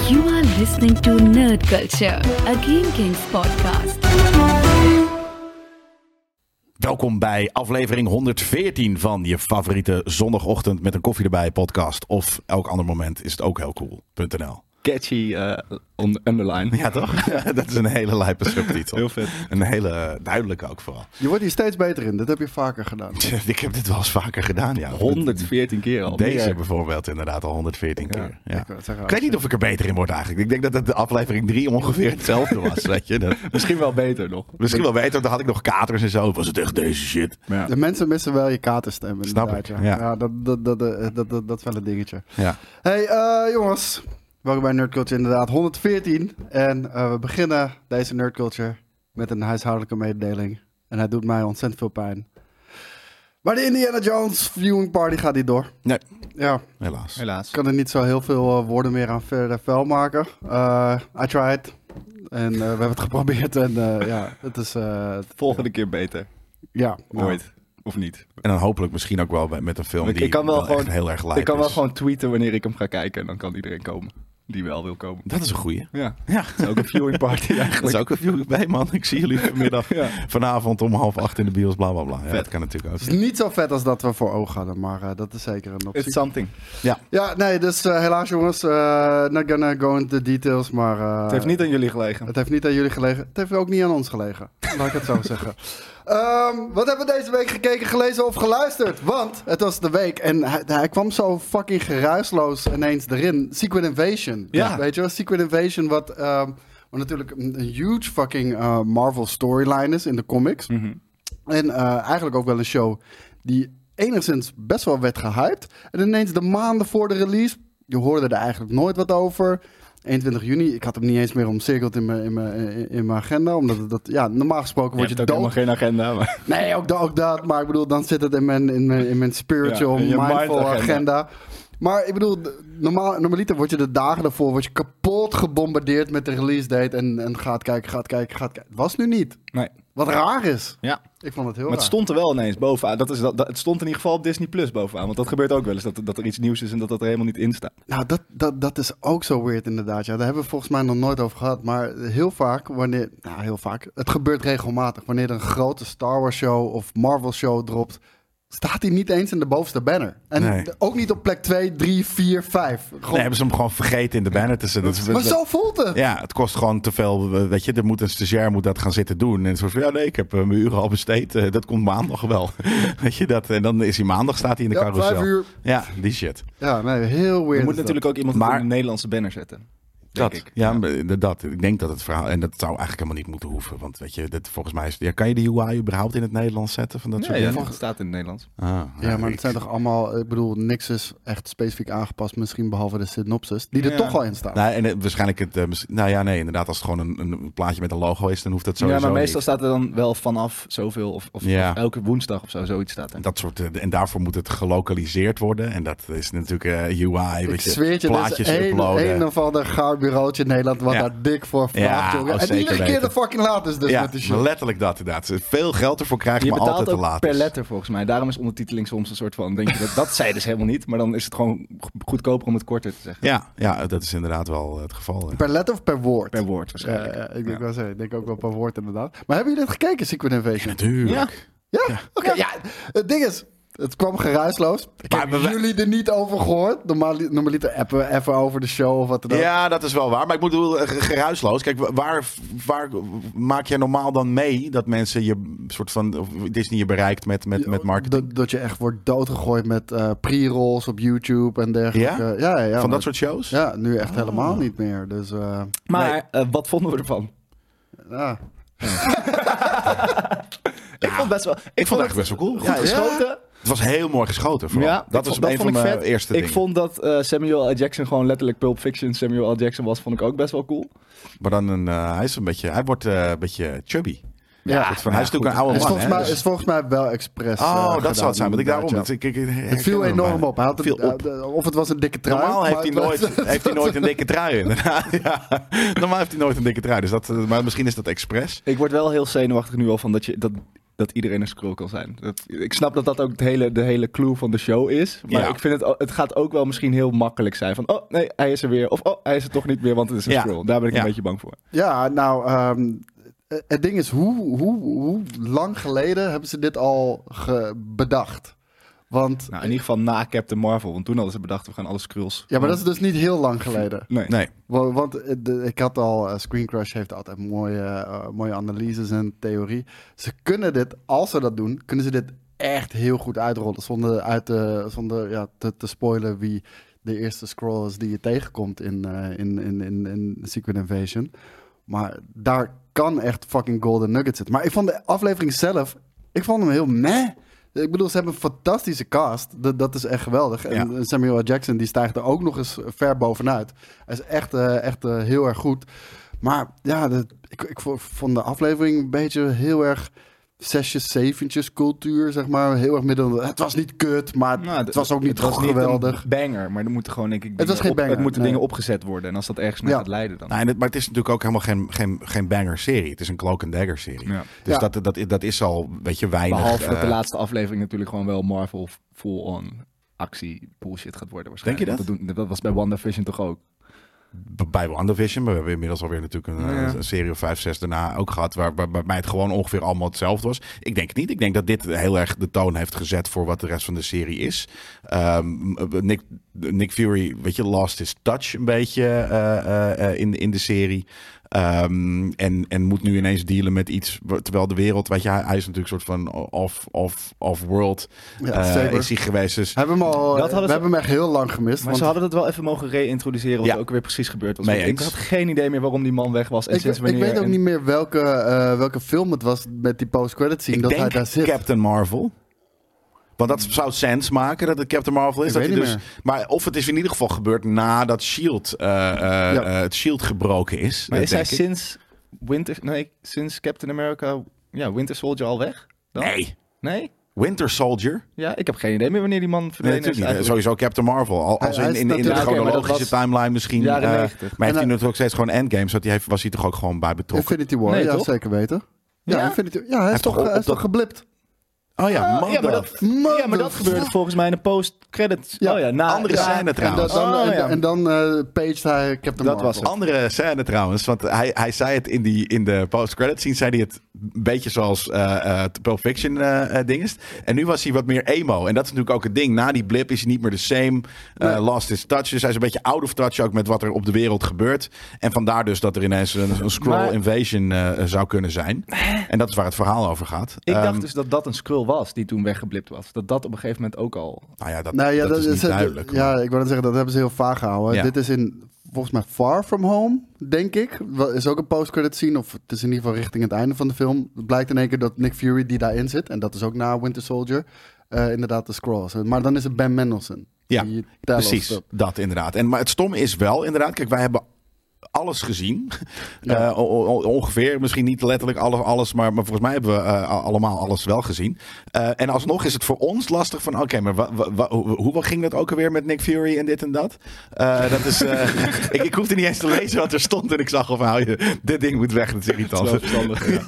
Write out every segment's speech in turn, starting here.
You are listening to Nerd Culture, a Game Kings podcast. Welkom bij aflevering 114 van je favoriete zondagochtend met een koffie erbij podcast. Of elk ander moment is het ook heel cool.nl. Catchy underline. Ja, toch? Dat is een hele lijpe subtitel. Heel vet. Een hele duidelijke ook vooral. Je wordt hier steeds beter in. Dat heb je vaker gedaan. Ik heb dit wel eens vaker gedaan, ja. 114 keer al. Deze Meer. bijvoorbeeld inderdaad al 114 keer. Ja. Ik weet niet of ik er beter in word eigenlijk. Ik denk dat het de aflevering 3 ongeveer hetzelfde was. Weet je? Misschien wel beter nog. Misschien wel beter, dan had ik nog katers en zo. Was het echt deze shit? Ja. De mensen missen wel je katerstem. Snap inderdaad, ik, Ja, ja. dat is wel een dingetje. Ja. Hey jongens. Welkom bij Nerd Culture inderdaad. 114. En we beginnen deze Nerd Culture met een huishoudelijke mededeling. En hij doet mij ontzettend veel pijn. Maar de Indiana Jones viewing party gaat niet door. Nee, Ja, helaas. Helaas. ik kan er niet zo heel veel woorden meer aan verder vuil maken. I tried. En we hebben het geprobeerd. En ja, het is... Volgende keer beter. ja, nou, Ooit. Of niet. En dan hopelijk misschien ook wel met een film die Ik kan wel gewoon- echt heel erg lijp Ik kan wel is. gewoon tweeten wanneer ik hem ga kijken. En dan kan iedereen komen. Die wel wil komen. Dat is een goeie. Ja. Ja, Dat is ook een viewing party dat eigenlijk. is ook een viewing bij, man. Ik zie jullie vanmiddag, Ja. vanavond om 7:30 in de bios, bla bla bla. Ja, Vet. dat kan natuurlijk ook. het is niet zo vet als dat we voor ogen hadden. Maar dat is zeker een optie. It's something. Ja, nee, dus helaas jongens. Not gonna go into the details, maar... Het heeft niet aan jullie gelegen. Het heeft niet aan jullie gelegen. Het heeft ook niet aan ons gelegen. Laat ik het zo zeggen. Wat hebben we deze week gekeken, gelezen of geluisterd? Want het was de week en hij kwam zo fucking geruisloos ineens erin. Secret Invasion. Ja. Weet je wel, Secret Invasion wat natuurlijk een huge fucking Marvel storyline is in de comics. Mhm. En eigenlijk ook wel een show die enigszins best wel werd gehyped. En ineens de maanden voor de release, je hoorde er eigenlijk nooit wat over. 21 juni, ik had hem niet eens meer omcirkeld in mijn agenda. Omdat dat, ja, normaal gesproken Je word hebt je ook dood. helemaal geen agenda. Maar... Nee, ook dat. Maar ik bedoel, dan zit het in mijn spiritual, Ja, in je mindful mind-agenda. agenda. Maar ik bedoel, normaliter word je de dagen ervoor word je kapot gebombardeerd met de release date. En gaat kijken. Het was nu niet. Nee. Wat raar is. Ja. Ik vond het heel Maar het raar. stond er wel ineens bovenaan. Het stond in ieder geval op Disney Plus bovenaan. Want dat gebeurt ook wel eens. Dat er iets nieuws is en dat er helemaal niet in staat. Nou, dat is ook zo weird inderdaad. Ja, daar hebben we volgens mij nog nooit over gehad. Maar heel vaak, het gebeurt regelmatig. Wanneer er een grote Star Wars show of Marvel show dropt, staat hij niet eens in de bovenste banner. En Nee. ook niet op plek 2, 3, 4, 5. Gewoon, Nee, hebben ze hem gewoon vergeten in de banner te zetten. maar zo voelt het. Ja, het kost gewoon te veel. Weet je, een stagiair moet dat gaan zitten doen. En zo van, ja nee, ik heb mijn uren al besteed. Dat komt maandag wel. Weet je, dat, en dan is hij maandag, staat hij in de Ja, carousel. 5 uur. Ja, die shit. Ja, nee, heel weird. Je moet is dat. natuurlijk ook iemand Maar- in de Nederlandse banner zetten. Denk Dat, ik. ja, dat. Ik denk dat het verhaal... En dat zou eigenlijk helemaal niet moeten hoeven. Want weet je, volgens mij is... Ja, kan je de UI überhaupt in het Nederlands zetten? Van dat soort Nee, dingen? het staat in het Nederlands. Ja, maar het zijn toch allemaal... Ik bedoel, niks is echt specifiek aangepast. Misschien behalve de synopsis. Die er Ja. toch al in staat. Nee, en waarschijnlijk het... nou ja, nee, inderdaad. Als het gewoon een plaatje met een logo is, dan hoeft dat sowieso Ja, maar meestal niet. staat er dan wel vanaf zoveel of Ja. of elke woensdag of zo, zoiets staat er. En dat soort, en daarvoor moet het gelokaliseerd worden. En dat is natuurlijk UI. Ik Weet je, zweer je, er plaatjes is uploaden. een of ander gaar bureautje in Nederland wat Ja. daar dik voor vraagt, Ja, jongen. oh, En zeker iedere keer weten. de fucking laat is dus Ja, met de shit. maar letterlijk dat inderdaad. Veel geld ervoor krijg je, Je maar betaalt altijd ook te laat per is. letter volgens mij. Daarom is ondertiteling soms een soort van... Denk je dat zei dus helemaal niet. Maar dan is het gewoon goedkoper om het korter te zeggen. Ja, dat is inderdaad wel het geval. hè. Per letter of per woord? Per woord waarschijnlijk. Ik denk wel zeggen. Ik denk ook wel per woord inderdaad. Maar hebben jullie dit gekeken, Secret Invasion? Natuurlijk. Ja? Oké, ja. Het ding is, het kwam geruisloos. Ik heb jullie er niet over gehoord. Normaliter appen we even over de show of wat dan ook. Ja, dat is wel waar. Maar ik bedoel, geruisloos. Kijk, waar maak jij normaal dan mee dat mensen je soort van of Disney je bereikt met marketing? Dat je echt wordt doodgegooid met pre-rolls op YouTube en dergelijke. Ja, Van maar- dat soort shows? Ja, nu echt helemaal niet meer. Dus, Maar wat vonden we ervan? ja. Ik vond best wel... Ik vond het echt best wel cool. Goed Ja, geschoten. Het was heel mooi geschoten. Vooral. Ja, dat was vond een van ik mijn vet. eerste Ik dingen. vond dat Samuel L. Jackson gewoon letterlijk Pulp Fiction Samuel L. Jackson was, vond ik ook best wel cool. Maar dan hij wordt een beetje chubby. Ja, hij is natuurlijk een oude Is man. volgens, hè, mij, dus- is volgens mij wel expres. Oh, dat zou het zijn. Want ik daarom. inderdaad, ja. Het Het viel enorm op. Hij had Viel op. of het was een dikke trui. Normaal heeft maar hij, het was- heeft hij nooit een dikke trui. Inderdaad. Ja. Normaal heeft hij nooit een dikke trui. Dus maar misschien is dat expres. Ik word wel heel zenuwachtig nu al van dat dat iedereen een Skrull kan zijn. Ik snap dat dat ook de hele clue van de show is. Maar ik vind het gaat ook wel misschien heel makkelijk zijn. Van, oh nee, hij is er weer. Of, oh, hij is er toch niet meer, want het is een Skrull. Daar ben ik een beetje bang voor. Ja, nou, het ding is, hoe lang geleden hebben ze dit al bedacht? Want in ieder geval na Captain Marvel. Want toen hadden ze bedacht, we gaan alle Skrulls. Ja, maar dat is dus niet heel lang geleden. Nee. Want ik had al... Screen Crush heeft altijd mooie analyses en theorie. Ze kunnen dit, als ze dat doen, kunnen ze dit echt heel goed uitrollen. Zonder te spoilen wie de eerste Skrull is die je tegenkomt in Secret Invasion. Maar daar kan echt fucking golden nugget zitten. Maar ik vond de aflevering zelf... Ik vond hem heel meh. Ik bedoel, ze hebben een fantastische cast. Dat is echt geweldig. En Samuel L. Jackson die stijgt er ook nog eens ver bovenuit. Hij is echt heel erg goed. Maar ja, ik vond de aflevering een beetje heel erg... 6'jes, 7'tjes cultuur, zeg maar. Heel erg middel. Het was niet kut, maar het was ook niet geweldig. Een banger, maar er moeten gewoon, denk ik, het was geen banger. Het moeten dingen opgezet worden. En als dat ergens naar gaat leiden dan. Nee, maar het is natuurlijk ook helemaal geen banger-serie. Het is een Cloak and Dagger-serie. Ja. Dus dat is al, weet je, weinig. Behalve dat de laatste aflevering natuurlijk gewoon wel Marvel full-on actie bullshit gaat worden waarschijnlijk. Denk je dat? Dat was bij WandaVision toch ook? Bij WandaVision, maar we hebben inmiddels alweer natuurlijk een serie of 5, 6 daarna ook gehad, waar bij mij het gewoon ongeveer allemaal hetzelfde was. Ik denk het niet. Ik denk dat dit heel erg de toon heeft gezet voor wat de rest van de serie is. Nick Fury, weet je, lost his touch een beetje in de serie. En moet nu ineens dealen met iets, terwijl de wereld, weet je, hij is natuurlijk een soort van off-world is hij geweest. Dus we hebben hem echt heel lang gemist. Maar ze hadden het wel even mogen reintroduceren wat ook weer precies gebeurd was. Ik had geen idee meer waarom die man weg was. En ik weet ook niet meer welke film het was met die post-credit scene dat hij daar zit. Captain Marvel. Want dat zou sens maken dat het Captain Marvel is. Maar of het is in ieder geval gebeurd nadat het Shield gebroken is. Maar is hij sinds Captain America, Winter Soldier al weg? Dan? Nee? Winter Soldier? Ja, ik heb geen idee meer wanneer die man verdwenen is. Sowieso Captain Marvel. Als in de chronologische timeline misschien. Maar heeft hij natuurlijk ook steeds gewoon Endgame. Was hij toch ook gewoon bij betrokken? Infinity War, ja, zeker weten. Ja, hij is toch geblipt. Oh ja, maar dat gebeurde volgens mij in de post-credits. Ja, andere scène trouwens. En dan paged hij Captain Marvel. Was het. Andere scène trouwens, want hij zei het in de post-credits scene, zei hij het een beetje zoals Pulp Fiction dinges. En nu was hij wat meer emo. En dat is natuurlijk ook het ding. Na die blip is hij niet meer de same. Lost his touch. Dus hij is een beetje out of touch ook met wat er op de wereld gebeurt. En vandaar dus dat er ineens een Skrull invasion zou kunnen zijn. En dat is waar het verhaal over gaat. Ik dacht dus dat een Skrull was die toen weggeblipt was. Dat op een gegeven moment ook al... Dat is niet duidelijk. Ja, ik wou zeggen, dat hebben ze heel vaag gehouden. Ja. Dit is volgens mij Far From Home, denk ik. Is ook een post-credit scene, of het is in ieder geval richting het einde van de film. Het blijkt in één keer dat Nick Fury die daarin zit, en dat is ook na Winter Soldier, inderdaad de Skrulls. Maar dan is het Ben Mendelsohn. Ja, precies. Dat inderdaad. Maar het stomme is wel, inderdaad, kijk, wij hebben alles gezien. Ja. Ongeveer, misschien niet letterlijk alles, maar volgens mij hebben we allemaal alles wel gezien. En alsnog is het voor ons lastig van, oké, maar hoe ging dat ook alweer met Nick Fury en dit en dat? Dat is, ik hoefde niet eens te lezen wat er stond en ik zag al van, dit ding moet weg, dat is irritant. Dat is wel verstandig,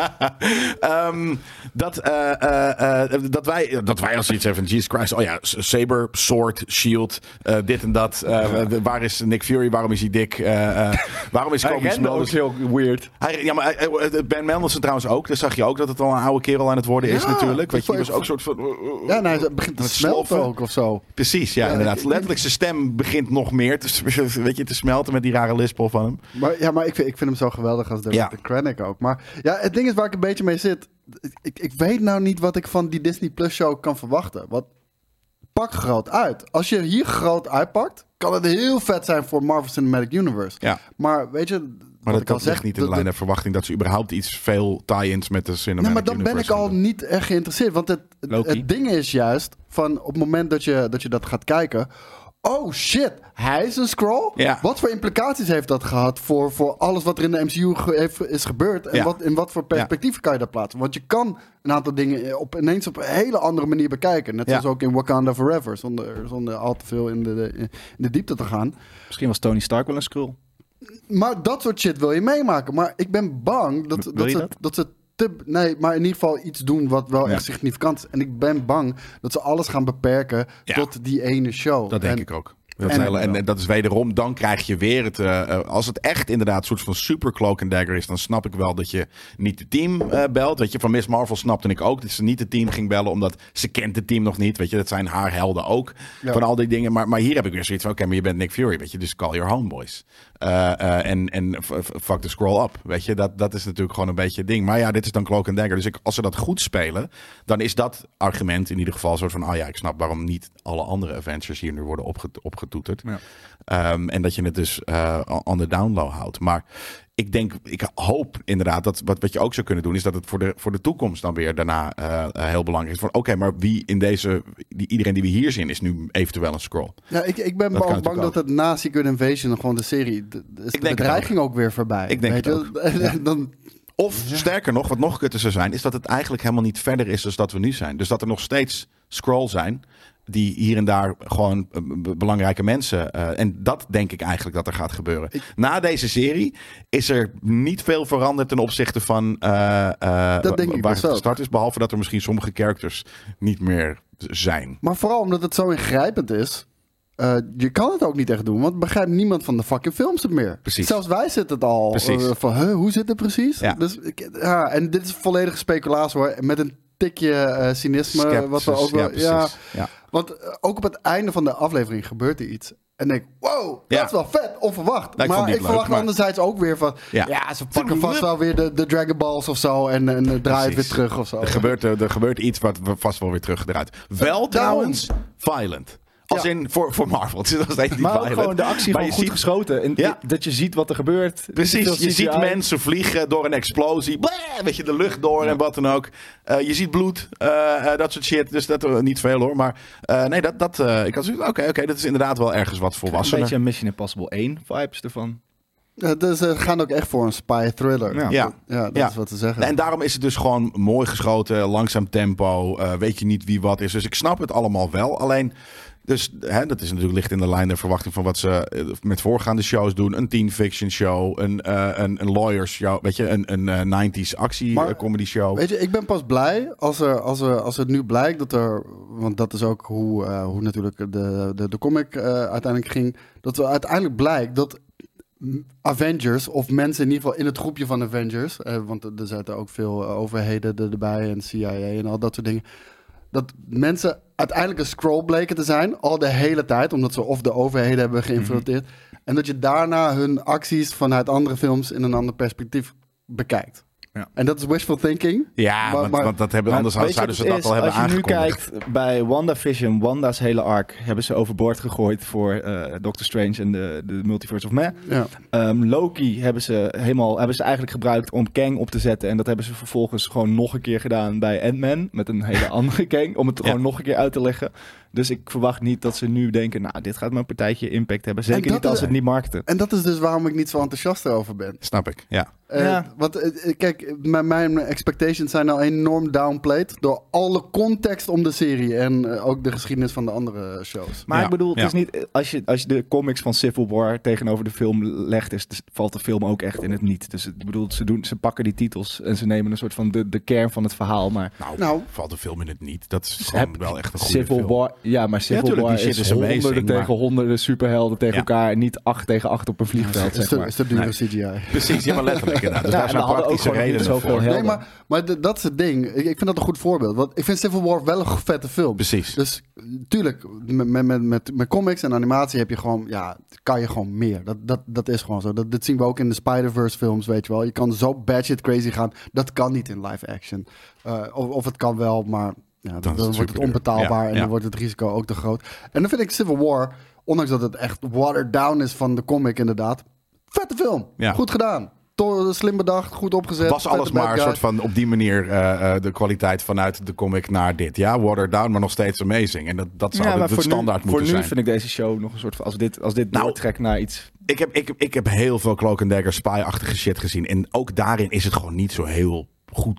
dat wij als iets hebben van, Jesus Christ, oh ja, Saber, Sword, Shield, dit en dat. Waar is Nick Fury, waarom is hij dik? Waarom is Kobe Smulders heel weird? Ben Mendelsohn trouwens ook. Daar zag je ook dat het al een oude kerel aan het worden is natuurlijk. Weet je, die was ook soort van... hij begint te smelten ook of zo. Precies, inderdaad. Letterlijk zijn stem begint nog meer te smelten met die rare lispel van hem. Maar ik vind hem zo geweldig als de Krennic ook. Maar ja, het ding is waar ik een beetje mee zit. Ik weet nou niet wat ik van die Disney Plus show kan verwachten. Pak groot uit. Als je hier groot uitpakt, kan het heel vet zijn voor Marvel Cinematic Universe. Ja. Maar weet je... Maar dat ligt niet in de lijn der verwachting dat ze überhaupt veel tie-ins met de Cinematic Universe. Maar dan ben ik al niet echt geïnteresseerd. Want het ding is juist, van op het moment dat je dat gaat kijken... Oh shit, hij is een Skrull? Ja. Wat voor implicaties heeft dat gehad voor alles wat er in de MCU is gebeurd? En in wat voor perspectieven kan je dat plaatsen? Want je kan een aantal dingen ineens op een hele andere manier bekijken. Net zoals ook in Wakanda Forever, zonder al te veel in de diepte te gaan. Misschien was Tony Stark wel een Skrull. Maar dat soort shit wil je meemaken. Maar ik ben bang dat ze maar in ieder geval iets doen wat wel echt significant is. En ik ben bang dat ze alles gaan beperken tot die ene show. Dat denk ik ook. En dat is wederom, dan krijg je weer het... als het echt inderdaad een soort van super Cloak and Dagger is, dan snap ik wel dat je niet het team belt. Weet je, van Miss Marvel snapte ik ook dat ze niet het team ging bellen, omdat ze kent het team nog niet. Weet je, dat zijn haar helden ook. Ja. Van al die dingen. Maar hier heb ik weer zoiets van, oké, maar je bent Nick Fury, weet je, dus call your homeboys. En fuck the scroll up. Weet je, dat is natuurlijk gewoon een beetje het ding. Maar ja, dit is dan Cloak and Dagger. Dus als ze dat goed spelen, dan is dat argument in ieder geval een soort van, ik snap waarom niet alle andere Avengers hier nu worden opgetoeterd. Ja. En dat je het dus on the down low houdt. Maar ik hoop inderdaad dat wat je ook zou kunnen doen, is dat het voor de toekomst dan weer daarna heel belangrijk is. Van oké, maar wie in iedereen die we hier zien is nu eventueel een scroll. Ja, ik ben bang dat het na Secret Invasion gewoon de serie, de bedreiging ook weer voorbij. Ik denk het ook. Of sterker nog, wat nog kutter zou zijn, is dat het eigenlijk helemaal niet verder is dan dat we nu zijn. Dus dat er nog steeds scroll zijn die hier en daar gewoon belangrijke mensen... en dat denk ik eigenlijk dat er gaat gebeuren. Na deze serie is er niet veel veranderd ten opzichte van dat denk ik waar het gestart is. Behalve dat er misschien sommige characters niet meer zijn. Maar vooral omdat het zo ingrijpend is. Je kan het ook niet echt doen, want begrijpt niemand van de fucking films het meer. Precies. Zelfs wij zitten het al van, hoe zit het precies? Ja. Dus, en dit is volledige speculatie hoor, met een tikje cynisme. Skepsis, wat we ook wel, ja. Want ook op het einde van de aflevering gebeurt er iets. En denk, wow, dat is wel vet, onverwacht. Maar ik verwacht anderzijds ook weer van... Ja, ze pakken vast wel weer de Dragon Balls of zo... en draaien het weer terug of zo. Er gebeurt iets wat vast wel weer terugdraait. Wel trouwens, violent. Als in voor Marvel. Het is nog steeds niet maar violent. Ook gewoon de actie gewoon goed geschoten. En dat je ziet wat er gebeurt. Precies, je ziet mensen vliegen door een explosie. Weet je, de lucht door en wat dan ook. Je ziet bloed, dat soort shit. Dus dat niet veel hoor. Maar nee, ik had zoiets oké, dat is inderdaad wel ergens wat volwassener. Een beetje een Mission Impossible 1 vibes ervan. Dus ze gaan ook echt voor een spy thriller. Ja, dat is wat ze zeggen. En daarom is het dus gewoon mooi geschoten, langzaam tempo. Weet je niet wie wat is. Dus ik snap het allemaal wel. Alleen... Dus dat is natuurlijk licht in de lijn de verwachting van wat ze met voorgaande shows doen. Een teen fiction show, een lawyers show, weet je, een 90s actie-comedy show. Weet je, ik ben pas blij als het nu blijkt dat er, want dat is ook hoe natuurlijk de comic uiteindelijk ging, dat er uiteindelijk blijkt dat Avengers, of mensen in ieder geval in het groepje van Avengers, want er zaten ook veel overheden erbij en CIA en al dat soort dingen, dat mensen uiteindelijk een scroll bleken te zijn, al de hele tijd, omdat ze of de overheden hebben geïnfiltreerd. En dat je daarna hun acties vanuit andere films in een ander perspectief bekijkt. Ja. En dat is wishful thinking. Ja, want dat hebben anders zouden ze dat al hebben aangekondigd. Als je nu kijkt bij WandaVision, Wanda's hele arc hebben ze overboord gegooid voor Doctor Strange en de Multiverse of Man. Ja. Loki hebben ze eigenlijk gebruikt om Kang op te zetten. En dat hebben ze vervolgens gewoon nog een keer gedaan bij Ant-Man met een hele andere Kang. Om het gewoon nog een keer uit te leggen. Dus ik verwacht niet dat ze nu denken, nou, dit gaat mijn partijtje impact hebben. Zeker niet als ze het niet markten. En dat is dus waarom ik niet zo enthousiast erover ben. Snap ik, ja. Want kijk, mijn expectations zijn al enorm downplayed door alle context om de serie en ook de geschiedenis van de andere shows. Maar ik bedoel, het is niet, als je de comics van Civil War tegenover de film legt, valt de film ook echt in het niet. Dus ik bedoel, ze pakken die titels en ze nemen een soort van de kern van het verhaal. Maar nou valt de film in het niet. Dat is gewoon wel echt een goede Civil film. War, ja, maar Civil War is honderden tegen honderden superhelden tegen elkaar. En niet 8 tegen 8 op een vliegveld, zeg maar. Is de dure CGI. Precies, ja, maar letterlijk inderdaad. Dus daar zijn praktische redenen voor. Nee, maar dat is het ding. Ik vind dat een goed voorbeeld. Want ik vind Civil War wel een vette film. Precies. Dus tuurlijk, met comics en animatie heb je gewoon, kan je gewoon meer. Dat is gewoon zo. Dat zien we ook in de Spider-Verse films, weet je wel. Je kan zo batshit crazy gaan. Dat kan niet in live action. Of het kan wel, maar... Ja, dan wordt het onbetaalbaar en dan wordt het risico ook te groot. En dan vind ik Civil War, ondanks dat het echt watered down is van de comic inderdaad, vette film. Ja. Goed gedaan. Slim bedacht, goed opgezet. Was alles maar een soort van op die manier de kwaliteit vanuit de comic naar dit. Ja, watered down, maar nog steeds amazing. En dat zou de standaard moeten zijn. Voor nu vind ik deze show nog een soort van, als dit doortrekt naar iets... Ik heb heel veel Cloak and Dagger spy-achtige shit gezien. En ook daarin is het gewoon niet zo heel goed.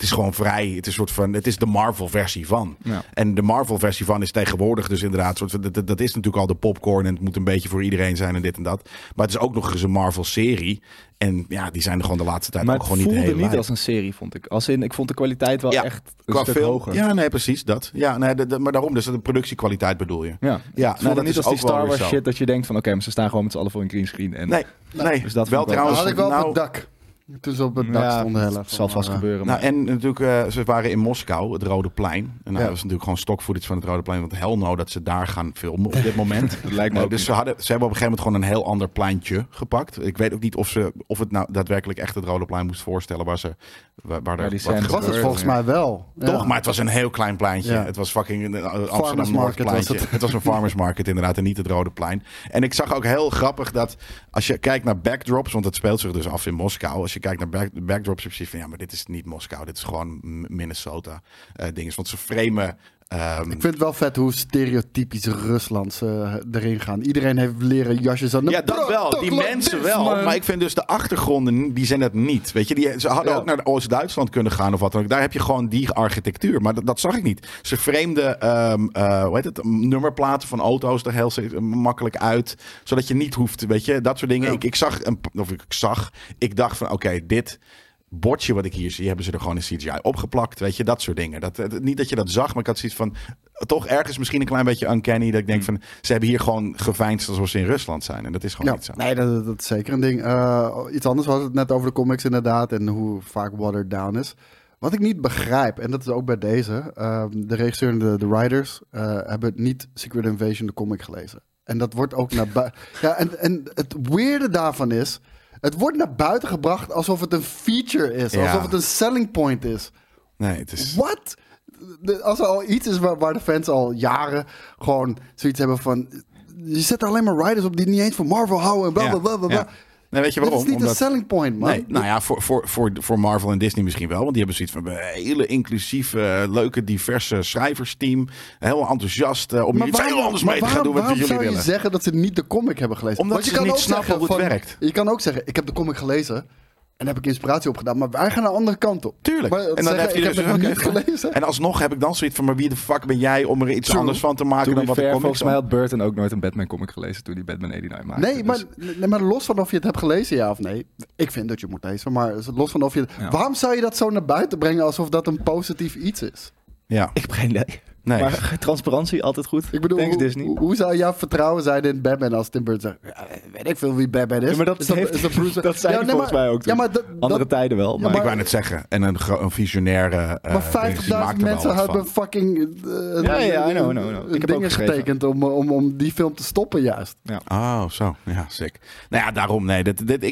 Het is gewoon vrij. Het is een soort van. Het is de Marvel-versie van. Ja. En de Marvel-versie van is tegenwoordig dus inderdaad. Dat is natuurlijk al de popcorn. En het moet een beetje voor iedereen zijn en dit en dat. Maar het is ook nog eens een Marvel-serie. En ja, die zijn er gewoon de laatste tijd Maar ook het gewoon niet voelde heel niet als een serie, vond ik. Ik vond de kwaliteit wel echt een qua stuk film. hoger. Ja, nee, precies dat. Ja, nee, maar daarom. Dus de productiekwaliteit bedoel je. Ja, Ja, het voelde dat niet is als die ook wel Star weer Wars zo. shit dat je denkt van oké, maar ze staan gewoon met z'n allen voor een greenscreen. En Nee, Dus dat wel vond ik trouwens. had ik wel op nou, het dak. Toen ze op het dak stonden heel erg. het zal vast gebeuren. Nou, Maar en natuurlijk, ze waren in Moskou, het Rode Plein. En nou, Ja. dat was natuurlijk gewoon stock footage van het Rode Plein. Want hell no dat ze daar gaan filmen op dit moment. dat lijkt me ook Dus niet. ze hebben op een gegeven moment gewoon een heel ander pleintje gepakt. Ik weet ook niet of het nou daadwerkelijk echt het Rode Plein moest voorstellen. Waar er die wat scènes was het gebeurde. volgens mij wel. Toch, Ja. maar het was een heel klein pleintje. Ja. Het was fucking Farmers Amsterdam Market Noordpleintje. was het. Het was een farmers market inderdaad en niet het Rode Plein. En ik zag ook heel grappig dat als je kijkt naar backdrops, want het speelt zich dus af in Moskou. Als je kijkt naar backdrops, heb je van ja, maar dit is niet Moskou, dit is gewoon Minnesota dingen. Want ze framen. Ik vind het wel vet hoe stereotypisch Rusland ze erin gaan. Iedereen heeft leren jasjes aan. Ja, dat wel. Die mensen wel. Maar ik vind dus de achtergronden, die zijn het niet. Weet je, ze hadden ook naar Oost-Duitsland kunnen gaan of wat dan ook. Daar heb je gewoon die architectuur. Maar dat zag ik niet. Ze vreemden nummerplaten van auto's er heel makkelijk uit. Zodat je niet hoeft, weet je, dat soort dingen. Ja. Ik dacht van oké, dit bordje wat ik hier zie, hebben ze er gewoon in CGI opgeplakt. Weet je, dat soort dingen. Niet dat je dat zag, maar ik had zoiets van toch ergens misschien een klein beetje uncanny. Dat ik denk van, ze hebben hier gewoon geveinsd alsof ze in Rusland zijn. En dat is gewoon niet zo. Nee, dat is zeker een ding. Iets anders was het net over de comics inderdaad. En hoe vaak watered down is. Wat ik niet begrijp, en dat is ook bij deze. De regisseur en de writers hebben niet Secret Invasion de comic gelezen. En dat wordt ook naar buiten. Ja, en het weirde daarvan is, het wordt naar buiten gebracht alsof het een feature is. Ja. Alsof het een selling point is. Nee, het is... What? Als er al iets is waar de fans al jaren gewoon zoiets hebben van, je zet alleen maar writers op die niet eens voor Marvel houden en bla bla bla bla. Ja. Nee, weet je waarom? Dat is niet een selling point, man. Nee, nou ja, voor Marvel en Disney misschien wel. Want die hebben zoiets van een hele inclusieve, leuke, diverse schrijversteam. Heel enthousiast om iets heel anders mee te gaan doen wat jullie zou willen. je zeggen dat ze niet de comic hebben gelezen? Omdat Want je ze kan niet ook snappen zeggen hoe het van, werkt. Je kan ook zeggen, ik heb de comic gelezen en daar heb ik inspiratie op gedaan. Maar wij gaan een andere kant op. Tuurlijk. Maar En dan heeft ik hij heb dus het ook niet even- gelezen. En alsnog heb ik dan zoiets van, maar wie de fuck ben jij om er iets True. anders van te maken toen dan wat de comics volgens mij dan? had Burton ook nooit een Batman comic gelezen toen hij Batman 89 maakte. Nee, Dus- maar los van of je het hebt gelezen, ja of nee. Ik vind dat je het moet lezen, maar los van of je het... Ja. Waarom zou je dat zo naar buiten brengen alsof dat een positief iets is? Ja, Ik heb geen idee. nee. Maar transparantie altijd goed. Ik bedoel, Thanks hoe, Disney. hoe zou jouw vertrouwen zijn in Batman als Tim Burton zegt... Ja, weet ik veel wie Batman is. Ja, maar dat is heeft- is Bruce... dat zei hij volgens mij ook toen. Ja, maar Andere tijden wel. Maar, Ik wou net zeggen. En een visionaire... Maar 50.000 mensen hebben fucking Ja, I know. Ik heb ook dingen geschreven. getekend om die film te stoppen juist. Oh, zo. Ja, sick. Nou ja, daarom. Nee,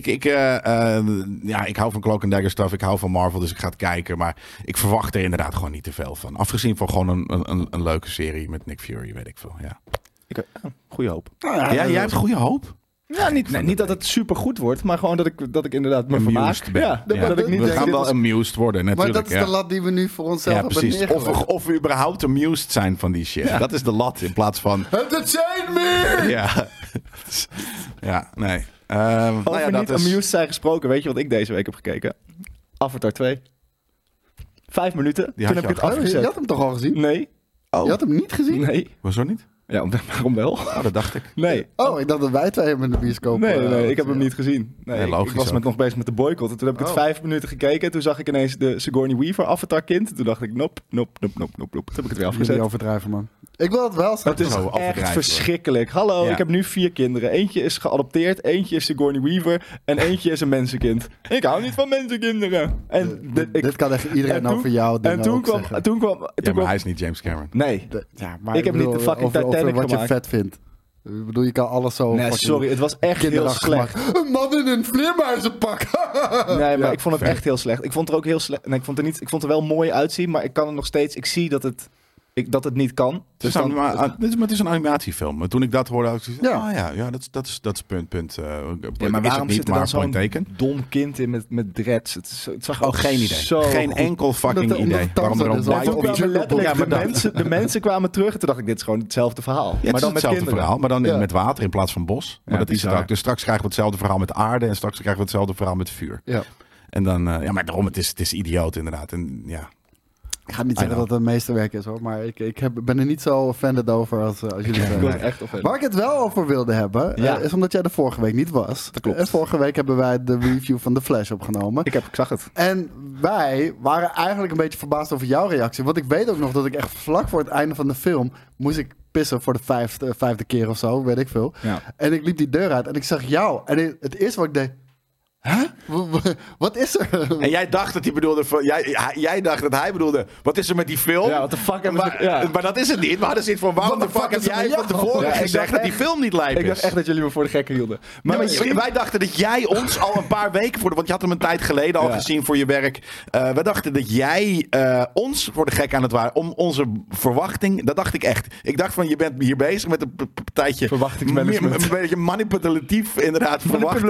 ik hou van Cloak and Dagger stuff. Ik hou van Marvel, dus ik ga het kijken. Maar ik verwacht er inderdaad gewoon niet te veel van. Afgezien van gewoon een leuke serie met Nick Fury, weet ik veel. Ja, goede hoop. ja jij hebt goede hoop. Ja, niet dat het super goed wordt, maar gewoon dat ik inderdaad me vermaak. Amused ben. Ja, Ja. dat ik niet We denk, gaan dit wel is- amused worden, Maar natuurlijk. dat is de lat die we nu voor onszelf Ja, hebben precies. neergelegd. Of we überhaupt amused zijn van die shit. Ja. Dat is de lat in plaats van... Entertain me! Ja, ja nee. Nou Over ja, dat niet is... amused zijn gesproken, weet je wat ik deze week heb gekeken? Avatar 2. 5 minuten, Die toen had heb ik je het Je afgezet. had hem toch al gezien? Nee, Oh, Je had hem niet gezien? nee. hoezo niet? Ja, waarom wel? Oh, dat dacht ik. Nee. Oh, ik dacht dat wij twee hem in de bioscoop... Nee, ik heb hem niet gezien. Nee, Nee, logisch ik was ook. nog bezig met de boycott. En toen heb ik het Oh. 5 minuten gekeken. Toen zag ik ineens de Sigourney Weaver Avatar kind. Toen dacht ik, nope. Toen heb ik het weer afgezet. Jullie overdrijven, man. Ik wil het wel straks. Het is Zo echt overdrijven, hoor. verschrikkelijk. Hallo, Ja. ik heb nu 4 kinderen. Eentje is geadopteerd, eentje is Sigourney Weaver en eentje is een mensenkind. Ik hou niet van mensenkinderen. En Dit kan echt iedereen en toen- over jou en dingen toen ook kwam... zeggen. Toen kwam, Ja, maar hij is niet James Cameron. Nee. Ja, maar Ik heb niet de fucking over Titanic wat gemaakt. je vet vindt. Ik bedoel, je kan alles zo... Nee, fucking sorry, het was echt heel kinderachtig slecht. maken. Een man in een vleermuizenpak. Nee, maar Ja. ik vond het echt heel slecht. Ik vond er ook heel slecht. Nee, ik vond er wel mooi uitzien, maar ik kan er nog steeds. Ik zie dat het niet kan. Het Dus is, dan, maar het is een animatiefilm. Maar toen ik dat hoorde, had ik zoiets van, Ja. ja, dat is punt. ja, maar is waarom het niet, zit er maar dan zo'n point taken. dom kind in met dreads? Het zag Oh, ook geen idee. zo Geen goed. enkel fucking Omdat idee. het Waarom er Tarzan een is, En of white toen op kwamen letterlijk Ja, maar de mensen kwamen terug en toen dacht ik, dit is gewoon hetzelfde verhaal. Ja, het maar is dan met hetzelfde kinderen. verhaal, maar dan Ja. met water in plaats van bos. Maar Ja, dat is het bizar. ook. Dus straks krijgen we hetzelfde verhaal met aarde en straks krijgen we hetzelfde verhaal met vuur. Ja. En dan, maar daarom, het is idioot inderdaad. En ja... Ik ga niet zeggen dat het een meesterwerk is hoor, maar ben er niet zo offended over als jullie zijn. Echt offended. Waar ik het wel over wilde hebben, is omdat jij er vorige week niet was. Dat klopt. En vorige week hebben wij de review van The Flash opgenomen. Ik zag het. En wij waren eigenlijk een beetje verbaasd over jouw reactie. Want ik weet ook nog dat ik echt vlak voor het einde van de film moest ik pissen voor de vijfde keer of zo, weet ik veel. Ja. En ik liep die deur uit en ik zag jou. En het eerste wat ik deed... Huh? Wat is er? En jij dacht dat hij bedoelde... Jij dacht dat hij bedoelde... Wat is er met die film? Ja, what the fuck hebben ze... Maar dat is het niet. We hadden zoiets van... Waarom de fuck heb jij van tevoren gezegd dat die film niet lijp is? Ik dacht echt dat jullie me voor de gekken hielden. Maar wij dachten dat jij ons al een paar weken... Want je had hem een tijd geleden al gezien voor je werk. We dachten dat jij ons voor de gek aan het waren. Om onze verwachting... Dat dacht ik echt. Ik dacht van... Je bent hier bezig met een partijtje... Verwachtingsmanagement. Een beetje manipulatief inderdaad.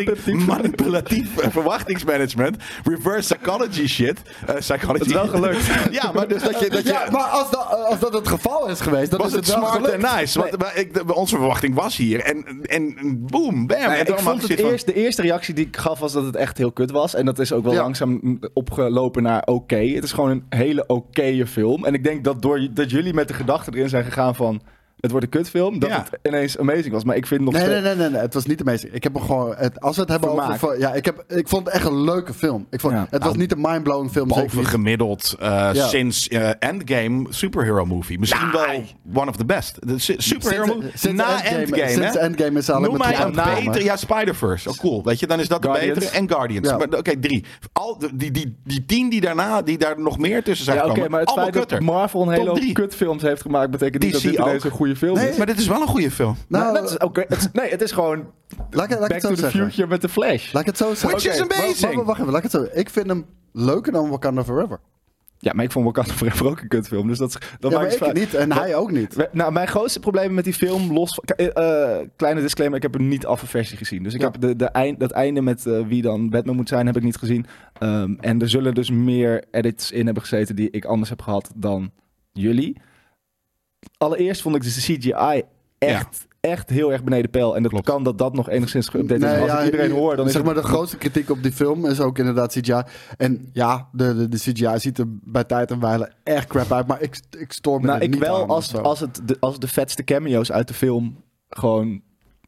Verwachtingsmanagement. Reverse psychology shit. Psychology. Het is wel gelukt. Ja, maar dus dat je... Ja, maar als dat het geval is geweest, dan was is het het wel smart gelukt. en nice. Want onze verwachting was hier. En boom, bam. Nee, en ik vond de eerste reactie die ik gaf was dat het echt heel kut was. En dat is ook wel langzaam opgelopen naar oké. Het is gewoon een hele oké film. En ik denk dat jullie met de gedachte erin zijn gegaan van... Het wordt een kutfilm, dat het ineens amazing was. Maar ik vind nog steeds... Nee, het was niet amazing. Ik heb hem gewoon... Als we het hebben over... Ja, ik vond het echt een leuke film. Het was niet een mindblowing film. Boven gemiddeld sinds Endgame superhero movie. Misschien wel one of the best. De superhero movie na Endgame. Sinds Endgame is al noem mij een betere... Ja, Spider-Verse. Oh, cool. Weet je, dan is dat de betere. En Guardians. Ja. Oké, 3. Die 10 die daarna, die daar nog meer tussen zijn gekomen. Maar het feit dat Marvel een hele hoop kutfilms heeft gemaakt... betekent niet dat dit ineens een goede film is. Maar dit is wel een goede film. Nou, dat is oké. Het is gewoon Back to the Future met The Flash. Laat ik het zo zeggen. Which is amazing. Wacht even, laat ik het zo. Ik vind hem leuker dan Wakanda Forever. Ja, maar ik vond Wakanda Forever ook een kutfilm. Dus dat maar ik niet en hij ook niet. Nou, mijn grootste probleem met die film, kleine disclaimer, ik heb een niet-affe versie gezien. Dus ik heb dat einde met wie dan Batman moet zijn, heb ik niet gezien. En er zullen dus meer edits in hebben gezeten die ik anders heb gehad dan jullie. Allereerst vond ik de CGI echt heel erg beneden peil. En dat kan dat nog enigszins geüpdate is. Als ik iedereen hoor, dan is zeg maar de grootste kritiek op die film is ook inderdaad CGI. En ja, de CGI ziet er bij tijd en wijle echt crap uit. Maar ik stoor me er niet aan. Als de vetste cameo's uit de film gewoon...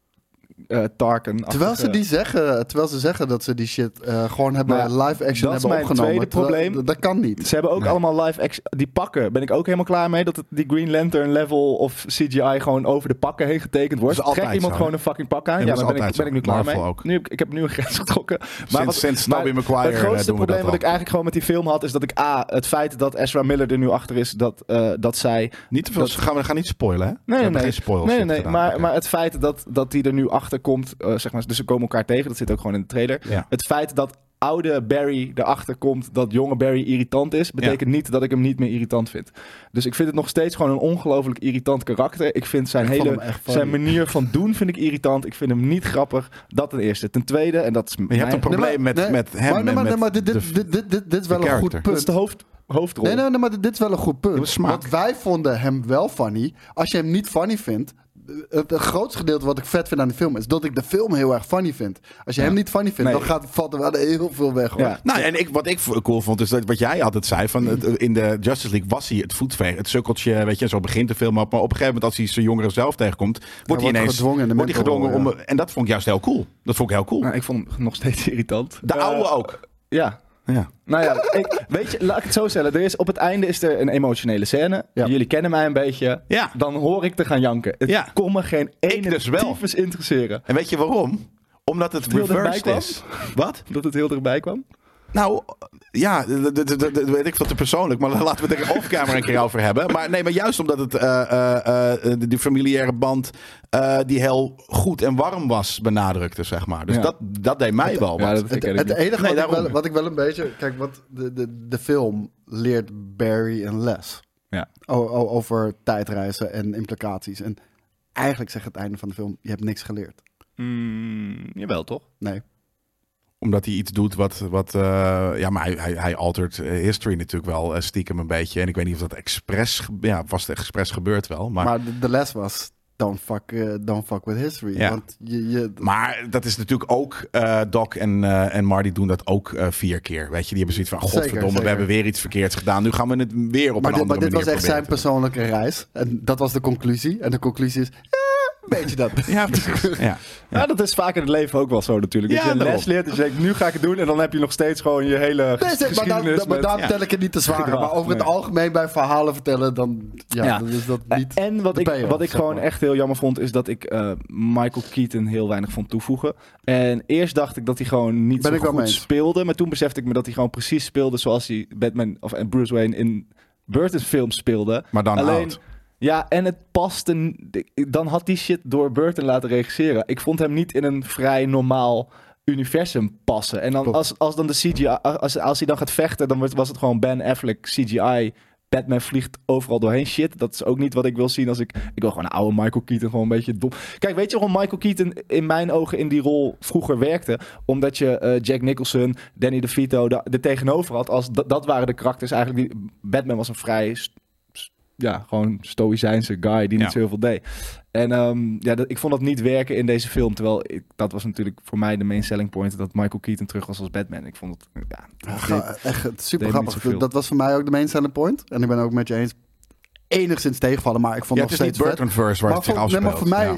Tarkin. Terwijl ze zeggen dat ze die shit gewoon hebben live action hebben opgenomen. Dat is mijn tweede probleem. Dat kan niet. Ze hebben ook allemaal live action... Die pakken, ben ik ook helemaal klaar mee... dat die Green Lantern level of CGI gewoon over de pakken heen getekend wordt. Trekt iemand gewoon een fucking pak aan? Ja, daar ben ik nu klaar mee. Ik heb nu een grens getrokken. Sinds Tobey Maguire het grootste probleem wat ik eigenlijk gewoon met die film had... is dat ik het feit dat Ezra Miller er nu achter is... dat zij... Niet te veel... We gaan niet spoilen, hè? Nee. Maar het feit dat die er nu achter komt, zeg maar, dus ze komen elkaar tegen, dat zit ook gewoon in de trailer. Ja. Het feit dat oude Barry erachter komt dat jonge Barry irritant is, betekent niet dat ik hem niet meer irritant vind. Dus ik vind het nog steeds gewoon een ongelooflijk irritant karakter. Ik vind zijn manier van doen vind ik irritant. Ik vind hem niet grappig. Dat ten eerste. Ten tweede, en dat is je hebt een probleem met hem. Maar dit is wel een goed punt. Dat is de hoofdrol. Nee, maar dit is wel een goed punt. Want wij vonden hem wel funny. Als je hem niet funny vindt, het grootste gedeelte wat ik vet vind aan de film is dat ik de film heel erg funny vind. Als je hem niet funny vindt, dan valt er wel heel veel weg. Hoor. Ja. Nou, en wat ik cool vond, is dat wat jij altijd zei, in de Justice League was hij het voetveeg, het sukkeltje, weet je, zo begint de film op, maar op een gegeven moment als hij zijn jongeren zelf tegenkomt, wordt hij ineens gedwongen om, en dat vond ik juist heel cool. Dat vond ik heel cool. Nou, ik vond hem nog steeds irritant. De oude ook. Ja. Nou ja, weet je, laat ik het zo stellen. Op het einde is er een emotionele scène. Ja. Jullie kennen mij een beetje. Ja. Dan hoor ik te gaan janken. Het kon me geen ene tyfus interesseren. En weet je waarom? Omdat het reversed is. Wat? Dat het heel dichtbij kwam? Nou, ja, dat weet ik veel te persoonlijk. Maar laten we het er off-camera een keer over hebben. Maar juist omdat het die familiaire band die heel goed en warm was benadrukte, zeg maar. Dus dat deed mij wel wat. Het enige wat ik wel een beetje... Kijk, de film leert Barry een les. Ja. Over tijdreizen en implicaties. En eigenlijk zegt het einde van de film, je hebt niks geleerd. Jawel, toch? Nee. Omdat hij iets doet wat maar hij altert history natuurlijk wel stiekem een beetje. En ik weet niet of dat expres gebeurt wel. Maar de les was, don't fuck with history. Ja. Want Maar dat is natuurlijk ook... Doc en Marty doen dat ook 4 keer. Weet je, die hebben zoiets van... Godverdomme, Zeker. we hebben weer iets verkeerds gedaan. Nu gaan we het weer op maar een andere dit was manier echt zijn proberen persoonlijke reis. En dat was de conclusie. En de conclusie is... een beetje dat. te doen. Ja, precies. Ja. Ja, dat is vaak in het leven ook wel zo natuurlijk. Dat Ja, je een daarom. les leert, dus je denkt, nu ga ik het doen. En dan heb je nog steeds gewoon je hele Nee, geschiedenis. maar daar met- tel ik het niet te zwaar. gedrag, Maar over het nee. algemeen bij verhalen vertellen, dan dan is dat niet. En wat de ik payoff, zeg gewoon maar. echt heel jammer vond, is dat ik Michael Keaton heel weinig vond toevoegen. En eerst dacht ik dat hij gewoon niet Ben zo ik wel goed mee eens. speelde. Maar toen besefte ik me dat hij gewoon precies speelde zoals hij Batman en Bruce Wayne in Burton's films speelde. Maar dan Alleen, oud. ja, en het paste. Dan had die shit door Burton laten regisseren. Ik vond hem niet in een vrij normaal universum passen. En dan Klopt. als dan de CGI, als hij dan gaat vechten, dan was het gewoon Ben Affleck CGI. Batman vliegt overal doorheen shit. Dat is ook niet wat ik wil zien als ik wil gewoon een oude Michael Keaton gewoon een beetje dom. Kijk, weet je waarom Michael Keaton in mijn ogen in die rol vroeger werkte? Omdat je Jack Nicholson, Danny DeVito er tegenover had. Als dat waren de karakters eigenlijk. Batman was een vrij gewoon stoïcijnse guy die niet zo heel veel deed. En ik vond dat niet werken in deze film. Terwijl dat was natuurlijk voor mij de main selling point. Dat Michael Keaton terug was als Batman. Ik vond het Echt super deed niet grappig. zoveel. Dat was voor mij ook de main selling point. En ik ben ook met je eens. Enigszins tegenvallen, maar ik vond Ja, nog het is niet steeds vet. Burton-verse waar het zich afspeelt. Maar voor mij,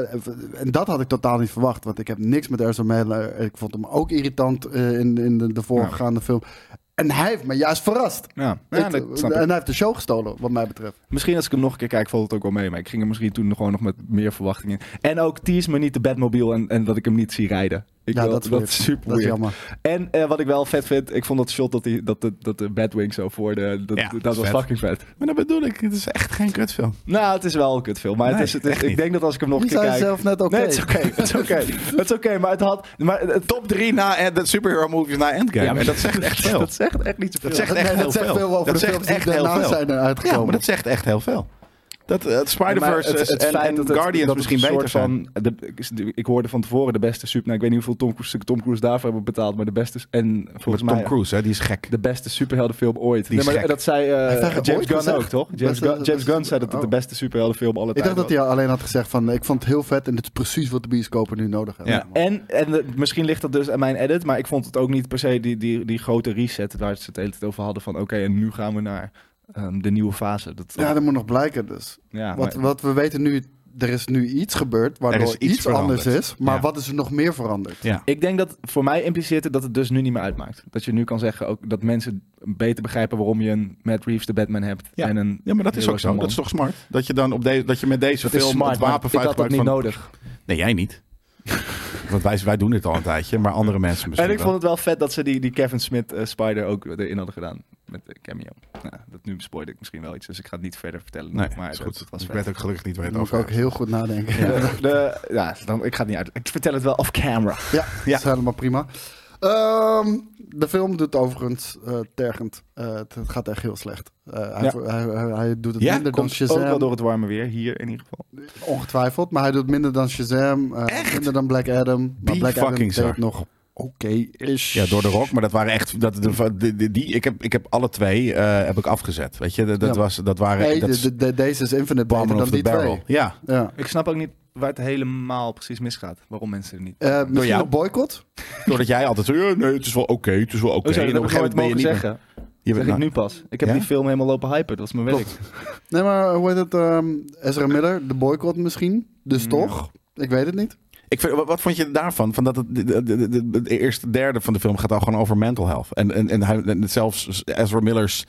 en dat had ik totaal niet verwacht. Want ik heb niks met Ezra Miller. Ik vond hem ook irritant in de voorgaande film. En hij heeft me juist verrast. Ja, En dat snap ik. hij heeft de show gestolen, wat mij betreft. Misschien als ik hem nog een keer kijk, valt het ook wel mee. Maar ik ging er misschien toen gewoon nog met meer verwachtingen in. En ook tease me niet de Batmobile en dat ik hem niet zie rijden. Dat is super Dat is weird. jammer. En wat ik wel vet vind, ik vond dat shot dat de Batwing zo voor dat dat is was vet. fucking vet. Maar dat bedoel ik. Het is echt geen kutfilm. Nou, het is wel een kutfilm. Maar Nee, het is, echt ik niet. denk dat als ik hem nog een Je keer zei kijk... zelf net oké. Nee, het is oké. Het is oké. Het is oké, maar het had... Top 3 na de superhero movies na Endgame. Ja, maar en dat zegt echt veel. Dat zegt echt niet zoveel. Dat zegt Nee, echt dat heel zegt veel. veel over Dat de zegt films die echt heel daarna veel. zijn uitgekomen. Ja, maar dat zegt echt heel veel. Dat het Spider-Verse Maar het feit en dat het- Guardians dat misschien het een beter soort zijn. ik hoorde van tevoren de beste super... Nou, ik weet niet hoeveel Tom Cruise daarvoor hebben betaald, maar de beste... En volgens Tom mij Cruise, hè, die is gek. de beste superheldenfilm ooit. Die is maar gek. dat zei heeft James ooit Gunn gezegd? ook, toch? James Beste- Gunn zei dat het de Oh. beste superheldenfilm alle Ik tijden dacht dat hij alleen had gezegd van, ik vond het heel vet en dit is precies wat de bioscopen nu nodig hebben. Ja. En misschien ligt dat dus aan mijn edit, maar ik vond het ook niet per se die grote reset waar ze het de hele tijd over hadden van oké, en nu gaan we naar de nieuwe fase. Ja, dat moet nog blijken dus. ja, Wat we weten nu, er is nu iets gebeurd Er waardoor is iets iets anders veranderd. is. Maar Ja. wat is er nog meer veranderd? Ja. Ik denk dat voor mij impliceert het dat het dus nu niet meer uitmaakt. Dat je nu kan zeggen ook dat mensen beter begrijpen waarom je een Matt Reeves de Batman hebt. Ja. En een Ja, maar dat is ook Hero zo. Man. Dat is toch smart? Dat je dan dat je met deze Dat is film smart, het maar wapenfeit ik had dat gebruikt niet van... nodig. Nee, jij niet. Want wij doen dit al een tijdje, maar andere mensen misschien En ik wel. vond het wel vet dat ze die Kevin Smith Spider ook erin hadden gedaan. Met de cameo. Nou, dat nu spoilde ik misschien wel iets, dus ik ga het niet verder vertellen. Nee, maar is dat- goed. dat was Ik vet. weet ook gelukkig niet waar je Dan het moet ik over ook hebt. heel goed nadenken. Ik ga het niet uit. Ik vertel het wel off camera. Ja, dat is helemaal prima. De film doet overigens tergend. Het gaat echt heel slecht. Hij doet het Ja, minder dan Komt ook wel Shazam. door het warme weer, hier in ieder geval. Ongetwijfeld. Maar hij doet minder dan Shazam. Echt? Minder dan Black Adam. Maar Die Black Adam fucking deed zak. nog oké-ish. Ja, door de rock, maar dat waren echt... Ik heb alle twee heb ik afgezet. Weet je, dat waren... Nee, dat is deze is infinite bottom beter dan of the die barrel. twee. Ja, Ja. Ik snap ook niet waar het helemaal precies misgaat. Waarom mensen er niet... Misschien jou? een boycott? doordat jij altijd zo... Ja, nee, het is wel oké, het is wel oké. Oh, zo, En dat op heb een ik gegeven nooit moment ben je mogen niet zeggen. meer- Je Zeg bent ik nu pas. Ik heb Ja? die film helemaal lopen hypen. Dat is mijn werk. Nee, maar hoe heet het? Ezra Miller, de boycott misschien. Dus toch? Ik weet het niet. Wat vond je daarvan? Van dat de eerste derde van de film gaat al gewoon over mental health. En zelfs Ezra Miller's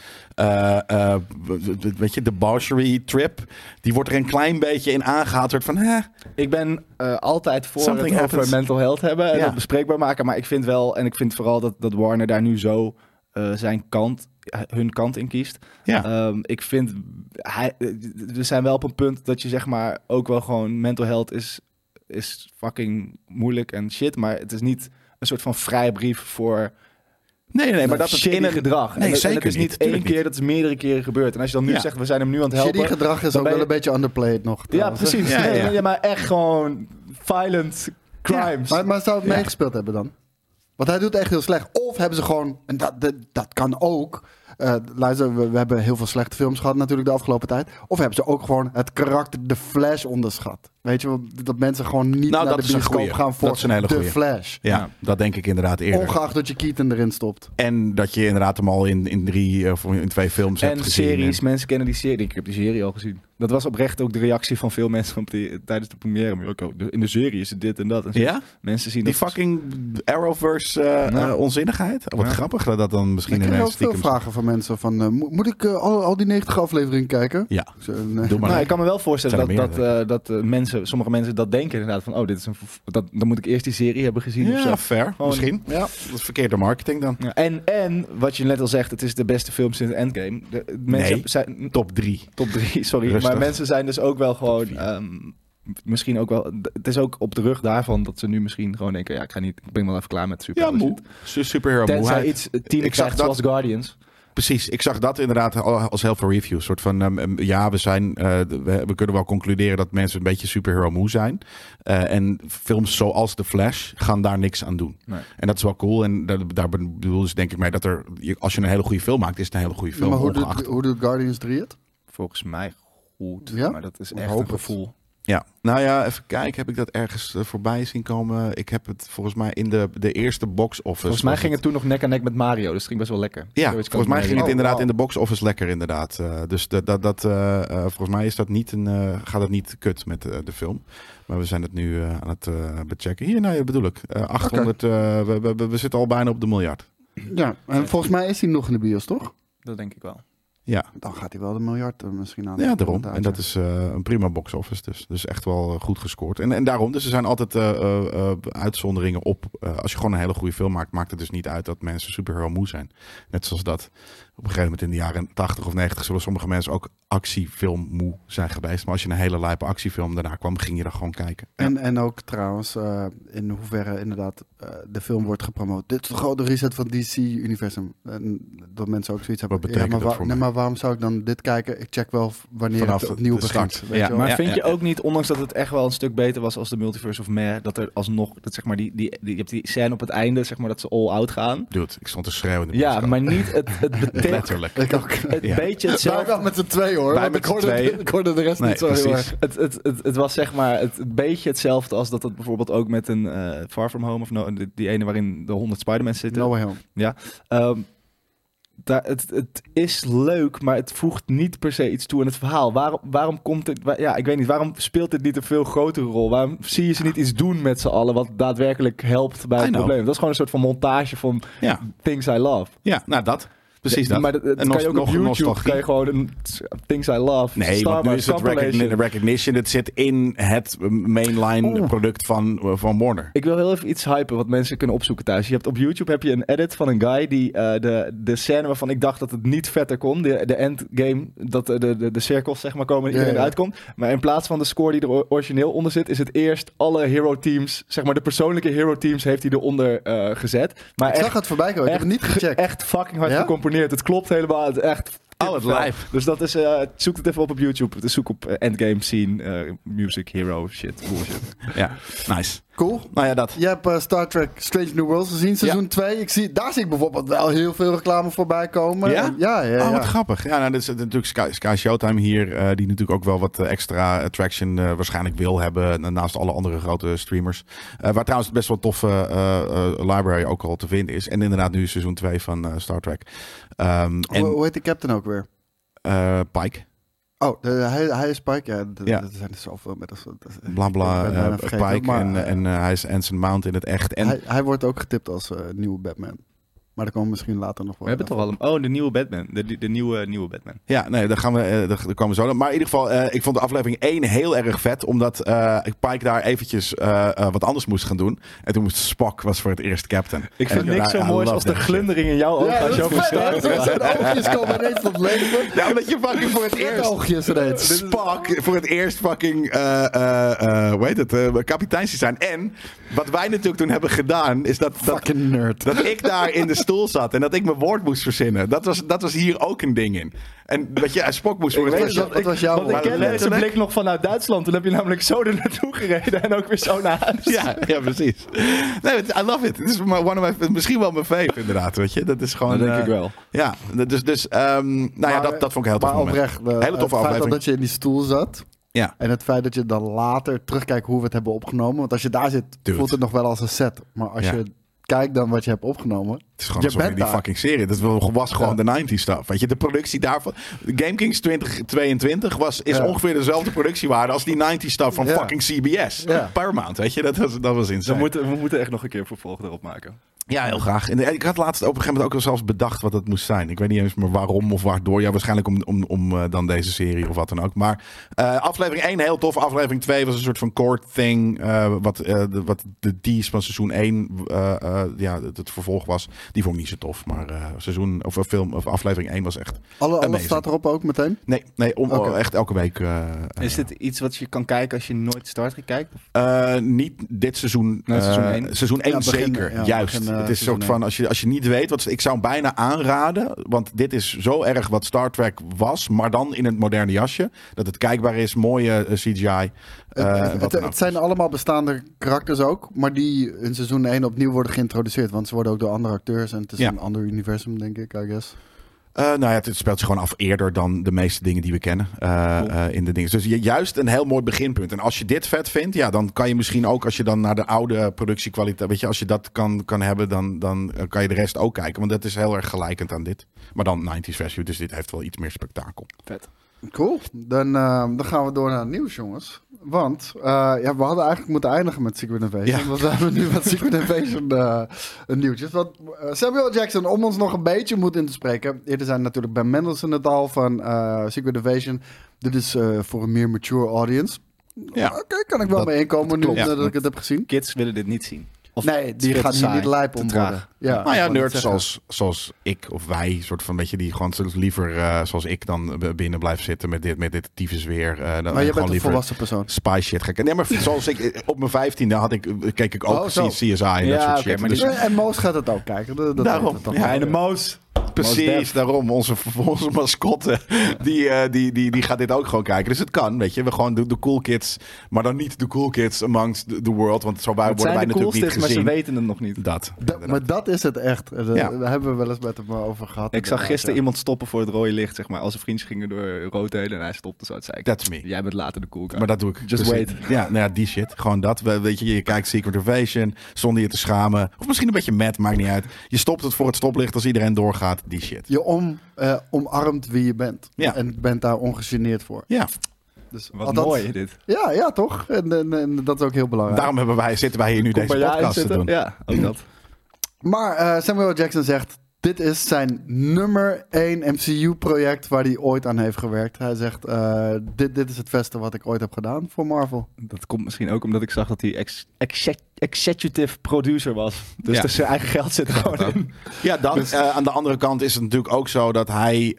weet je, debauchery trip, die wordt er een klein beetje in aangehaald. Soort van, Ik ben altijd voor Something het over happens. mental health hebben en Ja. dat bespreekbaar maken. Maar ik vind wel, en ik vind vooral dat Warner daar nu zo hun kant in kiest. ja. Ik vind, we zijn wel op een punt dat je zeg maar ook wel gewoon mental health is fucking moeilijk en shit. Maar het is niet een soort van vrijbrief voor Nee, maar dat het shitty in een gedrag. Nee, en zeker het is niet één tuurlijk keer, niet. dat is meerdere keren gebeurd. En als je dan nu Ja. zegt, we zijn hem nu aan het helpen. Shitty gedrag is dan ook ben wel je- een beetje underplayed nog. Ja, trouwens, hè? precies. Ja, ja. Nee, maar echt gewoon violent crimes. Maar zou het meegespeeld hebben dan? Want hij doet echt heel slecht. Of hebben ze gewoon, en dat kan ook, Luister, we hebben heel veel slechte films gehad natuurlijk de afgelopen tijd. Of hebben ze ook gewoon het karakter The Flash onderschat? Weet je wel, dat mensen gewoon niet naar de bioscoop gaan voor The Flash. Ja, dat denk ik inderdaad eerder. Ongeacht dat je Keaton erin stopt. En dat je inderdaad hem al in 3 of in 2 films hebt gezien. En series, mensen kennen die serie. Ik heb die serie al gezien. Dat was oprecht ook de reactie van veel mensen tijdens de première. Maar ook, in de serie is het dit en dat. En ja? Mensen zien die fucking Arrowverse onzinnigheid. Wat grappig dat dan misschien in mensen Ik krijg ook veel vragen van mensen van... moet ik al die 90 afleveringen kijken? Ja. Doe maar. Ik kan me wel voorstellen dat sommige mensen dat denken inderdaad van... dit is dan moet ik eerst die serie hebben gezien. Ja, of zo. fair. Gewoon, misschien. Ja. Dat is verkeerde marketing dan. Ja. En wat je net al zegt, het is de beste film sinds Endgame. Zijn top 3. Top 3, sorry. Rustig. Maar mensen zijn dus ook wel gewoon... misschien ook wel... Het is ook op de rug daarvan dat ze nu misschien gewoon denken... ik ben wel even klaar met superhero. Ja, moe. Superhero moe. Tenzij iets team krijgt zoals Guardians. Precies, ik zag dat inderdaad als heel veel reviews. Soort van, we kunnen wel concluderen dat mensen een beetje superhero moe zijn. En films zoals The Flash gaan daar niks aan doen. Nee. En dat is wel cool. En daar bedoel dus denk ik mee dat als je een hele goede film maakt, is het een hele goede film. Maar hoe doet Guardians 3 het? Volgens mij goed. Ja? Maar dat is echt een gevoel. Ja, nou ja, even kijken. Heb ik dat ergens voorbij zien komen? Ik heb het volgens mij in de eerste box office. Volgens mij ging het toen nog nek aan nek met Mario. Dus het ging best wel lekker. Ja, volgens mij ging het inderdaad in de box office lekker inderdaad. Dus volgens mij is dat niet gaat het niet kut met de film. Maar we zijn het nu aan het bechecken. Hier, nou, bedoel ik. 800, we zitten al bijna op de miljard. Ja, en volgens mij is hij nog in de bios, toch? Dat denk ik wel. Ja. Dan gaat hij wel de miljard misschien aan. Ja, daarom. En dat is een prima box office dus. Dus echt wel goed gescoord. En daarom, dus er zijn altijd uitzonderingen op. Als je gewoon een hele goede film maakt, maakt het dus niet uit dat mensen superhero moe zijn. Net zoals dat op een gegeven moment in de jaren 80 of 90 zullen sommige mensen ook actiefilm moe zijn geweest. Maar als je een hele lijpe actiefilm daarna kwam, ging je dan gewoon kijken. En ook trouwens, in hoeverre inderdaad de film wordt gepromoot. Dit is de grote reset van DC-universum. Dat mensen ook zoiets hebben. Wat betekent dat voor mij? Maar waarom zou ik dan dit kijken? Ik check wel wanneer het opnieuw begint. Maar vind je ook niet, ondanks dat het echt wel een stuk beter was als de Multiverse of Madness, dat er alsnog, dat zeg maar je hebt die scène op het einde, zeg maar dat ze all out gaan. Dude, ik stond te schreeuwen. Ja, maar niet het betekent. Letterlijk. Ik ook. Het beetje hetzelfde. Wij met z'n twee hoor. Wij met z'n twee. Ik hoorde de rest niet zo heel erg. Het was zeg maar het beetje hetzelfde als dat het bijvoorbeeld ook met een Far From Home of die ene waarin de 100 Spider-Man zitten. No Way Home. Ja. Het is leuk, maar het voegt niet per se iets toe aan het verhaal. Waarom komt het... Ja, ik weet niet. Waarom speelt dit niet een veel grotere rol? Waarom zie je ze niet iets doen met z'n allen wat daadwerkelijk helpt bij het probleem? Dat is gewoon een soort van montage van Things I Love. Ja, nou dat. Precies dat. Maar dat kan je ook op YouTube, kan je gewoon een Things I Love. Nee, want nu is het recognition. Het zit in het mainline product van Warner. Ik wil heel even iets hypen wat mensen kunnen opzoeken thuis. Op YouTube heb je een edit van een guy die de scène waarvan ik dacht dat het niet vetter kon. De endgame, dat de cirkels zeg maar komen en iedereen uitkomt. Maar in plaats van de score die er origineel onder zit, is het eerst alle hero teams, zeg maar de persoonlijke hero teams heeft hij eronder gezet. Maar ik zag het voorbij komen, ik heb het niet gecheckt. Echt fucking hard gecomponeerd. Het klopt helemaal. Het is echt... het live. Dus dat is... zoek het even op YouTube. Dus zoek op endgame scene, music, hero, shit, bullshit. Ja, nice. Cool. Nou ja, dat. Je hebt Star Trek Strange New Worlds gezien, seizoen 2. Daar zie ik bijvoorbeeld wel heel veel reclame voorbij komen. Ja? Ja. Wat grappig. Ja, nou, dat is natuurlijk Sky Showtime hier, die natuurlijk ook wel wat extra attraction waarschijnlijk wil hebben, naast alle andere grote streamers. Waar trouwens best wel toffe library ook al te vinden is. En inderdaad nu seizoen 2 van Star Trek. Hoe heet de captain ook weer? Pike. Oh, hij is Pike. Ja, er zijn er zoveel met Blabla, Pike. En hij is Anson Mount in het echt. En hij wordt ook getipt als nieuwe Batman. Maar daar komen we misschien later nog wel. We hebben toch al de nieuwe Batman. De nieuwe Batman. Ja, nee, daar komen we zo. Maar in ieder geval, ik vond de aflevering 1 heel erg vet. Omdat Pike daar eventjes wat anders moest gaan doen. En toen moest Spock was voor het eerst captain. Ik vind niks zo moois als de glundering in jouw ogen als je over Star Trek. Zijn oogjes komen ineens tot leven. Ja, omdat je fucking voor het eerst... oogjes ineens. Spock voor het eerst fucking... hoe heet het? Kapiteins zijn. En wat wij natuurlijk toen hebben gedaan... is dat fucking nerd. Dat ik daar in de stoel zat en dat ik mijn woord moest verzinnen. Dat was hier ook een ding in. En dat je Spock moest Ik worden. weet het, wat was jouw Want ik woord? ken deze letterlijk- blik nog vanuit Duitsland. Toen heb je namelijk zo er naartoe gereden en ook weer zo naar huis. Ja, precies. Nee, I love it. Het is misschien wel mijn fave, inderdaad. Weet je? Dat is gewoon... Dat denk ik wel. Ja, dus nou ja, dat vond ik heel tof. Maar moment. oprecht, Hele toffe het feit aflevering. dat je in die stoel zat... Ja. En het feit dat je dan later terugkijkt hoe we het hebben opgenomen. Want als je daar zit, Dude. voelt het nog wel als een set. Maar als Ja. je kijkt dan wat je hebt opgenomen... Het is gewoon Je alsof je bent die daar. fucking serie. Dat was gewoon de 90s stuff. Weet je, de productie daarvan. GameKings 2022 is Ja. ongeveer dezelfde productiewaarde als die 90s stuff van Ja. fucking CBS. Ja. Paramount, weet je, dat was insane. We moeten echt nog een keer vervolg erop maken. Ja, heel graag. En ik had laatst op een gegeven moment ook wel zelfs bedacht wat het moest zijn. Ik weet niet eens meer waarom of waardoor. Ja, waarschijnlijk om dan deze serie of wat dan ook. Maar aflevering 1 heel tof. Aflevering 2 was een soort van core thing. Wat de tease van seizoen 1 het vervolg was. Die vond ik niet zo tof. Maar aflevering 1 was echt Alles amazing. staat erop ook meteen? Nee, Oké. echt elke week. Is dit iets wat je kan kijken als je nooit Star Trek kijkt? Niet dit seizoen. Nee, seizoen 1. Seizoen 1 Ja, begin, zeker. ja, Juist. begin, het is een soort seizoen van, als je niet weet, ik zou hem bijna aanraden. Want dit is zo erg wat Star Trek was. Maar dan in het moderne jasje. Dat het kijkbaar is. Mooie CGI. Het zijn allemaal bestaande karakters ook. Maar die in seizoen 1 opnieuw worden geïntroduceerd. Want ze worden ook door andere acteurs. En het is Ja. een ander universum, denk ik, I guess. Nou ja, het speelt zich gewoon af eerder dan de meeste dingen die we kennen in de dingen. Dus juist een heel mooi beginpunt. En als je dit vet vindt, ja, dan kan je misschien ook, als je dan naar de oude productiekwaliteit, weet je, als je dat kan hebben, dan kan je de rest ook kijken. Want dat is heel erg gelijkend aan dit. Maar dan 90s versie, dus dit heeft wel iets meer spektakel. Vet. Cool. Dan gaan we door naar het nieuws, jongens. Want we hadden eigenlijk moeten eindigen met Secret Invasion. Ja. Want we hebben nu wat Secret Invasion nieuwtjes. Want Samuel Jackson, om ons nog een beetje moed in te spreken. Eerder zijn natuurlijk Ben Mendelsohn het al van Secret Invasion. Dit is voor een meer mature audience. Ja. Oké, kan ik wel Dat mee inkomen nu klopt. dat Ja. ik het heb gezien. Kids willen dit niet zien. Of Nee, het die is veel gaan te hier saai, niet lijp te om traag. worden. Ja, Nou ja, ik wou net nerds zeggen. zoals ik of wij, soort van, weet je, die gewoon liever zoals ik dan binnen blijft zitten met dit tyfus weer. Dan Maar je gewoon bent een liever volwassen persoon. spy shit gek. Nee, maar zoals ik op mijn 15e keek ik ook Oh, zo. CSI en dat Ja, soort oké, shit. maar Dus, En Moos gaat het ook kijken. Dat Daarom. weet het toch Ja, wel. Ja, en de Moos. precies, daarom. Onze mascotte, die gaat dit ook gewoon kijken. Dus het kan, weet je. We gewoon de cool kids, maar dan niet de cool kids amongst the world. Want zo Het worden zijn wij de natuurlijk niet coolste, maar ze gezien. weten het nog niet. Dat. Maar dat is het echt. Daar Ja. hebben we wel eens met hem over gehad. Ik zag gisteren inderdaad, iemand stoppen voor het rode licht, zeg maar. Al zijn vriendjes gingen door rood heen en hij stopte zo. Het zei ik, That's me. jij bent later de cool guy. Maar dat doe ik. Just Dus wait. Ja, nou ja, die shit. Gewoon dat. Weet je kijkt Secret Invasion zonder je te schamen. Of misschien een beetje mad, maakt niet uit. Je stopt het voor het stoplicht als iedereen doorgaat. Die shit. Je omarmt wie je bent. Ja. En bent daar ongegeneerd voor. Ja, Dus, Wat althans- mooi dit. Ja, toch? En dat is ook heel belangrijk. daarom zitten wij hier nu deze podcast te doen. Ja, ook dat. Maar Samuel Jackson zegt... Dit is zijn nummer 1 MCU-project waar hij ooit aan heeft gewerkt. Hij zegt, dit is het beste wat ik ooit heb gedaan voor Marvel. Dat komt misschien ook omdat ik zag dat hij executive producer was. Dus Ja. er zijn eigen geld zit er gewoon in. Ja, dat. Aan de andere kant is het natuurlijk ook zo dat hij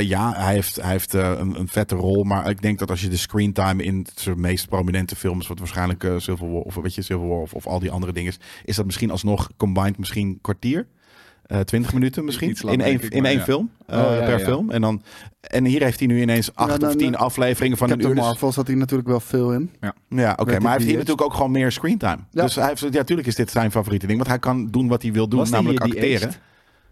heeft een vette rol. Maar ik denk dat als je de screentime in zijn meest prominente films, wat waarschijnlijk Civil War of al die andere dingen is dat misschien alsnog combined misschien kwartier. 20 minuten misschien. Iets langer, denk ik, in maar één ja. film Ja, per ja. film. En hier heeft hij nu ineens 8 of 10 afleveringen van een Captain uur. Dus- Marvel zat hij natuurlijk wel veel in. Ja, oké. Weet Maar ik hij heeft wie hier is. natuurlijk ook gewoon meer screentime. Ja. Dus hij heeft, natuurlijk is dit zijn favoriete ding. Want hij kan doen wat hij wil doen, Was die namelijk hier die acteren. eerst?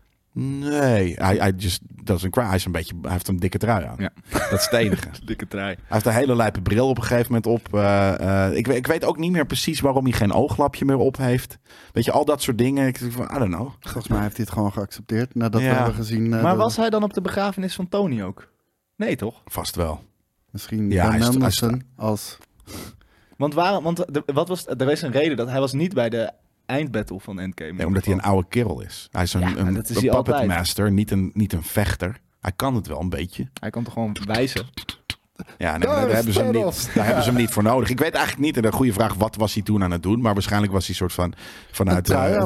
Nee, hij just doesn't cry. Hij heeft een dikke trui aan. Ja. Dat is het enige. Dikke trui. Hij heeft een hele lijpe bril op een gegeven moment op. Ik weet ook niet meer precies waarom hij geen ooglapje meer op heeft. Weet je, al dat soort dingen. Ik denk van, I don't know. Volgens mij heeft hij het gewoon geaccepteerd. Nadat Ja. we hebben gezien... Maar was hij dan op de begrafenis van Tony ook? Nee, toch? Vast wel. Misschien Ja, Ben hij Mendelsohn als... Er is een reden dat hij was niet bij de eindbattle van Endgame. Nee, omdat hij een oude kerel is. Hij is Ja, maar een dat is een hij puppet altijd. master, niet een vechter. Hij kan het wel een beetje. Hij kan toch gewoon wijzen? Ja, nee, daar hebben ze hem niet voor nodig. Ik weet eigenlijk niet, en een goede vraag, wat was hij toen aan het doen? Maar waarschijnlijk was hij soort van vanuit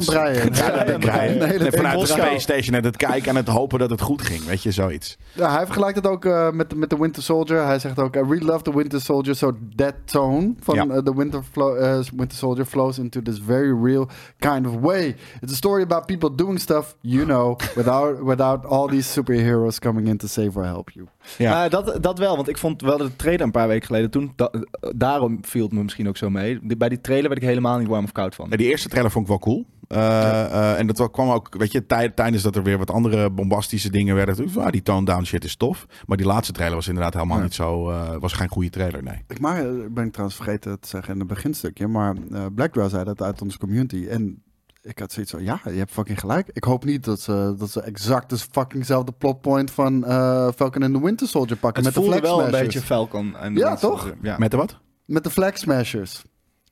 de Space Station en het kijken en het hopen dat het goed ging. Weet je, zoiets. Ja, hij vergelijkt het ook met de Winter Soldier. Hij zegt ook, I really love the Winter Soldier, so that tone van the Winter Soldier flows into this very real kind of way. It's a story about people doing stuff, without all these superheroes coming in to save or help you. Ja. Dat wel, want ik vond wel de trailer een paar weken geleden toen, daarom viel het me misschien ook zo mee. Bij die trailer werd ik helemaal niet warm of koud van. Ja, die eerste trailer vond ik wel cool. En dat kwam ook, weet je, tijdens dat er weer wat andere bombastische dingen werden. Die tone-down shit is tof. Maar die laatste trailer was inderdaad helemaal niet zo, was geen goede trailer, nee. Ik ben trouwens vergeten te zeggen in het beginstukje, maar Blackdraw zei dat uit onze community. En ik had zoiets van, ja, je hebt fucking gelijk. Ik hoop niet dat ze exact de fuckingzelfde plotpoint van Falcon and the Winter Soldier pakken. Het met de Flag wel Smashers. een beetje Falcon. En ja, toch? Ja. Met de wat? Met de Flag Smashers.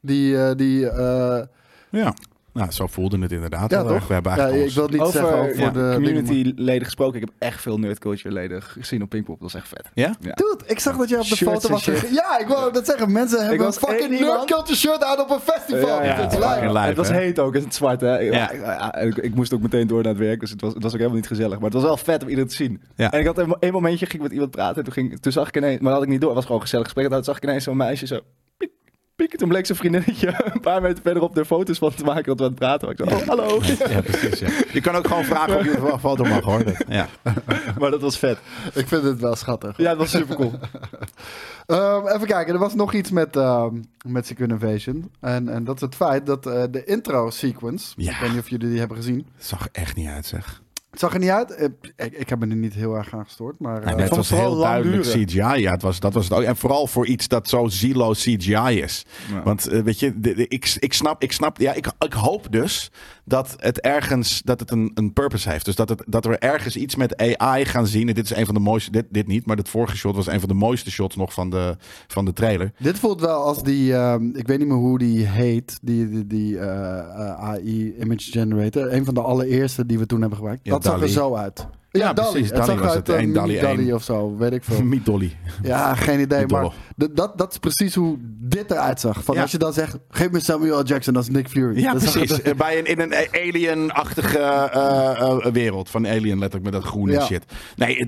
Ja. Nou, zo voelde het inderdaad. Ja, toch? We hebben ik wil het niet zeggen over de community-leden gesproken. Ik heb echt veel nerdculture-leden gezien op Pinkpop. Dat is echt vet. Ja? Dude, ik zag dat je op de Shirts foto was. Ja, ik wou dat zeggen. Mensen hebben een fucking nerdculture shirt aan op een festival. Het was heet ook in het zwart. Hè? Ik moest ook meteen door naar het werk. Dus het was ook helemaal niet gezellig. Maar het was wel vet om iedereen te zien. Ja. En ik had een momentje, ging met iemand praten. Toen zag ik ineens, maar dat had ik niet door. Het was gewoon een gezellig gesprek. Toen zag ik ineens zo'n meisje zo... Toen bleek zijn vriendinnetje een paar meter verderop de foto's van te maken dat we aan het praten waren. Ik zei, hallo. Ja, precies. Ja. Je kan ook gewoon vragen of je een foto mag, hoor. Ja. Maar dat was vet. Ik vind het wel schattig. Ja, dat was super cool. Even kijken, er was nog iets met Secret Invasion. En dat is het feit dat de intro sequence, ik weet niet of jullie die hebben gezien. Het zag er echt niet uit, zeg. Het zag er niet uit. Ik heb me er niet heel erg aan gestoord. Maar het was heel duidelijk CGI. Ja, dat was het ook. En vooral voor iets dat zo zieloos CGI is. Ja. Want weet je, ik snap. Ja, ik hoop dus dat het ergens een purpose heeft. Dus dat we ergens iets met AI gaan zien. En dit is een van de mooiste. Dit niet, maar het vorige shot was een van de mooiste shots nog van de trailer. Dit voelt wel als die. Ik weet niet meer hoe die heet. Die AI Image Generator. Een van de allereerste die we toen hebben gebruikt. Ja, dat zag er zo uit. Ja, precies. Het zag uit DALL-E DALL-E of zo, weet ik veel. Meet Dolly. Ja, geen idee. Maar dat is precies hoe dit eruit zag. Van als je dan zegt, geef me Samuel L. Jackson als Nick Fury. Ja, precies. In een alien-achtige wereld. Van Alien, letterlijk met dat groene shit. Nee,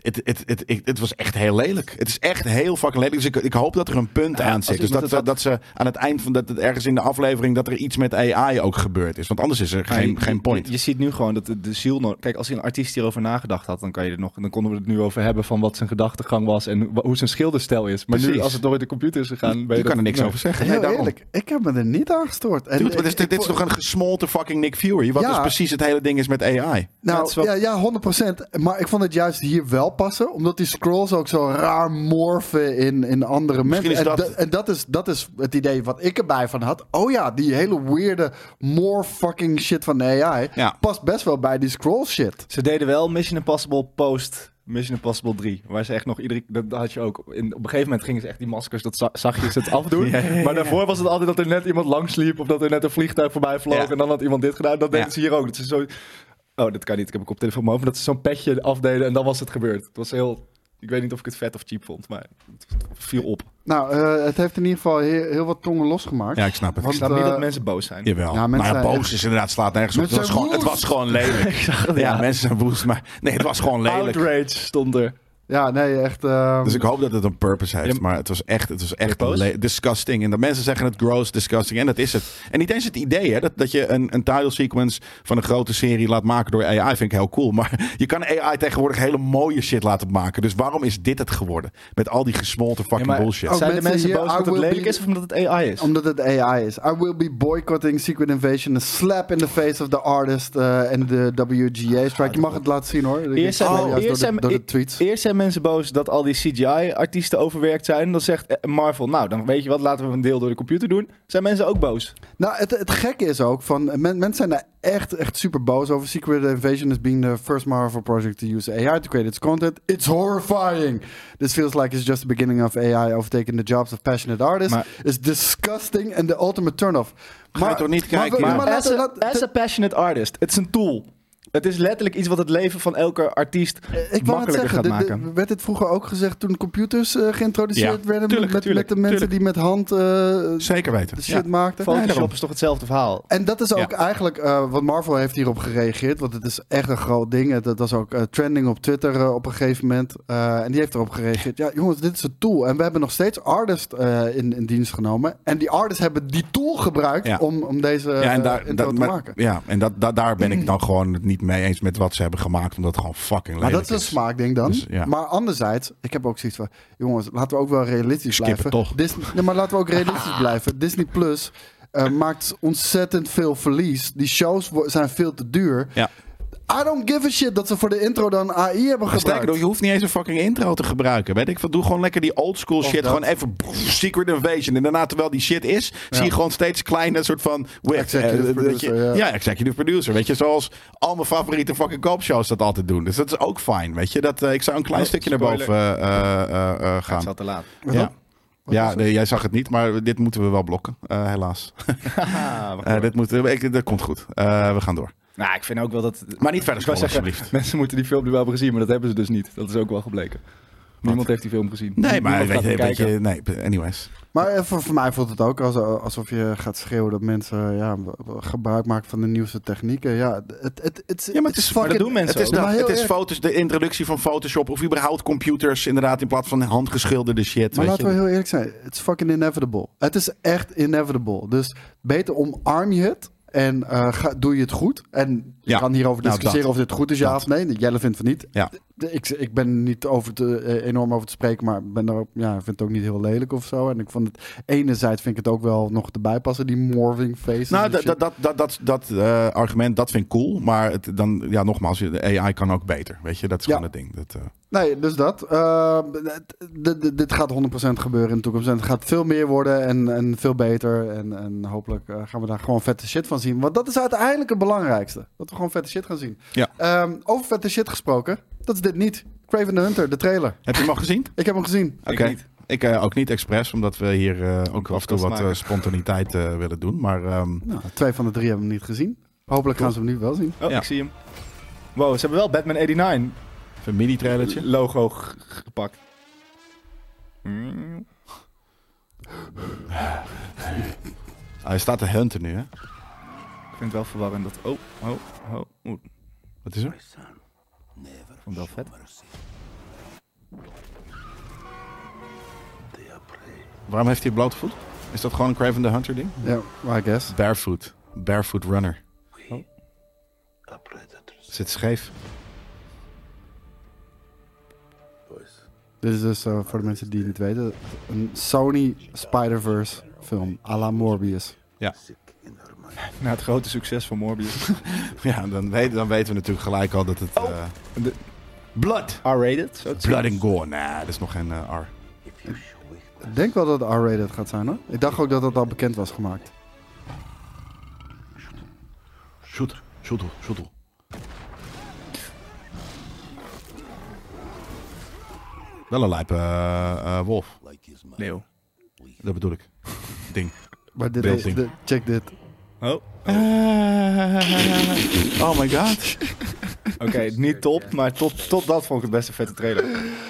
het was echt heel lelijk. Het is echt heel fucking lelijk. Dus ik hoop dat er een punt aan zit. Dus dat ze aan het eind van dat ergens in de aflevering dat er iets met AI ook gebeurd is. Want anders is er geen point. Je ziet nu gewoon dat de ziel... Kijk, als je een artiest hierover nagedacht had, dan konden we het nu over hebben van wat zijn gedachtegang was en hoe zijn schilderstijl is. Maar nu, als het door de computer is gegaan... Je kan er niks over zeggen. Heel eerlijk, ik heb me er niet aan gestoord. Dit is toch een gesmolten fucking Nick Fury? Wat dus precies het hele ding is met AI? Nou, ja, 100%. Maar ik vond het juist hier wel passen, omdat die scrolls ook zo raar morfen in andere mensen. En dat is het idee wat ik erbij van had. Oh ja, die hele weirde morph fucking shit van de AI past best wel bij die scroll shit. Ze deden wel Mission Impossible post Mission Impossible 3. Waar ze echt nog dat had je ook. Op een gegeven moment gingen ze echt die maskers, dat zag je ze het afdoen. Maar daarvoor was het altijd dat er net iemand langs liep of dat er net een vliegtuig voorbij vloog en dan had iemand dit gedaan. Dat deden ze hier ook. Dat ze zo... Oh, dat kan niet. Ik heb een koptelefoon over. Dat ze zo'n petje afdeden en dan was het gebeurd. Het was heel... Ik weet niet of ik het vet of cheap vond, maar het viel op. Nou, het heeft in ieder geval heel wat tongen losgemaakt. Ja, ik snap het. Ik snap niet dat mensen boos zijn. Jawel. Ja, maar boos is inderdaad slaat nergens op. Het was gewoon lelijk. Mensen zijn woest, maar nee, het was gewoon lelijk. Outrage stond er. Ja, nee, echt... Dus ik hoop dat het een purpose heeft. Maar het was echt disgusting. En dat mensen zeggen het gross, disgusting. En dat is het. En niet eens het idee, hè, dat je een title sequence van een grote serie laat maken door AI, vind ik heel cool. Maar je kan AI tegenwoordig hele mooie shit laten maken. Dus waarom is dit het geworden? Met al die gesmolten fucking bullshit. Zijn de mensen boos omdat het lelijk is of omdat het AI is? Omdat het AI is. I will be boycotting Secret Invasion. A slap in the face of the artist en de WGA strike. Je mag het laten zien, hoor. Eerst zijn mensen boos dat al die CGI-artiesten overwerkt zijn. Dan zegt Marvel, nou, dan weet je wat, laten we een deel door de computer doen. Zijn mensen ook boos? Nou, het gekke is ook, mensen zijn daar echt super boos over. Secret Invasion is being the first Marvel project to use AI to create its content. It's horrifying. This feels like it's just the beginning of AI overtaking the jobs of passionate artists. It's disgusting and the ultimate turn-off. Ga je toch niet kijken? Maar as a passionate artist, het is een tool. Het is letterlijk iets wat het leven van elke artiest Ik wou net makkelijker zeggen, gaat maken. werd dit vroeger ook gezegd toen computers geïntroduceerd werden? Tuurlijk. Met de mensen die met hand Zeker weten. de shit maakten? Photoshop is toch hetzelfde verhaal? En dat is ook eigenlijk wat Marvel heeft hierop gereageerd. Want het is echt een groot ding. Dat was ook trending op Twitter op een gegeven moment. En die heeft erop gereageerd. Ja, jongens, dit is een tool. En we hebben nog steeds artists in dienst genomen. En die artists hebben die tool gebruikt om deze intro te maken. Ja, en daar ben ik dan gewoon het niet mee eens met wat ze hebben gemaakt. Omdat het gewoon fucking lelijk Maar dat is een smaakding dan. Dus, ja. Maar anderzijds, ik heb ook zoiets van... Jongens, laten we ook wel realistisch Skip blijven. het toch. Nee, maar laten we ook realistisch blijven. Disney Plus maakt ontzettend veel verlies. Die shows zijn veel te duur. Ja. I don't give a shit dat ze voor de intro dan AI hebben gebruikt. Sterker nog, je hoeft niet eens een fucking intro te gebruiken. Weet ik wat, doe gewoon lekker die oldschool shit. dat. Gewoon even Secret Invasion. En daarna, terwijl die shit is, zie je gewoon steeds kleine soort van... Executive producer, ja. Executive producer. Weet je, zoals al mijn favoriete fucking koopshows dat altijd doen. Dus dat is ook fijn, weet je. Ik zou een klein stukje naar boven Het gaan. is al te laat. Ja, nee, jij zag het niet, maar dit moeten we wel blokken, helaas. Dat komt goed. We gaan door. Nou, ik vind ook wel dat... Maar niet verder Ik wou scrollen, zeggen, alsjeblieft. mensen moeten die film nu wel hebben gezien, maar dat hebben ze dus niet. Dat is ook wel gebleken. Niemand heeft die film gezien. Nee, maar Niemand gaat hem kijken. nee, anyways. Maar voor mij voelt het ook alsof je gaat schreeuwen dat mensen gebruik maken van de nieuwste technieken. Ja, Maar dat doen mensen Het is foto's, de introductie van Photoshop of überhaupt computers inderdaad in plaats van handgeschilderde shit. Maar weet laten we heel eerlijk zijn, it's fucking inevitable. Het is echt inevitable. Dus beter omarm je het en doe je het goed. En je kan hierover discussiëren of dit goed is, ja of nee. Jelle vindt van niet. Ja. Ik ben niet enorm over te spreken, maar vind het ook niet heel lelijk of zo. En ik vond het enerzijds vind ik het ook wel nog erbij passen, die morphing faces. Nou, dat argument, dat vind ik cool. Maar nogmaals, de AI kan ook beter. Weet je, dat is gewoon het ding. Nee, dus dat. Dit gaat 100% gebeuren in de toekomst. En het gaat veel meer worden en veel beter. En hopelijk gaan we daar gewoon vette shit van zien. Want dat is uiteindelijk het belangrijkste. Dat we gewoon vette shit gaan zien. Ja. Over vette shit gesproken. Dat is dit niet. Kraven the Hunter, de trailer. Heb je hem al gezien? Ik heb hem gezien. Oké. Ik ook niet expres, omdat we hier ook af en toe wat spontaniteit willen doen. Maar, 2 van de 3 hebben hem niet gezien. Hopelijk gaan ze hem nu wel zien. Oh, ik zie hem. Wow, ze hebben wel Batman 89 een mini-trailertje. logo gepakt. Hij staat te hunten nu, hè? Ik vind het wel verwarrend dat... Wat is er? Ik vond het wel vet. Waarom heeft hij blote voet? Is dat gewoon een Kraven the Hunter ding? Ja, I guess. Barefoot runner. Zit scheef. Dit is dus, voor de mensen die het niet weten, een Sony Spider-Verse film, à la Morbius. Ja. Na het grote succes van Morbius. Ja, dan weten we natuurlijk gelijk al dat het... Blood! R-rated? Blood and gore. Nee, dat is nog geen R. Ik denk wel dat het R-rated gaat zijn, hoor. Ik dacht ook dat het al bekend was gemaakt. Shoot. Wel een lijpe wolf. Leeuw. Dat bedoel ik. Ding. Maar dit Beelding. check dit. Oh my god. Oké, niet top, maar tot dat vond ik het best een vette trailer.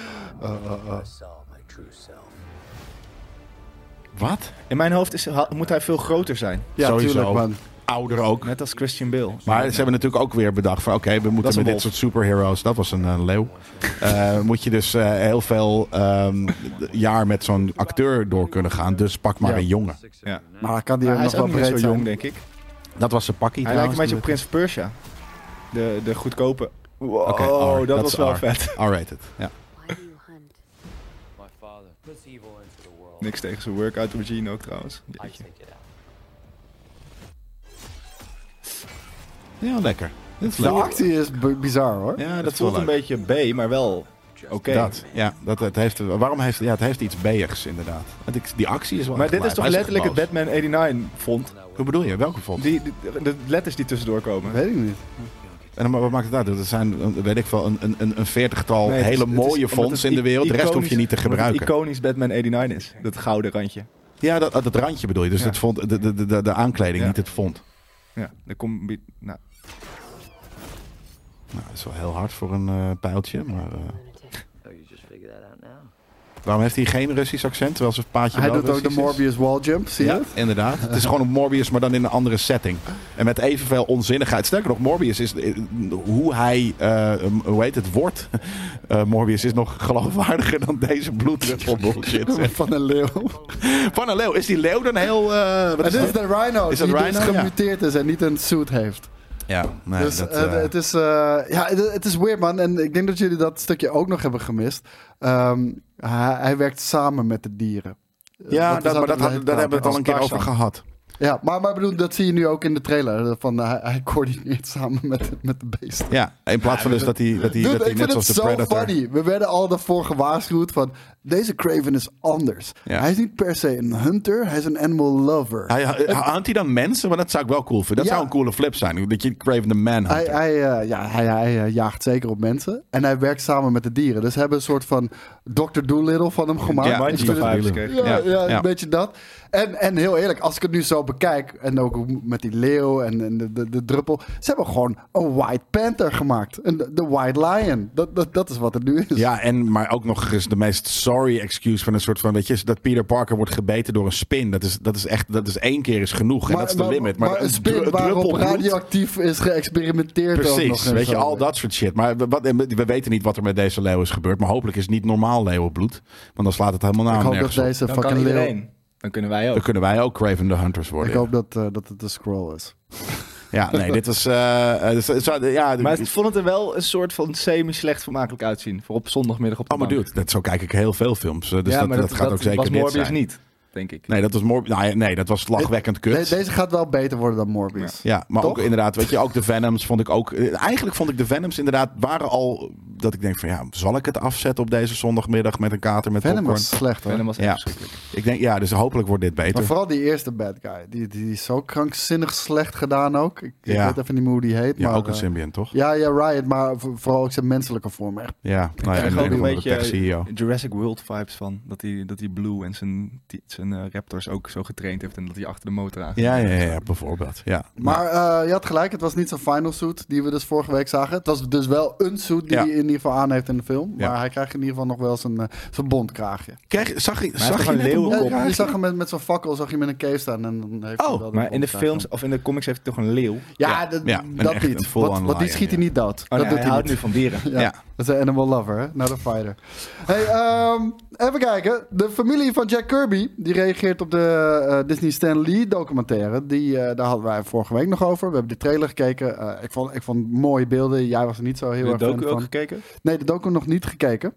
Wat? In mijn hoofd moet hij veel groter zijn. Ja, Sowieso. tuurlijk, man. Ouder ook. Net als Christian Bale. Maar ze hebben natuurlijk ook weer bedacht van... Oké, we moeten met dit soort superheroes... Dat was een leeuw. Moet je dus heel veel jaar met zo'n acteur door kunnen gaan. Dus pak maar een jongen. Ja. Maar kan die Hij nog is wel ook niet breed zo zijn? jong, denk ik. Dat was zijn pakkie Hij lijkt een beetje op trouwens. Prince of Persia. De goedkope. Wow, Oké, R. dat is was wel R. vet. R-rated, ja. Why do you hunt? My father puts evil into the world. Niks tegen zijn workout regime ook trouwens. I Jeetje. take it out. Ja, lekker. Dit is De lekker. actie is bizar, hoor. Ja, dat Dat is wel voelt een leuk. beetje B, maar wel oké. Dat, ja. Het heeft iets B'igs inderdaad. Die actie is wel Maar echt dit is lijp. toch Hij letterlijk het boos. Batman 89 font? Hoe bedoel je? Welke vond? De letters die tussendoor komen. Weet ik niet. En wat maakt het uit? Er zijn, weet ik veel, een 40-tal Nee, hele het is mooie omdat fonts het in de wereld. De rest hoef je iconisch- niet te omdat het gebruiken. iconisch Batman 89 is. Dat gouden randje. Ja, dat randje bedoel je. Dus Ja. het font, de aankleding, Ja. niet het font. Ja, dan komt... Nou, Nou, dat is wel heel hard voor een pijltje, maar... Oh, you just figured that out now. Waarom heeft hij geen Russisch accent, terwijl zijn paadje Hij wel doet ook de Russisch is? Morbius wall jump, zie je Ja, het? inderdaad. Het is gewoon een Morbius, maar dan in een andere setting. En met evenveel onzinnigheid. Sterker nog, Morbius is... hoe hij... hoe heet het? Wordt. Morbius is nog geloofwaardiger dan deze bloeddruppel bullshit. zeg. Van een leeuw. Van een leeuw. Is die leeuw dan heel... wat En dit is de Rhino, Is dat die Rhino? dus Ja. gemuteerd is en niet een suit heeft. Ja, nee, Dus dat... het is weird, man. En ik denk dat jullie dat stukje ook nog hebben gemist. Hij werkt samen met de dieren. ja, Dat is maar altijd daar hebben we het al als een keer over Tarzan. gehad. Ja, maar bedoel, dat zie je nu ook in de trailer. Van, hij coördineert samen met de beesten. Ja, in plaats van dus dat hij Dude, net ik vind zoals het de zo Predator... funny. We werden al daarvoor gewaarschuwd van... Deze Kraven is anders. Ja. Hij is niet per se een hunter. Hij is een animal lover. Hunt hij dan mensen? Maar dat zou ik wel cool vinden. Dat Ja. zou een coole flip zijn. Dat je Craven the Man hunter. Hij jaagt zeker op mensen. En hij werkt samen met de dieren. Dus ze hebben een soort van Dr. Dolittle van hem gemaakt. Ja, Manji dat vibes bedoel kreeg. ik. Ja, Ja, een ja. beetje dat. En heel eerlijk, als ik het nu zo bekijk... en ook met die leeuw en de druppel... ze hebben gewoon een White Panther gemaakt. De White Lion. Dat is wat het nu is. Ja, maar ook nog eens de meest sorry excuse van een soort van... Weet je, dat Peter Parker wordt gebeten door een spin. Dat is 1 keer is genoeg. En dat is de limit. Maar een spin waarop druppel bloed- radioactief is geëxperimenteerd. Ook nog Precies, en weet je, zo. al dat soort shit. Maar we weten niet wat er met deze leeuw is gebeurd. Maar hopelijk is het niet normaal leeuwenbloed. Want dan slaat het helemaal Ik hoop nergens dat op. deze Dan kan fucking leeuw... iedereen. Dan kunnen wij ook. Dan kunnen wij ook Craven the Hunters worden. Ik hoop dat het de scroll is. Ja, nee, dit was... Maar ik vond het er wel een soort van semi-slecht vermakelijk uitzien. Voor op zondagmiddag op de Oh, maar bank. dude, zo kijk ik heel veel films. Dus ja, dat, maar dat gaat ook zeker was dit Morbius zijn. niet, denk ik. Nee, dat was nee, dat was slagwekkend kut. Deze gaat wel beter worden dan Morbius. Ja, maar Toch? ook inderdaad, weet je, ook de Venoms vond ik ook... Eigenlijk vond ik de Venoms inderdaad waren al... Dat ik denk van, ja, zal ik het afzetten op deze zondagmiddag met een kater met Venom popcorn? was slecht hoor. Venom was echt Ja. verschrikkelijk. Ik denk, ja, dus hopelijk wordt dit Maar beter. vooral die eerste bad guy. Die is zo krankzinnig slecht gedaan ook. Ik Ja. weet even niet meer hoe die heet. Ja, maar, ook een symbiont, toch? Ja, Riot, maar vooral ook zijn menselijke vorm. Echt. Ja, nou ja, Ik en krijg ook een de beetje tech-CEO. Jurassic World vibes van. Dat hij Blue en zijn Raptors ook zo getraind heeft. En dat hij achter de motor aan. Ja, bijvoorbeeld. Ja. Maar je had gelijk, het was niet zijn final suit die we dus vorige week zagen. Het was dus wel een suit die Ja. hij in ieder geval aan heeft in de film. Ja. Maar hij krijgt in ieder geval nog wel zijn bondkraagje. Zag je toch een net een leeuwenkop? boelkraagje? Je zag hem met zo'n fakkel zag je met een cave staan. En dan heeft hij Oh, wel Maar in de bondkraag films aan. of in de comics heeft hij toch een leeuw? Ja, een dat echt, een niet. full-on Want die lion, schiet hij ja. niet dood. Oh, dat nee, doet hij hij houdt niet. nu van dieren. Ja. Dat is een animal lover, hè? Not a fighter. Hey, even kijken. De familie van Jack Kirby, die reageert op de Disney Stan Lee documentaire. Daar hadden wij vorige week nog over. We hebben de trailer gekeken. Ik vond mooie beelden. Jij was er niet zo heel Heb erg je de fan docu ook van. gekeken? Nee, de docu nog niet gekeken.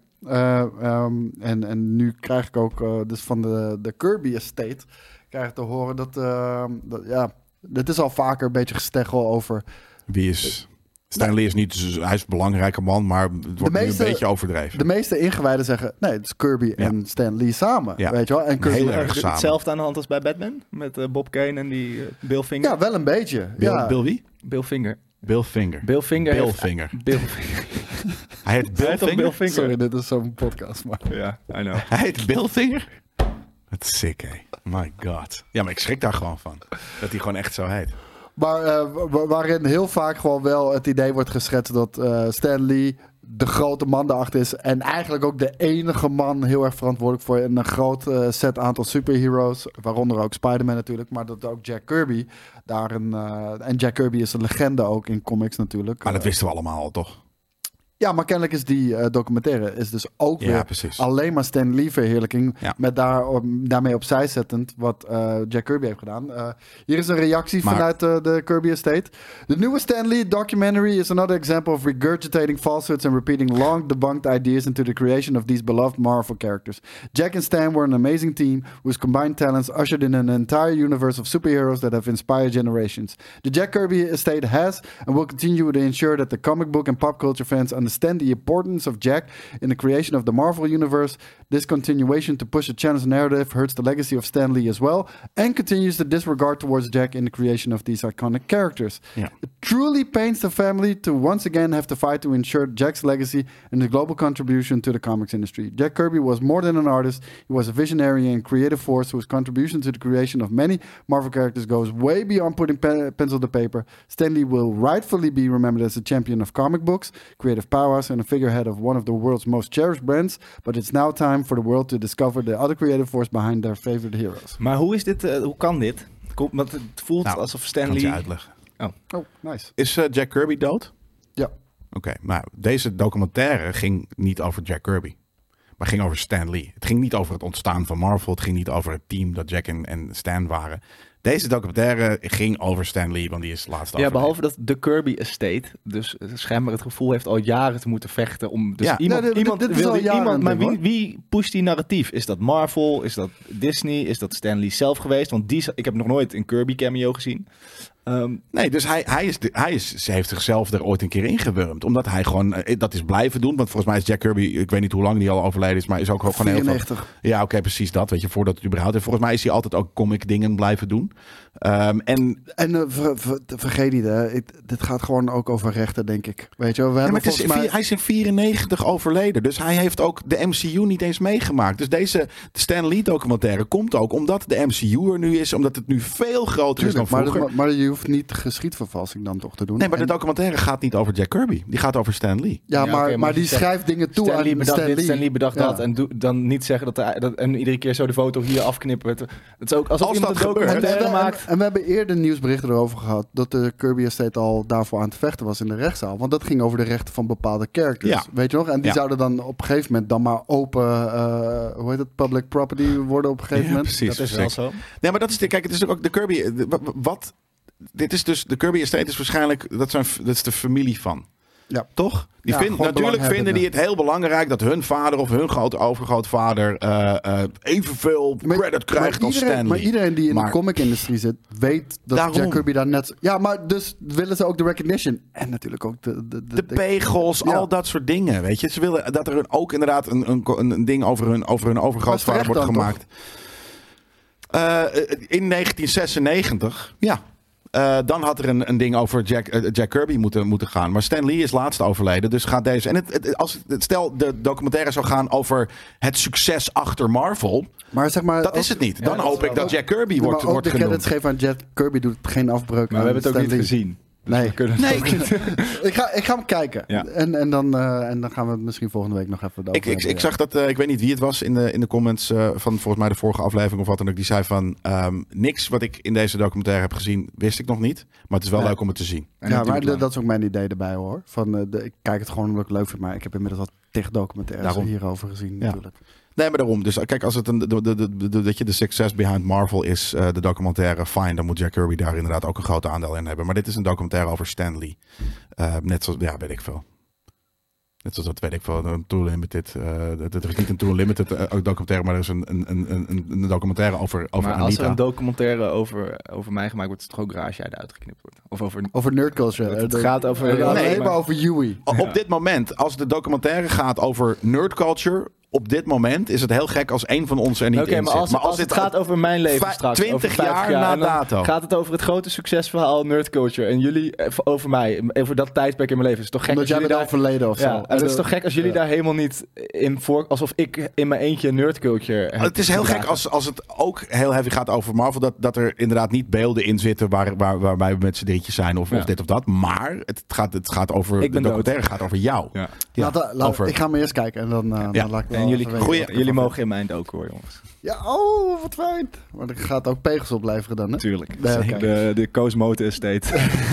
En nu krijg ik ook dus van de Kirby Estate krijg ik te horen dat dit is al vaker een beetje gesteggel over. Wie is... Stan Lee is niet... Hij is een belangrijke man, maar het wordt meeste- nu een beetje overdreven. De meeste ingewijden zeggen, nee, het is Kirby en Stan Lee samen. Ja. Weet je wel? En Kirby Heel erg samen. Hetzelfde aan de hand als bij Batman. Met Bob Kane en die Bill Finger. Ja, wel een beetje. Bill wie? Bill Finger. Bill Finger. Bill Finger. Bill heeft- Finger. Bill Finger. Hij heet Bill Hij heet toch Finger? Bill Finger? Sorry, dit is zo'n podcast, maar... Ja, I know. Hij heet Bill Finger? Wat sick, hé. My god. Ja, maar ik schrik daar gewoon van. Dat hij gewoon echt zo heet. Maar waarin heel vaak gewoon wel het idee wordt geschetst dat Stan Lee de grote man daarachter is. En eigenlijk ook de enige man heel erg verantwoordelijk voor een groot set aantal superheroes. Waaronder ook Spider-Man natuurlijk. Maar dat ook Jack Kirby daar en Jack Kirby is een legende ook in comics natuurlijk. Maar dat wisten we allemaal al, toch? Ja, maar kennelijk is die documentaire is dus ook Ja, weer precies. alleen maar Stan Lee verheerlijking. Ja. Met daarmee opzij zettend wat Jack Kirby heeft gedaan. Hier is een reactie Maar- vanuit de Kirby Estate. The newest Stan Lee documentary is another example of regurgitating falsehoods and repeating long debunked ideas into the creation of these beloved Marvel characters. Jack and Stan were an amazing team whose combined talents ushered in an entire universe of superheroes that have inspired generations. The Jack Kirby Estate has and will continue to ensure that the comic book and pop culture fans understand the importance of Jack in the creation of the Marvel Universe. This continuation to push the channel's narrative hurts the legacy of Stan Lee as well, and continues the disregard towards Jack in the creation of these iconic characters. Ja. It truly pains the family to once again have to fight to ensure Jack's legacy and his global contribution to the comics industry. Jack Kirby was more than an artist. He was a visionary and creative force whose contribution to the creation of many Marvel characters goes way beyond putting pencil to paper. Stan Lee will rightfully be remembered as a champion of comic books, creative powerhouse, and a figurehead of one of the world's most cherished brands. But it's now time for the world to discover the other creative force behind their favorite heroes. Maar hoe is dit? Hoe kan dit? Want het voelt alsof Stan Kan je Lee... uitleggen. Oh, nice. Is Jack Kirby dood? Ja. Oké, maar deze documentaire ging niet over Jack Kirby. Maar ging over Stan Lee. Het ging niet over het ontstaan van Marvel. Het ging niet over het team dat Jack en Stan waren. Deze documentaire ging over Stan Lee, want die is laatst Ja, overleden. behalve dat de Kirby Estate dus schijnbaar het gevoel heeft al jaren te moeten vechten om... Dus Ja. Dit is al jaren maar een ding, wie pusht die narratief? Is dat Marvel? Is dat Disney? Is dat Stan Lee zelf geweest? Want ik heb nog nooit een Kirby cameo gezien. Nee, dus hij heeft zichzelf er ooit een keer ingewurmd. Omdat hij gewoon dat is blijven doen. Want volgens mij is Jack Kirby, ik weet niet hoe lang die al overleden is, maar is ook gewoon heel veel... 94. Ja, oké, precies dat. Weet je, voordat het überhaupt... En volgens mij is hij altijd ook comic dingen blijven doen. Vergeet niet, hè. Dit gaat gewoon ook over rechten, denk ik. Weet je wel, we hebben volgens mij... Hij is in 94 overleden. Dus hij heeft ook de MCU niet eens meegemaakt. Dus deze Stan Lee documentaire komt ook omdat de MCU er nu is. Omdat het nu veel groter is dan vroeger. Maar je hoeft niet geschiedvervalsing dan toch te doen. Nee, maar de documentaire gaat niet over Jack Kirby. Die gaat over Stan Lee. Ja, Ja, oké, maar die je zegt, schrijft dingen toe Stan Lee aan bedacht Stan dit, Lee. Stan Lee bedacht Ja. dat. En dan niet zeggen en iedere keer zo de foto hier afknippen. Het is ook alsof Als iemand dat een documentaire gebeurt, maakt. En we hebben eerder nieuwsberichten erover gehad dat de Kirby Estate al daarvoor aan te vechten was in de rechtszaal. Want dat ging over de rechten van bepaalde characters. Ja. Weet je nog? En die Ja. zouden dan op een gegeven moment dan maar open, hoe heet het, public property worden op een gegeven moment. precies. Dat is wel zo. Nee, maar dat is kijk, het is ook de Kirby. Dit is dus de Kirby Estate is waarschijnlijk dat is de familie van. Ja. Toch? Ja, gewoon Natuurlijk vinden die belanghebbenden. het heel belangrijk dat hun vader of hun overgrootvader evenveel credit krijgt als Stan Lee. Maar iedereen die in Maar- de comic-industrie zit, weet dat Daarom. Jack Kirby daar net... Ja, maar dus willen ze ook de recognition. En natuurlijk ook De pegels, Ja. al dat soort dingen, weet je. Ze willen dat er ook inderdaad een ding over hun overgrootvader wordt dan, gemaakt. In 1996, ja. Dan had er een ding over Jack Kirby moeten gaan. Maar Stan Lee is laatst overleden, dus gaat deze... En stel de documentaire zou gaan over het succes achter Marvel... Maar zeg maar... Dat is het niet. Dan hoop ik dat Jack Kirby maar wordt ook de genoemd. credits geven aan Jack Kirby doet geen afbreuk Maar we hebben het ook Stan niet Lee. gezien. Nee. Nee, Ik ga hem kijken. Ja. En dan gaan we het misschien volgende week nog even over Ik hebben, zag dat, ik weet niet wie het was in de comments van volgens mij de vorige aflevering of wat dan ook. Die zei van, niks wat ik in deze documentaire heb gezien, wist ik nog niet. Maar het is wel Ja. leuk om het te zien. En Ja, het maar duurt lang. dat is ook mijn idee erbij hoor. Ik kijk het gewoon omdat ik het leuk vind. Maar ik heb inmiddels al tig documentaires Daarom. hierover gezien Ja. natuurlijk. Nee, maar daarom. Dus kijk, als het de success behind Marvel is, de documentaire, fine. Dan moet Jack Kirby daar inderdaad ook een groot aandeel in hebben. Maar dit is een documentaire over Stan Lee. Net zoals, ja, weet ik veel. Net zoals dat, weet ik veel, een True Limited. Er is niet een True Limited documentaire, maar er is een documentaire over Maar als er Anita. een documentaire over mij gemaakt wordt, is het toch ook raar als jij eruit geknipt wordt? Of over... Over nerd culture. Het gaat over- Alleen Nee, maar over Yui. Op dit moment, als de documentaire gaat over nerd culture, op dit moment is het heel gek als één van ons er niet Oké, in maar zit. als het gaat over mijn leven straks, 20 over 50 jaar na en dan dato. gaat het over het grote succesverhaal nerdculture en jullie over mij, over dat tijdperk in mijn leven. Is het toch gek Omdat als jij jullie bent daar... overleden of zo. Ja, en het is toch gek als jullie daar helemaal niet in voor, alsof ik in mijn eentje nerdculture heb Het is heel gek gedragen. als het ook heel heavy gaat over Marvel, dat er inderdaad niet beelden in zitten waarbij we met z'n drietjes zijn of dit of dat. Maar het gaat over, Ik de ben documentaire gaat over jou. Ja. Ja, Ik ga hem eerst kijken en dan laat ik wel En jullie, even weten. jullie mogen in mijn docu hoor, jongens. Ja, oh, wat fijn. Maar er gaat ook pegels opleveren dan, hè? Natuurlijk. Nee, oké. De Cosmote Estate.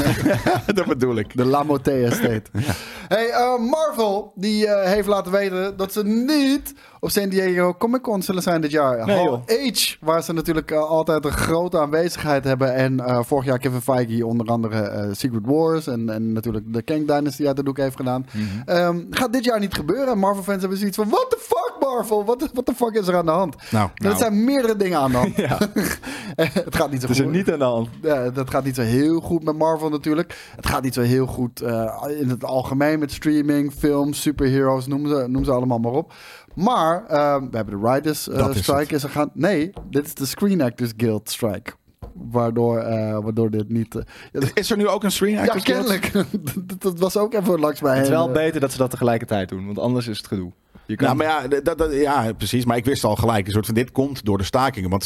dat bedoel ik. De La Motte Estate. Hey, Marvel die heeft laten weten dat ze niet op San Diego Comic Con zullen zijn dit jaar. Nee, Hall H, waar ze natuurlijk altijd een grote aanwezigheid hebben. En vorig jaar Kevin Feige onder andere Secret Wars en natuurlijk de Kang Dynasty uit de doek heeft gedaan. Gaat dit jaar niet gebeuren. Marvel fans hebben zoiets van, what the fuck Marvel? What the fuck is er aan de hand? Nou, Er zijn meerdere dingen aan de hand. Het gaat niet zo Het is goed. er niet aan de hand. Dat gaat niet zo heel goed met Marvel natuurlijk. Het gaat niet zo heel goed in het algemeen met streaming, films, superheroes, noem ze allemaal maar op. Maar we hebben de Writers Strike is er gaan. Nee, dit is de Screen Actors Guild Strike. Waardoor dit niet... Is er nu ook een Screen ja, Actors Guild? kennelijk. Dat was ook even langs mij Het is heen. wel beter dat ze dat tegelijkertijd doen, want anders is het gedoe. Je kan... Nou, maar ja, precies. Maar ik wist al gelijk, een soort van dit komt door de stakingen. Want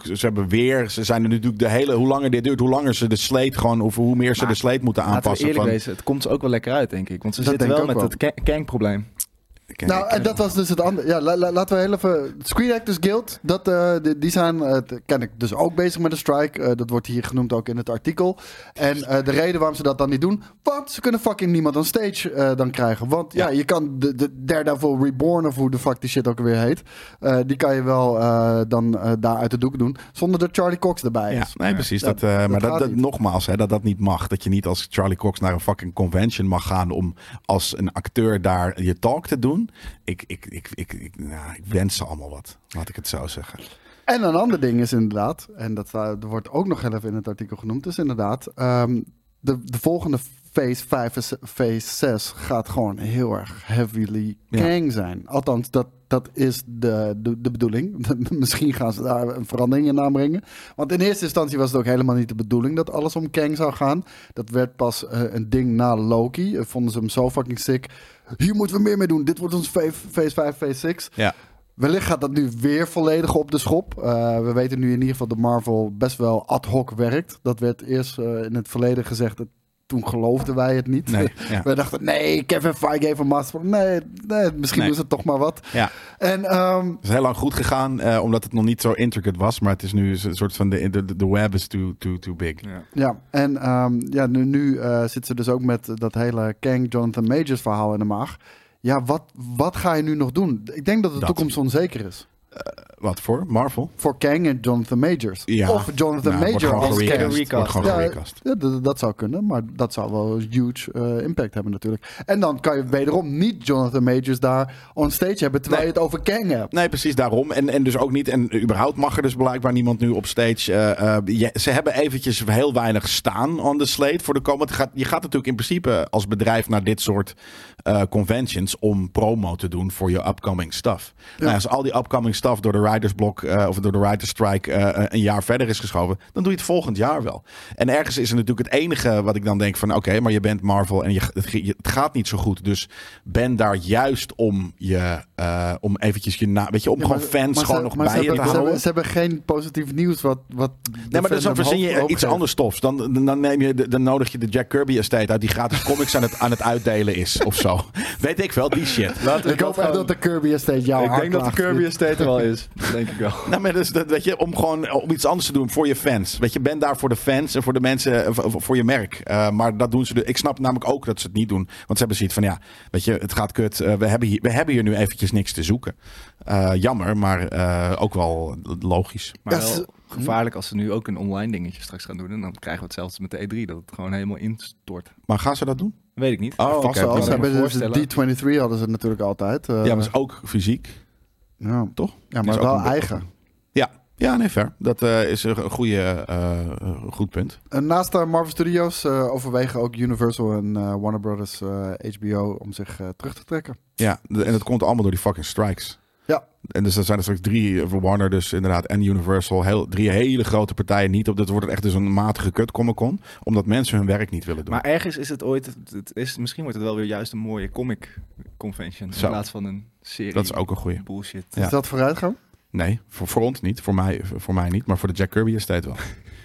ze zijn er natuurlijk de hele, hoe langer dit duurt, hoe langer ze de slate gewoon, of hoe meer ze de slate moeten Laten we aanpassen. eerlijk wezen, het komt ze ook wel lekker uit, denk ik. Want ze Dat zitten denk wel ik met ook het Kang-probleem. Nou, en dat was dus het andere. Ja, laten we heel even... Screen Actors Guild, die zijn, ken ik dus ook bezig met een strike. Dat wordt hier genoemd ook in het artikel. En de reden waarom ze dat dan niet doen... Want ze kunnen fucking niemand on stage dan krijgen. Want ja, je kan de Daredevil Reborn, of hoe de fuck die shit ook weer heet... die kan je wel dan daar uit de doek doen. Zonder dat Charlie Cox erbij Ja, is. nee, precies. Dat Maar gaat dat niet. nogmaals, dat niet mag. Dat je niet als Charlie Cox naar een fucking convention mag gaan om als een acteur daar je talk te doen. Ik wens ze allemaal wat. Laat ik het zo zeggen. En een ander ding is inderdaad... En dat wordt ook nog heel even in het artikel genoemd... is inderdaad... de volgende Phase 5 en Phase 6 gaat gewoon heel erg heavily Kang zijn. Althans, dat is de bedoeling. Misschien gaan ze daar een verandering in aanbrengen. Want in eerste instantie was het ook helemaal niet de bedoeling dat alles om Kang zou gaan. Dat werd pas een ding na Loki. Vonden ze hem zo fucking sick. Hier moeten we meer mee doen. Dit wordt ons Phase 5, Phase 6. Ja. Wellicht gaat dat nu weer volledig op de schop. We weten nu in ieder geval dat Marvel best wel ad hoc werkt. Dat werd eerst in het verleden gezegd. Toen geloofden wij het niet. Nee, ja. We dachten, nee, Kevin Feige heeft een master. Nee, misschien doen ze het toch maar wat. Ja. En, Het is heel lang goed gegaan, omdat het nog niet zo intricate was. Maar het is nu een soort van de web is too big. Ja. Nu zitten ze dus ook met dat hele Kang Jonathan Majors verhaal in de maag. Ja, wat ga je nu nog doen? Ik denk dat de toekomst onzeker is. Wat voor? Marvel? Voor Kang en Jonathan Majors. Ja. Of Jonathan Nou, Major als Kang. Wordt gewoon gerecast. Ja, dat zou kunnen, maar dat zou wel een huge impact hebben natuurlijk. En dan kan je wederom niet Jonathan Majors daar on stage hebben, terwijl je het over Kang hebt. Nee, precies daarom. En dus ook niet. En überhaupt mag er dus blijkbaar niemand nu op stage. Ze hebben eventjes heel weinig staan on the slate voor de komende. Je gaat natuurlijk in principe als bedrijf naar dit soort conventions om promo te doen voor je upcoming stuff. Ja. Nou, als al die upcoming stuff door de Writers Block of door de Writers Strike een jaar verder is geschoven, dan doe je het volgend jaar wel. En ergens is er natuurlijk het enige wat ik dan denk van oké, maar je bent Marvel en het gaat niet zo goed. Dus ben daar juist om om eventjes om gewoon fans gewoon nog bij je te houden. Ze hebben geen positief nieuws wat nee, maar dan verzin je iets anders tofs. Dan nodig je de Jack Kirby estate uit die gratis comics aan het uitdelen is of zo. Weet ik wel, die shit. Ik hoop echt dat de Kirby estate jou Ik denk dat de Kirby estate er wel is. Dat denk ik wel. Nou, maar dus, weet je, om iets anders te doen voor je fans. Weet je, ben daar voor de fans en voor de mensen, voor je merk. Maar dat doen ze. Ik snap namelijk ook dat ze het niet doen. Want ze hebben zoiets van, ja, weet je, het gaat kut. We hebben hier nu eventjes niks te zoeken. Jammer, maar ook wel logisch. Maar wel gevaarlijk als ze nu ook een online dingetje straks gaan doen. En dan krijgen we hetzelfde met de E3. Dat het gewoon helemaal instort. Maar gaan ze dat doen? Weet ik niet. Oh, vast wel. oké. Ze hebben voorstellen. de D23 hadden ze natuurlijk altijd. Ja, maar is ook fysiek, ja. toch? Ja, Is maar ook wel een- eigen. Ja, nee, fair. Dat is een goed punt. Naast Marvel Studios overwegen ook Universal en Warner Brothers HBO om zich terug te trekken. Ja, en dat komt allemaal door die fucking strikes. Ja. En dus er zijn er straks 3 voor Warner dus inderdaad en Universal. 3 hele grote partijen niet op. Dat wordt echt dus een matige kut Comic-Con. Omdat mensen hun werk niet willen doen. Maar ergens is het ooit... Misschien wordt het wel weer juist een mooie comic convention. Zo. In plaats van een serie. Dat is ook een goeie. Bullshit. Ja. Is dat vooruitgang? Nee, voor ons niet. Voor mij niet. Maar voor de Jack Kirby estate wel.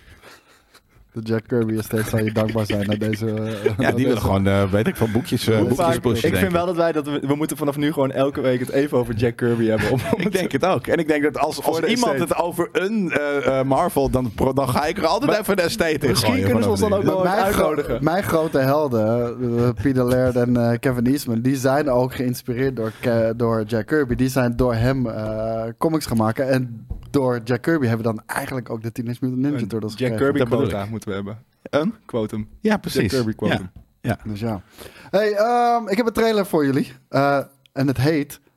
De Jack Kirby estate zou je dankbaar zijn naar deze... Ja, die willen gewoon, weet ik veel, boekjes Hoe boekjes vaak- pushen. ik denk vind wel dat we moeten vanaf nu gewoon elke week het even over Jack Kirby hebben. Ik denk het ook. En ik denk dat als Voor de iemand estate. het over een Marvel, dan ga ik er altijd even de estate in Misschien gooien. kunnen ze ons dan vanaf ook nu. wel uitnodigen. Mijn grote helden, Peter Laird en Kevin Eastman, die zijn ook geïnspireerd door Jack Kirby. Die zijn door hem comics gemaakt. En door Jack Kirby hebben we dan eigenlijk ook de Teenage Mutant Ninja Een Turtles Jack gekregen. Kirby Dat bedoel quota ik. moeten we hebben. Een? Quotum. Ja, precies. Jack Kirby quotum. Ja. Dus ja. Hey, ik heb een trailer voor jullie. En het heet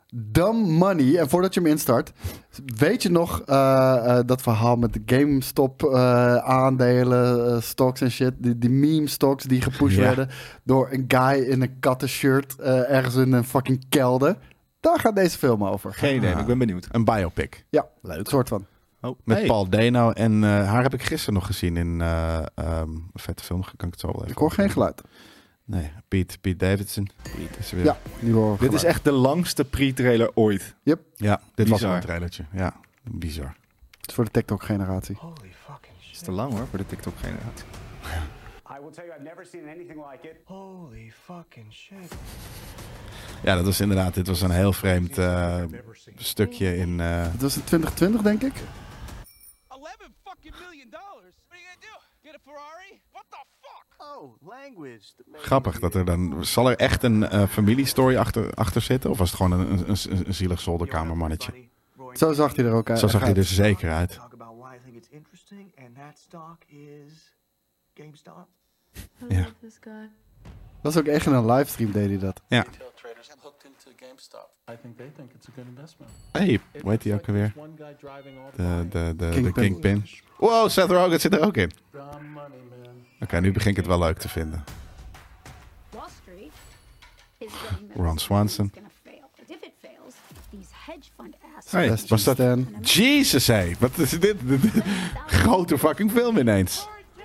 Dumb money. En voordat je hem instart, weet je nog dat verhaal met de GameStop aandelen, stocks en shit. Die meme stocks die gepusht werden door een guy in een kattenshirt ergens in een fucking kelder. Daar gaat deze film over. Geen idee, ik ben benieuwd. Een biopic. Ja, leuk. Soort van. Met Paul Dano. En haar heb ik gisteren nog gezien in een vette film. Kan ik het zo wel even Ik hoor geen geluid. Nee, Pete Davidson. Is er weer. Ja, nu hoor ik Dit is geluid. echt de langste pre-trailer ooit. Yep, Ja, dit was Bizar. wel een trailertje. Ja, bizar. het is voor de TikTok-generatie. Holy fucking Het is shit. te lang hoor, voor de TikTok-generatie. I will tell you, I've never seen anything like it. Holy fucking shit. Ja, dat was inderdaad. Dit was een heel vreemd stukje in. Het was in 2020, denk ik. 11 fucking million dollars. What are you gonna do? Get a Ferrari? What the fuck? Oh, language. Grappig dat er dan. Zal er echt een familiestory achter zitten? Of was het gewoon een zielig zolderkamermannetje? Zo zag hij er ook uit. Zo zag hij er zeker uit. Talk about why I think it's interesting, and that stock is GameStop. I Yeah. love this guy. Dat was ook echt in een livestream deed hij dat. Ja. Retail traders have hooked into GameStop. I think they think it's a good investment. Hey, hoe heet die ook alweer? One guy driving all De Kingpin. Kingpin. Wow, Seth Rogen zit er ook in. dumb money, man. Oké, nu begin ik het wel leuk te vinden. Wall Street is getting Ron Swanson. It's gonna fail. And if it fails, these hedge fund assholes. Hey, Best was dat... Stan. Jesus, hé. Wat is dit? Grote fucking film ineens.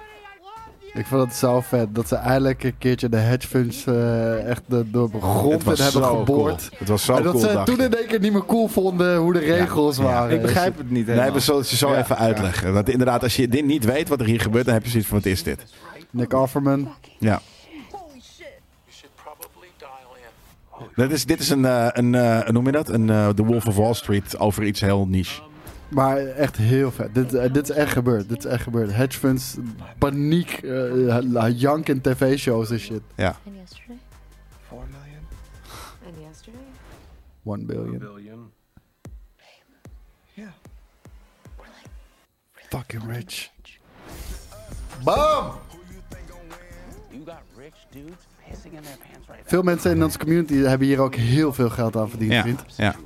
Ik vond het zo vet dat ze eindelijk een keertje de hedge funds echt door de grond Het was in hebben zo geboord. cool. Het was zo En dat cool, ze dacht toen je. in één keer niet meer cool vonden hoe de regels waren. Ik begrijp het niet Nee, helemaal. we zullen het je zo Ja, even uitleggen. Want inderdaad, als je dit niet weet wat er hier gebeurt, dan heb je zoiets van, wat is dit? Nick Offerman. Ja. You should probably dial in. Dit is hoe noem je dat? The Wolf of Wall Street over iets heel niche. Maar echt heel vet. Dit is echt gebeurd. Dit is echt gebeurd. Hedge funds, paniek, jank in tv-shows en shit. Ja. And yesterday? 4 million. And yesterday? 1 billion. Billion. Yeah. Fucking rich. Bam! You got rich dudes pissing in their pants right now. Veel mensen in onze community hebben hier ook heel veel geld aan verdiend, Ja. vriend. Ja.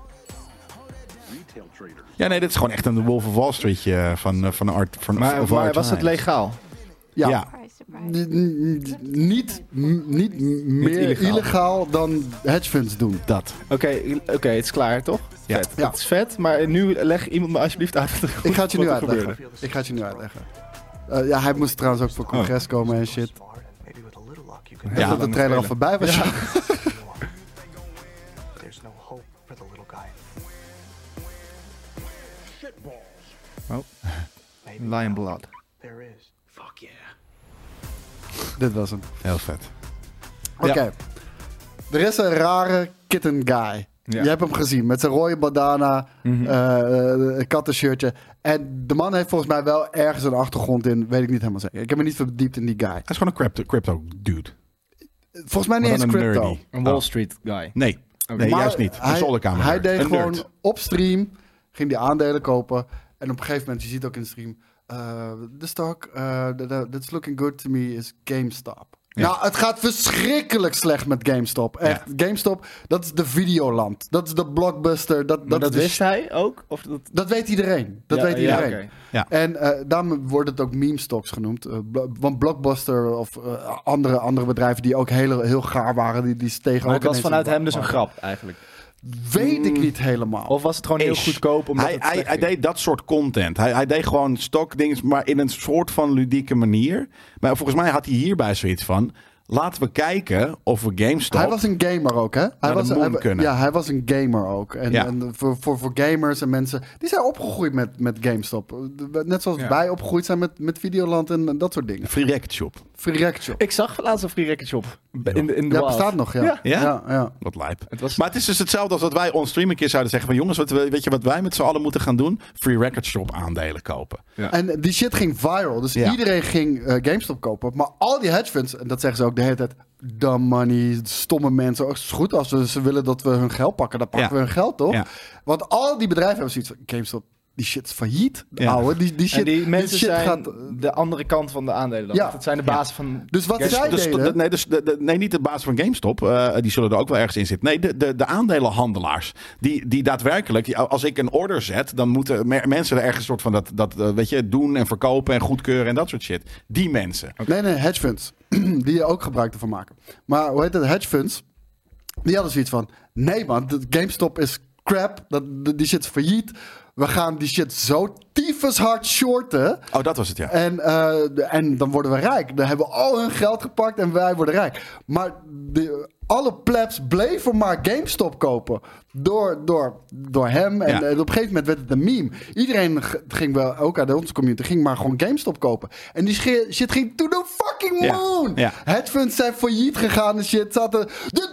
Ja, nee, dit is gewoon echt een The Wolf of Wall Streetje van Art. Maar of was Art het Hines. legaal? Ja. Ja. Surprise, surprise. Niet meer illegaal. illegaal dan hedge funds doen. Dat. Oké, het is klaar, toch? Ja. Vet. Ja. Het is vet, maar nu leg iemand me alsjeblieft uit wat er Ik ga het je nu wat er uitleggen. gebeurde. Ik ga het je nu uitleggen. Ja, hij moest trouwens ook voor congres komen en shit. Far, and maybe with a little luck, you can. Ik dacht dat de lang trailer al spelen. voorbij was. There's no hope for the little guy. Maybe Lion Blood. there is. Fuck yeah. Dit was hem. Heel vet. Oké. Er is een rare kitten guy. Ja. Je hebt hem gezien met zijn rode bandana, een kattenshirtje. En de man heeft volgens mij wel ergens een achtergrond in. Weet ik niet helemaal zeker. Ik heb me niet verdiept in die guy. Hij is gewoon een crypto dude. Volgens mij niet Maar eens dan een crypto. nerdy. Een Wall Street guy. Nee. Nee, Maar juist niet. Een hij, zolderkamer. hij deed Een gewoon nerd. op stream, ging die aandelen kopen. En op een gegeven moment, je ziet ook in de stream, de stock that's looking good to me is GameStop. Ja. Nou, het gaat verschrikkelijk slecht met GameStop. Echt, GameStop, dat is de videoland. Dat is de blockbuster. Maar dat is de wist hij ook? Of Dat weet iedereen. Dat Ja, weet ja, iedereen. oké. En daarom wordt het ook meme stocks genoemd. Want Blockbuster of andere bedrijven die ook heel gaar waren, die stegen Maar ook het was ineens vanuit in hem dus een markt. grap eigenlijk. Weet ik niet helemaal. Of was het gewoon heel Is. goedkoop omdat het slecht Hij ging? deed dat soort content. Hij deed gewoon stokdingen, maar in een soort van ludieke manier. Maar volgens mij had hij hierbij zoiets van... Laten we kijken of we GameStop... Hij was een gamer ook, hè? Naar de moon kunnen. Ja, hij was een gamer ook. En, Ja. en voor gamers en mensen... Die zijn opgegroeid met GameStop. Net zoals Ja. wij opgegroeid zijn met Videoland en dat soort dingen. Free Record Shop. Free Record Shop. Ik zag laatst een free record shop. In de Ja, wild. bestaat nog, ja. Ja. Ja? ja. Wat lijp. Het was- Maar het is dus hetzelfde als dat wij on-stream een keer zouden zeggen van... Jongens, weet je wat wij met z'n allen moeten gaan doen? Free Record Shop aandelen kopen. En die shit ging viral. Dus Ja. iedereen ging GameStop kopen. Maar al die hedge funds, en dat zeggen ze ook de hele tijd... Dumb money, stomme mensen. Oh, het is goed als ze willen dat we hun geld pakken. Dan pakken Ja. we hun geld, toch? Ja. Want al die bedrijven hebben zoiets van... GameStop, die shit is failliet, Ja. ouwe. Die shit, En die mensen die shit zijn gaat... de andere kant van de aandelen dan. Ja. Het zijn de baas van... Dus wat zij deden... Nee, niet de baas van GameStop. Die zullen er ook wel ergens in zitten. Nee, de aandelenhandelaars. Die daadwerkelijk, als ik een order zet, dan moeten mensen er ergens soort van dat weet je, doen en verkopen en goedkeuren en dat soort shit. Die mensen. Nee, hedge funds. Die je ook gebruik ervan maken. Maar hoe heet het? Hedge funds. Die hadden zoiets van... Nee man, GameStop is crap. Die shit is failliet. We gaan die shit zo tyfus hard shorten. Oh, dat was het, ja. En dan worden we rijk. Dan hebben we al hun geld gepakt en wij worden rijk. Maar alle plebs bleven maar GameStop kopen. Door hem. En op een gegeven moment werd het een meme. Iedereen ging wel, ook uit onze community, ging maar gewoon GameStop kopen. En die shit ging to the fucking moon. Ja. Hedge funds zijn failliet gegaan en shit. Dit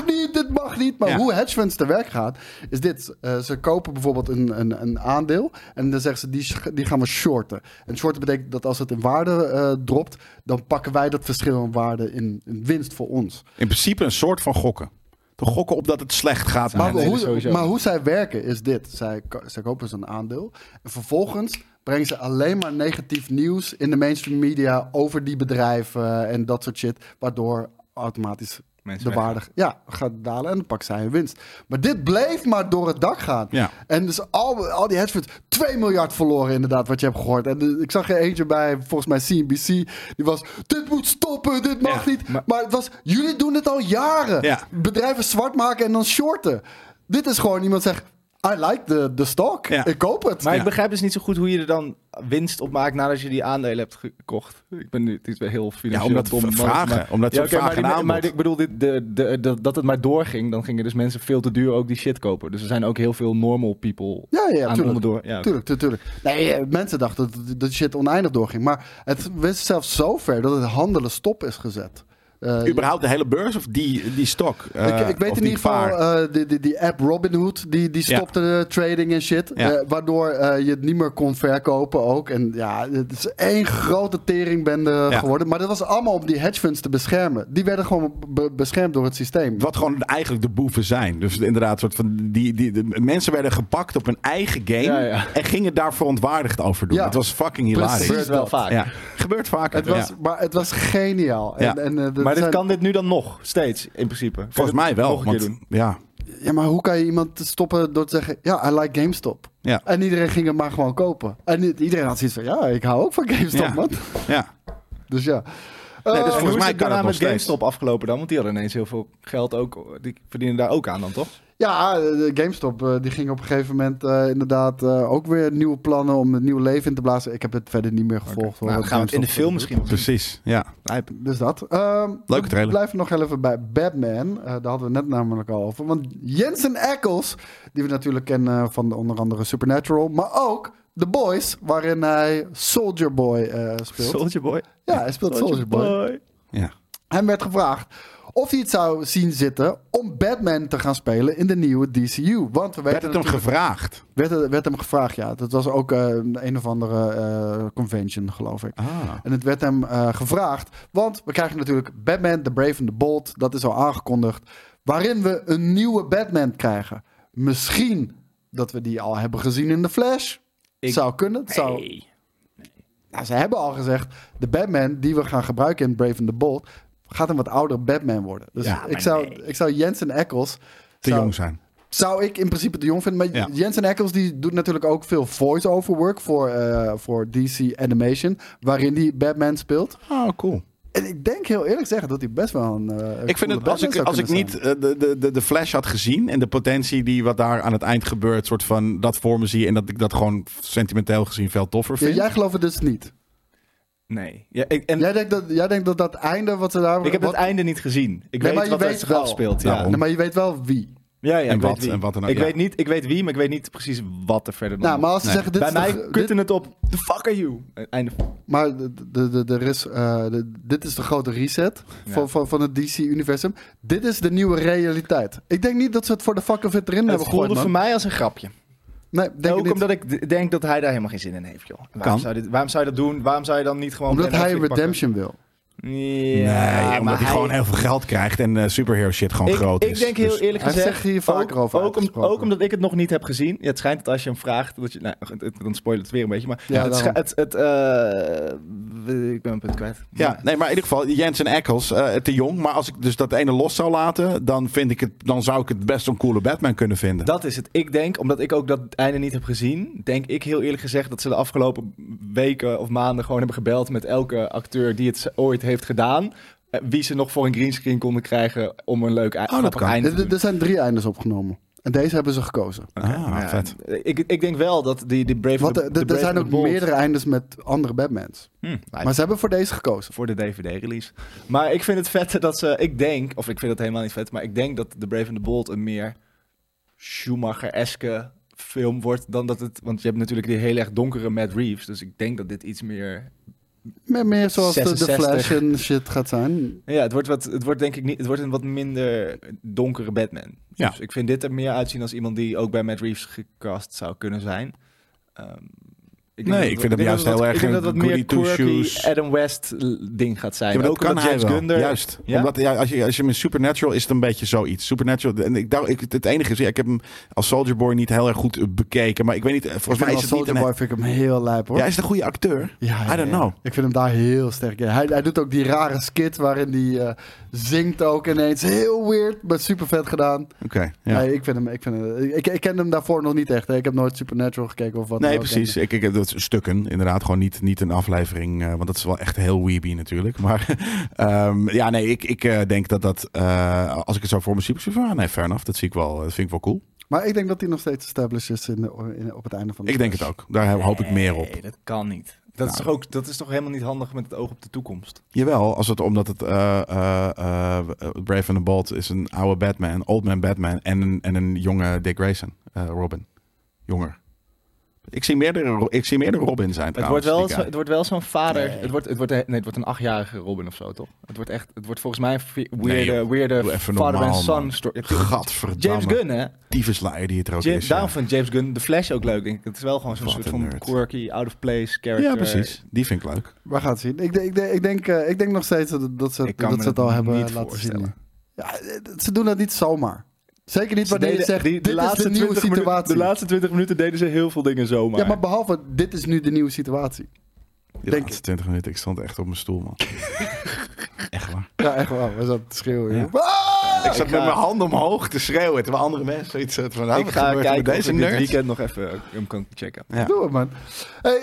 mag niet. Maar hoe hedge funds te werk gaat, is dit. Ze kopen bijvoorbeeld een aandeel. En dan zeggen ze, die gaan we shorten. En shorten betekent dat als het in waarde dropt, dan pakken wij dat verschil in waarde in winst voor ons. In principe een soort van gokken. Te gokken op dat het slecht gaat. Maar hoe zij werken is dit. Zij kopen zo'n aandeel. En vervolgens brengen ze alleen maar negatief nieuws in de mainstream media over die bedrijven en dat soort shit. Waardoor automatisch mensen de waarde gaat dalen en dan pakken zij hun winst. Maar dit bleef maar door het dak gaan. Ja. En dus al die hedge funds, 2 miljard verloren inderdaad, wat je hebt gehoord. En ik zag er eentje bij, volgens mij CNBC, die was, dit moet stoppen, dit mag niet. Maar het was, jullie doen het al jaren. Ja. Bedrijven zwart maken en dan shorten. Dit is gewoon iemand zegt, I like the stock. Ja. Ik koop het. Maar ik begrijp dus niet zo goed hoe je er dan winst op maakt nadat je die aandelen hebt gekocht. Ik ben nu, het is weer heel financieel. Ja, omdat ze vragen. Maar ik bedoel, dat het maar doorging, dan gingen dus mensen veel te duur ook die shit kopen. Dus er zijn ook heel veel normal people aan onderdoor. Ja, tuurlijk. Nee, mensen dachten dat de shit oneindig doorging. Maar het wist zelfs zo ver dat het handelen stop is gezet. Überhaupt de hele beurs of die stok? Ik weet in ieder geval, die app Robinhood, die stopte de trading en shit. Ja. Waardoor je het niet meer kon verkopen ook. En ja, het is één grote teringbende geworden. Maar dat was allemaal om die hedge funds te beschermen. Die werden gewoon beschermd door het systeem. Wat gewoon eigenlijk de boeven zijn. Dus inderdaad, soort van de mensen werden gepakt op hun eigen game. En gingen daar verontwaardigd over doen. Het was fucking hilarisch. Het gebeurt wel vaak. Ja. Gebeurt vaker. Maar het was geniaal. Ja. Maar kan dit nu dan nog steeds, in principe? Volgens mij wel. Nog een keer doen? Ja, maar hoe kan je iemand stoppen door te zeggen, ja, I like GameStop. Ja. En iedereen ging het maar gewoon kopen. En iedereen had zoiets van, ja, ik hou ook van GameStop, man. Ja. Dus ja. Nee, dus volgens mij kan het met GameStop afgelopen dan? Want die hadden ineens heel veel geld ook. Die verdienen daar ook aan dan, toch? Ja, GameStop die ging op een gegeven moment inderdaad ook weer nieuwe plannen om een nieuw leven in te blazen. Ik heb het verder niet meer gevolgd. Okay. Nou, gaan we het in de film misschien nog precies, ja. Dus dat. Leuke trailer. We blijven nog even bij Batman. Daar hadden we net namelijk al over. Want Jensen Ackles, die we natuurlijk kennen van onder andere Supernatural, maar ook The Boys, waarin hij Soldier Boy speelt. Soldier Boy? Ja, hij speelt Soldier Boy. Ja. Hem werd gevraagd of hij het zou zien zitten om Batman te gaan spelen in de nieuwe DCU. Want we werd het hem gevraagd? Werd hem gevraagd, ja. Dat was ook een of andere convention, geloof ik. En het werd hem gevraagd, want we krijgen natuurlijk Batman, The Brave and the Bold. Dat is al aangekondigd. Waarin we een nieuwe Batman krijgen. Misschien dat we die al hebben gezien in The Flash. Zou kunnen. Nee. Nou, ze hebben al gezegd, de Batman die we gaan gebruiken in Brave and the Bold gaat een wat oudere Batman worden. Dus ik zou Jensen Ackles te jong zijn. Zou ik in principe te jong vinden. Maar Jensen Ackles die doet natuurlijk ook veel voice-over work voor DC Animation, waarin die Batman speelt. Oh, cool. En ik denk heel eerlijk zeggen dat hij best wel een ik vind het, als ik niet de Flash had gezien en de potentie die wat daar aan het eind gebeurt, soort van dat voor me zie en dat ik dat gewoon sentimenteel gezien veel toffer vind. Ja, jij gelooft het dus niet? Nee. Ja, jij denkt dat einde wat ze daar... Ik heb het einde niet gezien. Ik weet wat er zich afspeelt. Ja. Nee, maar je weet wel wie. Ja, en wat dan ook. Ik weet wie, maar ik weet niet precies wat er verder nog. Nou, maar als ze zeggen, bij mij kutten het op, the fuck are you? Einde. Maar dit is de grote reset van het DC-universum. Dit is de nieuwe realiteit. Ik denk niet dat ze het voor de fuck of it erin hebben gegooid. Het voelde voor mij als een grapje. Nee, denk ook omdat ik denk dat hij daar helemaal geen zin in heeft, joh. Waarom zou je dat doen? Waarom zou je dan niet gewoon... Omdat hij redemption wil. Ja, omdat hij gewoon heel veel geld krijgt en superhero shit gewoon groot is. Ik denk heel Dus- eerlijk Hij gezegd, zegt hier vaker over ook uitgesproken. omdat ik het nog niet heb gezien. Ja, het schijnt dat als je hem vraagt, dat je, nou, dan spoil het weer een beetje. Maar Ja, ik ben een punt kwijt. Ja, nee, maar in ieder geval, Jensen Ackles, te jong. Maar als ik dus dat ene los zou laten, dan zou ik het best een coole Batman kunnen vinden. Dat is het. Ik denk, omdat ik ook dat einde niet heb gezien, denk ik heel eerlijk gezegd dat ze de afgelopen weken of maanden gewoon hebben gebeld met elke acteur die het ooit heeft gedaan. Wie ze nog voor een greenscreen konden krijgen om een leuk grappig kan. einde te doen. Er zijn 3 eindes opgenomen. En deze hebben ze gekozen. Ah, vet. Ik denk wel dat die Brave Want the er Brave zijn and ook the Bold- meerdere eindes met andere Batmans. Maar ze hebben voor deze gekozen. voor de DVD-release. Maar ik vind het vet dat ze... Ik vind het helemaal niet vet, maar ik denk dat The Brave and the Bold een meer Schumacher-eske film wordt dan dat het... Want je hebt natuurlijk die heel erg donkere Matt Reeves, dus ik denk dat dit iets meer... Meer zoals de 66. Flash en shit gaat zijn. Ja, het wordt denk ik niet... Het wordt een wat minder donkere Batman. Ja. Dus ik vind dit er meer uitzien als iemand die ook bij Matt Reeves gecast zou kunnen zijn. Ik vind hem juist heel erg Ik denk dat het meer goody two quirky shoes. Adam West ding gaat zijn. Ja, maar dat ook kan omdat hij James wel. Gunn er- Juist. Ja? Omdat, als je met Supernatural is het een beetje zoiets. Supernatural, en het enige is, ik heb hem als Soldier Boy niet heel erg goed bekeken. Maar ik weet niet, volgens mij is het niet Soldier Boy vind ik hem heel lijp hoor. Ja, is het een goede acteur? Ja, I don't know. Ik vind hem daar heel sterk in. Hij doet ook die rare skit waarin hij zingt ook ineens. Heel weird, maar super vet gedaan. Oké, ja. Nee, ik ken hem daarvoor nog niet echt. Hè. Ik heb nooit Supernatural gekeken of wat dan Nee, ook. precies. Ik heb dat stukken, inderdaad. Gewoon niet een aflevering. Want dat is wel echt heel weeby natuurlijk. Maar ik denk dat als ik het zo voor me zie, nee, fair enough. Dat zie ik wel. Dat vind ik wel cool. Maar ik denk dat hij nog steeds established is op het einde van de Ik denk het ook. Daar hoop ik meer op. Nee, dat kan niet. Dat is toch helemaal niet handig met het oog op de toekomst? Jawel, omdat het Brave and the Bold is een oude Batman, een old man Batman en een jonge Dick Grayson, Robin. Jonger. Ik zie meerdere Robin zijn trouwens. Het wordt wel zo'n vader. Nee. Het wordt een 8-jarige Robin of zo, toch? Het wordt volgens mij een weirde father and son story. Gadverdamme. James Gunn, hè? Tyfuslaier die het er ook is. Daarom vindt James Gunn de Flash ook leuk, denk ik. Het is wel gewoon zo'n soort van quirky, out of place character. Ja, precies. Die vind ik leuk. We gaan het zien. Ik denk nog steeds dat ze het al hebben laten zien. Ja, ze doen dat niet zomaar. Zeker niet wanneer je zegt, dit is de nieuwe situatie. De laatste 20 minuten deden ze heel veel dingen zomaar. Ja, maar behalve, dit is nu de nieuwe situatie. De laatste 20 minuten, ik stond echt op mijn stoel, man. Echt waar. Ja, echt waar. We zaten te schreeuwen. Ja. Ik zat met mijn handen omhoog te schreeuwen, terwijl andere mensen zoiets van... ik ga kijken deze of ik dit nerd? weekend nog even hem kan checken. Ja. Doe het, man. Hey,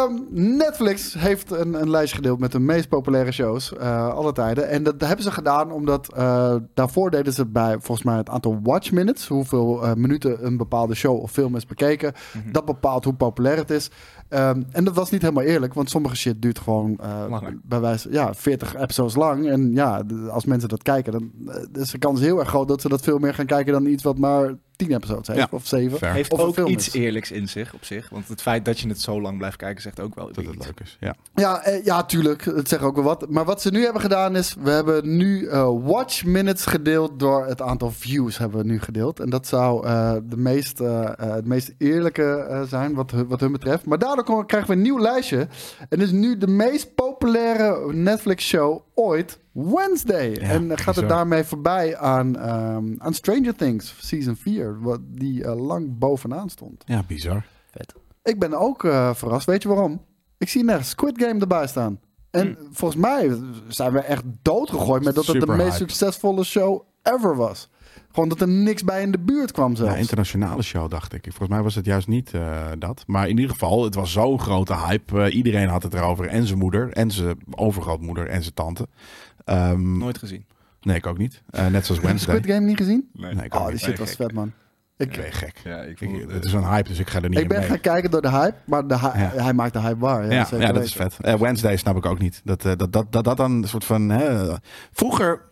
Netflix heeft een lijstje gedeeld met de meest populaire shows alle tijden. En dat hebben ze gedaan omdat daarvoor deden ze bij volgens mij het aantal watch minutes. Hoeveel minuten een bepaalde show of film is bekeken. Mm-hmm. Dat bepaalt hoe populair het is. En dat was niet helemaal eerlijk, want sommige shit duurt gewoon bij wijze 40 episodes lang. En ja, als mensen dat kijken, dan is de kans heel erg groot dat ze dat veel meer gaan kijken dan iets wat maar 10 episodes heeft, of 7. Fair. Heeft of ook iets eerlijks in zich, op zich. Want het feit dat je het zo lang blijft kijken, zegt ook wel dat het leuk is. Ja, tuurlijk. Het zegt ook wel wat. Maar wat ze nu hebben gedaan is, we hebben nu watch minutes gedeeld door het aantal views hebben we nu gedeeld. En dat zou het meest eerlijke zijn wat hun betreft. Maar daardoor krijgen we een nieuw lijstje. En is nu de meest populaire Netflix show ooit Wednesday. Ja, en gaat het daarmee voorbij aan Stranger Things Season 4. Die lang bovenaan stond. Ja, bizar. Vet. Ik ben ook verrast. Weet je waarom? Ik zie nergens Squid Game erbij staan. En volgens mij zijn we echt doodgegooid met dat het de meest succesvolle show ever was. Gewoon dat er niks bij in de buurt kwam zelfs. Ja, internationale show, dacht ik. Volgens mij was het juist niet dat. Maar in ieder geval, het was zo'n grote hype. Iedereen had het erover. En zijn moeder, en zijn overgrootmoeder, en zijn tante. Nooit gezien. Nee, ik ook niet. Net zoals Wednesday. Squid Game niet gezien? Nee, ik ook die niet. shit was vet, man. Ik ben gek. Ja, Het is een hype, dus ik ga er niet in mee. Ik ben gaan kijken door de hype, maar hij maakt de hype waar. Ja, dat is vet. Wednesday snap ik ook niet. Dat dan een soort van... Vroeger,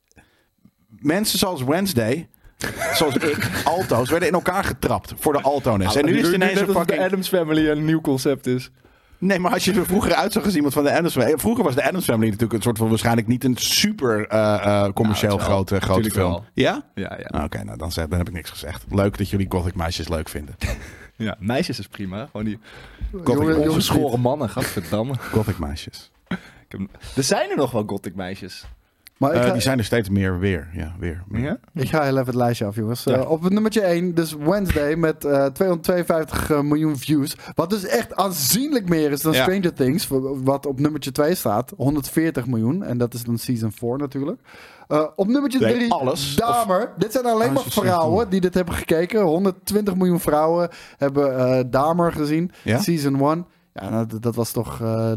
mensen zoals Wednesday... Zoals ik, alto's, werden in elkaar getrapt voor de altoness. En nu is het ineens een fucking... de Addams Family een nieuw concept is. Nee, maar als je er vroeger uit zag als iemand van de Addams Family... Vroeger was de Addams Family natuurlijk een soort van... waarschijnlijk niet een super commercieel grote film. Wel. Ja? Ja. Oké, nou dan heb ik niks gezegd. Leuk dat jullie gothic meisjes leuk vinden. Ja, meisjes is prima. Gewoon die Jonge ongeschoren mannen, gadverdamme. Gothic meisjes. Er zijn er nog wel gothic meisjes. Maar Die zijn er steeds meer weer. Ja, weer. Ja? ik ga heel even het lijstje af, jongens. Ja. Op nummertje 1, dus Wednesday met 252 miljoen views. Wat dus echt aanzienlijk meer is dan Ja. Stranger Things. Wat op nummertje 2 staat. 140 miljoen. En dat is dan season 4 natuurlijk. Op nummertje 3, alles. Dahmer. Dit zijn alleen maar is het vrouwen die dit hebben gekeken. 120 miljoen vrouwen hebben Dahmer gezien. Ja? Season 1. Ja, nou, dat was toch...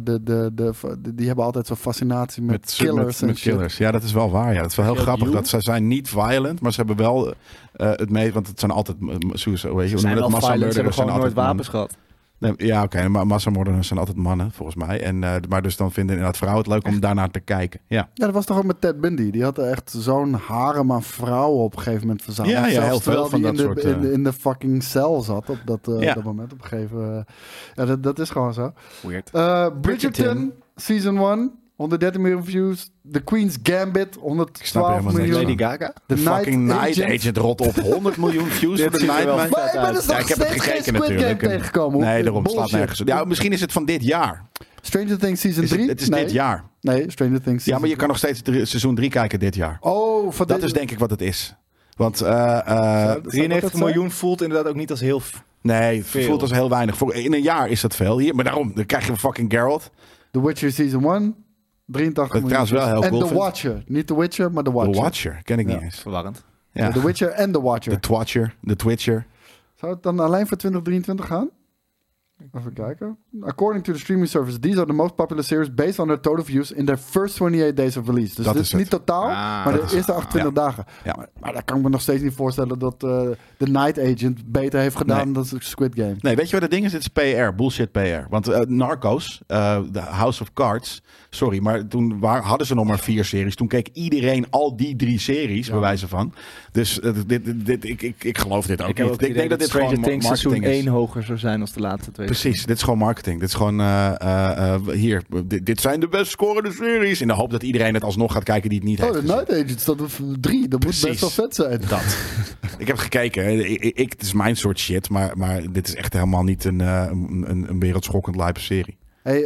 die hebben altijd zo'n fascinatie met killers en met shit. killers. Ja, dat is wel waar. Ja. Het is wel heel grappig. Dat ze zijn niet violent, maar ze hebben wel het mee... Want het zijn altijd... Suicide, weet je, Ze zijn wel violent, ze hebben zijn gewoon nooit altijd wapens gehad. Nee, ja, oké. Maar massamoorders zijn altijd mannen, volgens mij. En, maar dus dan vinden inderdaad vrouwen het leuk om daarnaar te kijken. Ja, Ja, dat was toch ook met Ted Bundy. Die had echt zo'n harem aan vrouwen op een gegeven moment verzameld. Ja, ja, Zelfs heel veel terwijl van die dat in soort, in de fucking cel zat op Ja. dat moment. Op een gegeven ja, dat is gewoon zo. Weird. Bridgerton, season 1, 113 miljoen views. The Queen's Gambit, Ik snap 112 helemaal niks miljoen. van. Lady Gaga? The de fucking Night Agent rot op 100 miljoen views voor de ziet er Night wel Agent. Maar ik ben dus Ja, nog ik heb het steeds geen gekeken Squid Game natuurlijk. tegengekomen. Nee, daarom slaat Bullshit. nergens op. Ja, misschien is het van dit jaar. Stranger Things season Is 3? het is nee. dit jaar. Nee, Stranger Things Ja, season maar je kan nog steeds seizoen 3 kijken dit jaar. Oh, van Dat dit- is denk ik wat het is. Want 93 miljoen voelt inderdaad ook niet als heel... nee, het Veel. voelt als heel weinig. In een jaar is dat veel. Hier, maar daarom, dan krijg je fucking Geralt. The Witcher season 1, 83 Wat ik miljoen. trouwens wel heel en cool The vind. Watcher. Niet The Witcher, maar The Watcher. The Watcher, ken ik niet Ja. eens. Verwarrend. Ja. The Witcher en The Watcher. The Twatcher, The Twitcher. Zou het dan alleen voor 2023 gaan? Even kijken. According to the streaming service, these are the most popular series based on their total views in their first 28 days of release. Dus Dat dit is is niet het. totaal, maar dat de is eerste het. 28 dagen. Ja. Maar daar kan ik me nog steeds niet voorstellen dat de Night Agent beter heeft gedaan Nee. dan Squid Game. Nee, weet je wat het ding is? Dit is PR, bullshit PR. Want Narcos, The House of Cards, sorry, maar toen hadden ze nog maar 4 series. Toen keek iedereen al die 3 series, bij wijze van. Dus ik geloof dit ook Ik heb niet. ook het Ik denk dat dit Stranger gewoon Things seizoen marketing is. 1 hoger zou zijn als de laatste 2. Precies, dit is gewoon marketing. Dit is gewoon, hier, dit zijn de best scorende series. In de hoop dat iedereen het alsnog gaat kijken die het niet Oh, heeft de gezien. Night Agent staat op 3. Dat moet Precies. best wel vet zijn. Dat. Ik heb het gekeken. Het is mijn soort shit, maar dit is echt helemaal niet een wereldschokkend lijpe serie. Hey,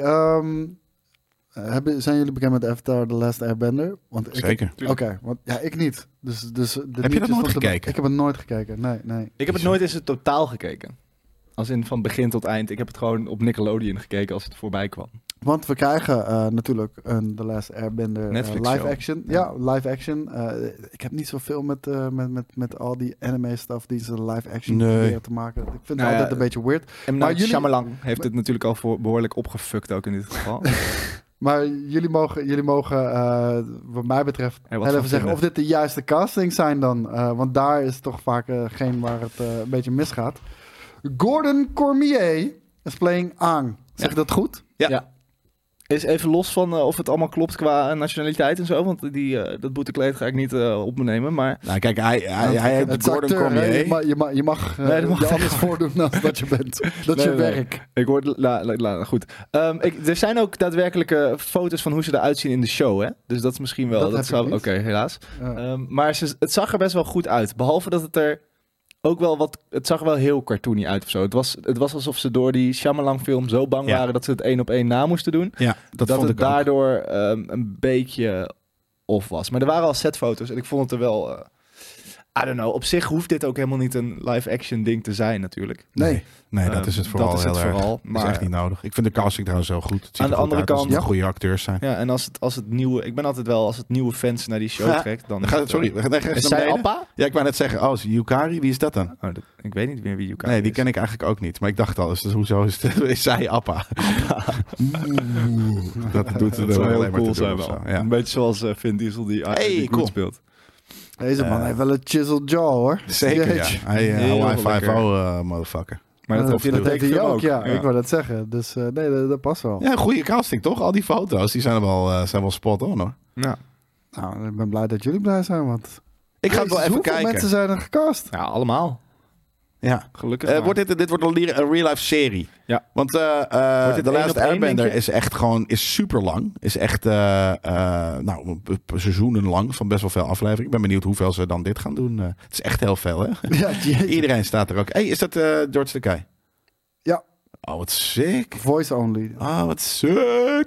zijn jullie bekend met Avatar The Last Airbender? Want Zeker. Oké, want ja, ik niet. Dus Heb je dat liedjes nooit van de- gekeken? Ik heb het nooit gekeken. Nee. Ik heb het nooit in zijn totaal gekeken. Als in van begin tot eind. Ik heb het gewoon op Nickelodeon gekeken als het voorbij kwam. Want we krijgen natuurlijk een The Last Airbender Netflix live show. action. Ja, live action. Ik heb niet zoveel met al die anime stuff die ze live action Nee. proberen te maken. Ik vind het Nou ja, altijd een beetje weird. En Maar Night jullie- Shyamalan heeft het natuurlijk al behoorlijk opgefukt ook in dit geval. Maar jullie mogen wat mij betreft Er wat heel van even zeggen vinden. of dit de juiste casting zijn dan. Want daar is toch vaak geen waar het een beetje misgaat. Gordon Cormier is playing Aang. Zeg ik dat goed? Ja. Is even los van of het allemaal klopt qua nationaliteit en zo. Want dat boetekleed ga ik niet op me nemen. Maar Nou, kijk, hij heeft Het is Gordon acteur, hè? Cormier. Je mag Nee, dat mag je echt anders voordoen dan dat je bent. Dat is je Nee. werk. Ik hoor... goed. Er zijn ook daadwerkelijke foto's van hoe ze eruit zien in de show, hè? Dus dat is misschien wel... Dat heb ik niet. Oké, helaas. Ja. Maar het zag er best wel goed uit. Behalve dat het er ook wel wat... Het zag er wel heel cartoony uit of zo. Het was alsof ze door die Shyamalan film zo bang Ja. waren dat ze het 1 op 1 na moesten doen. Ja, dat vond het ik ook. daardoor een beetje off was. Maar er waren al setfoto's en ik vond het er wel... I don't know. Op zich hoeft dit ook helemaal niet een live-action ding te zijn natuurlijk. Nee, dat is het vooral dat is het heel erg. vooral, Dat is maar- echt niet nodig. Ik vind de casting trouwens zo goed. Het ziet Aan de er goed andere uit als kant- het goede acteurs zijn. Ja, en als het nieuwe... Ik ben altijd wel, als het nieuwe fans naar die show Ja, trekt, dan... Sorry, we gaan Is naar zij beneden. Appa? Ja, ik wou net zeggen, is Yukari, wie is dat dan? Oh, ik weet niet meer wie Yukari Nee, die is. ken ik eigenlijk ook niet. Maar ik dacht al, dus hoezo is zij Appa? Dat doet het Dat zou alleen heel maar cool te doen zijn of wel. zo. Ja. Een beetje zoals Vin Diesel die Hey, cool. speelt. Deze man heeft wel een chiseled jaw, hoor. Zeker, ja. Jeetje. Hij Heel Hawaii lekker. 5-0, motherfucker. Maar dat, dat heeft hij film ook, ja. Ik wou dat zeggen. Dus nee, dat past wel. Ja, goede casting, toch? Al die foto's, die zijn wel spot on, hoor. Ja. Nou, ik ben blij dat jullie blij zijn, want... Ik ga het wel even Hoeveel kijken. mensen zijn er gecast? Ja, allemaal. Ja. Gelukkig maar. Dit wordt een real life serie. Ja. Want dit The één Last op één, Airbender denk je? is echt gewoon super lang. Is echt seizoenen lang van best wel veel afleveringen. Ik ben benieuwd hoeveel ze dan dit gaan doen. Het is echt heel veel, hè? Ja, jeetje. Iedereen staat er ook. Hey, is dat George Takei? Ja. Oh, wat sick. Voice only. Oh, wat sick.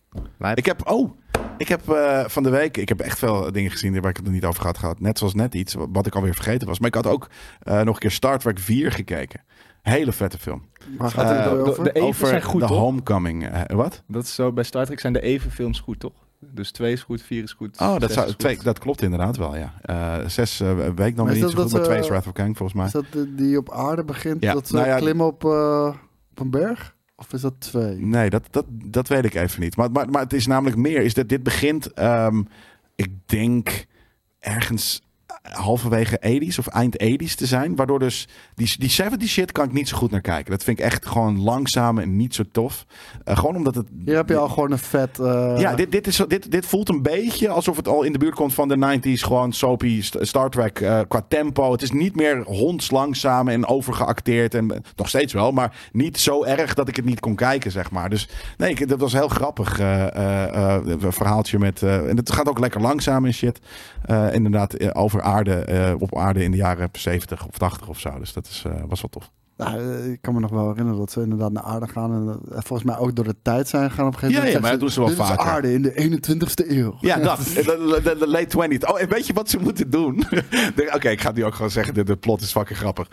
Ik heb van de week... Ik heb echt veel dingen gezien waar ik het nog niet over gehad. Net zoals net iets wat ik alweer vergeten was. Maar ik had ook nog een keer Star Trek 4 gekeken. Hele vette film. Waar gaat het over? De even zijn goed, The toch? Homecoming. Wat? Dat is zo, bij Star Trek zijn de even films goed, toch? Dus 2 is goed, 4 is goed. Oh, 6 is goed. dat klopt inderdaad wel, ja. 6 weet ik nog Maar is niet zo dat goed, maar 2 is dat, Wrath of Kang volgens mij. Is dat die op aarde begint? Ja, Dat ze nou ja, klimmen op een berg? Of is dat 2? Nee, dat weet ik even niet. Maar het is namelijk meer. Is dat dit begint, ik denk, ergens halverwege 80's of eind 80's te zijn. Waardoor dus die 70 shit kan ik niet zo goed naar kijken. Dat vind ik echt gewoon langzaam en niet zo tof. Gewoon omdat het... Hier heb je al gewoon een vet... Ja, dit voelt een beetje alsof het al in de buurt komt van de 90's. Gewoon soapy Star Trek qua tempo. Het is niet meer hondslangzaam en overgeacteerd. En nog steeds wel, maar niet zo erg dat ik het niet kon kijken, zeg maar. Dus nee, dat was heel grappig. Verhaaltje met... en het gaat ook lekker langzaam en shit. Inderdaad, over aarde, op aarde in de jaren 70 of 80 of zo. Dus dat was wel tof. Nou, ik kan me nog wel herinneren dat ze inderdaad naar aarde gaan. En volgens mij ook door de tijd zijn gegaan op een gegeven moment. Ja, maar dat doen ze wel dit vaker. Is aarde in de 21ste eeuw. Ja, dat. De late 20th. Oh, en weet je wat ze moeten doen? Oké, ik ga het nu ook gewoon zeggen. De plot is fucking grappig.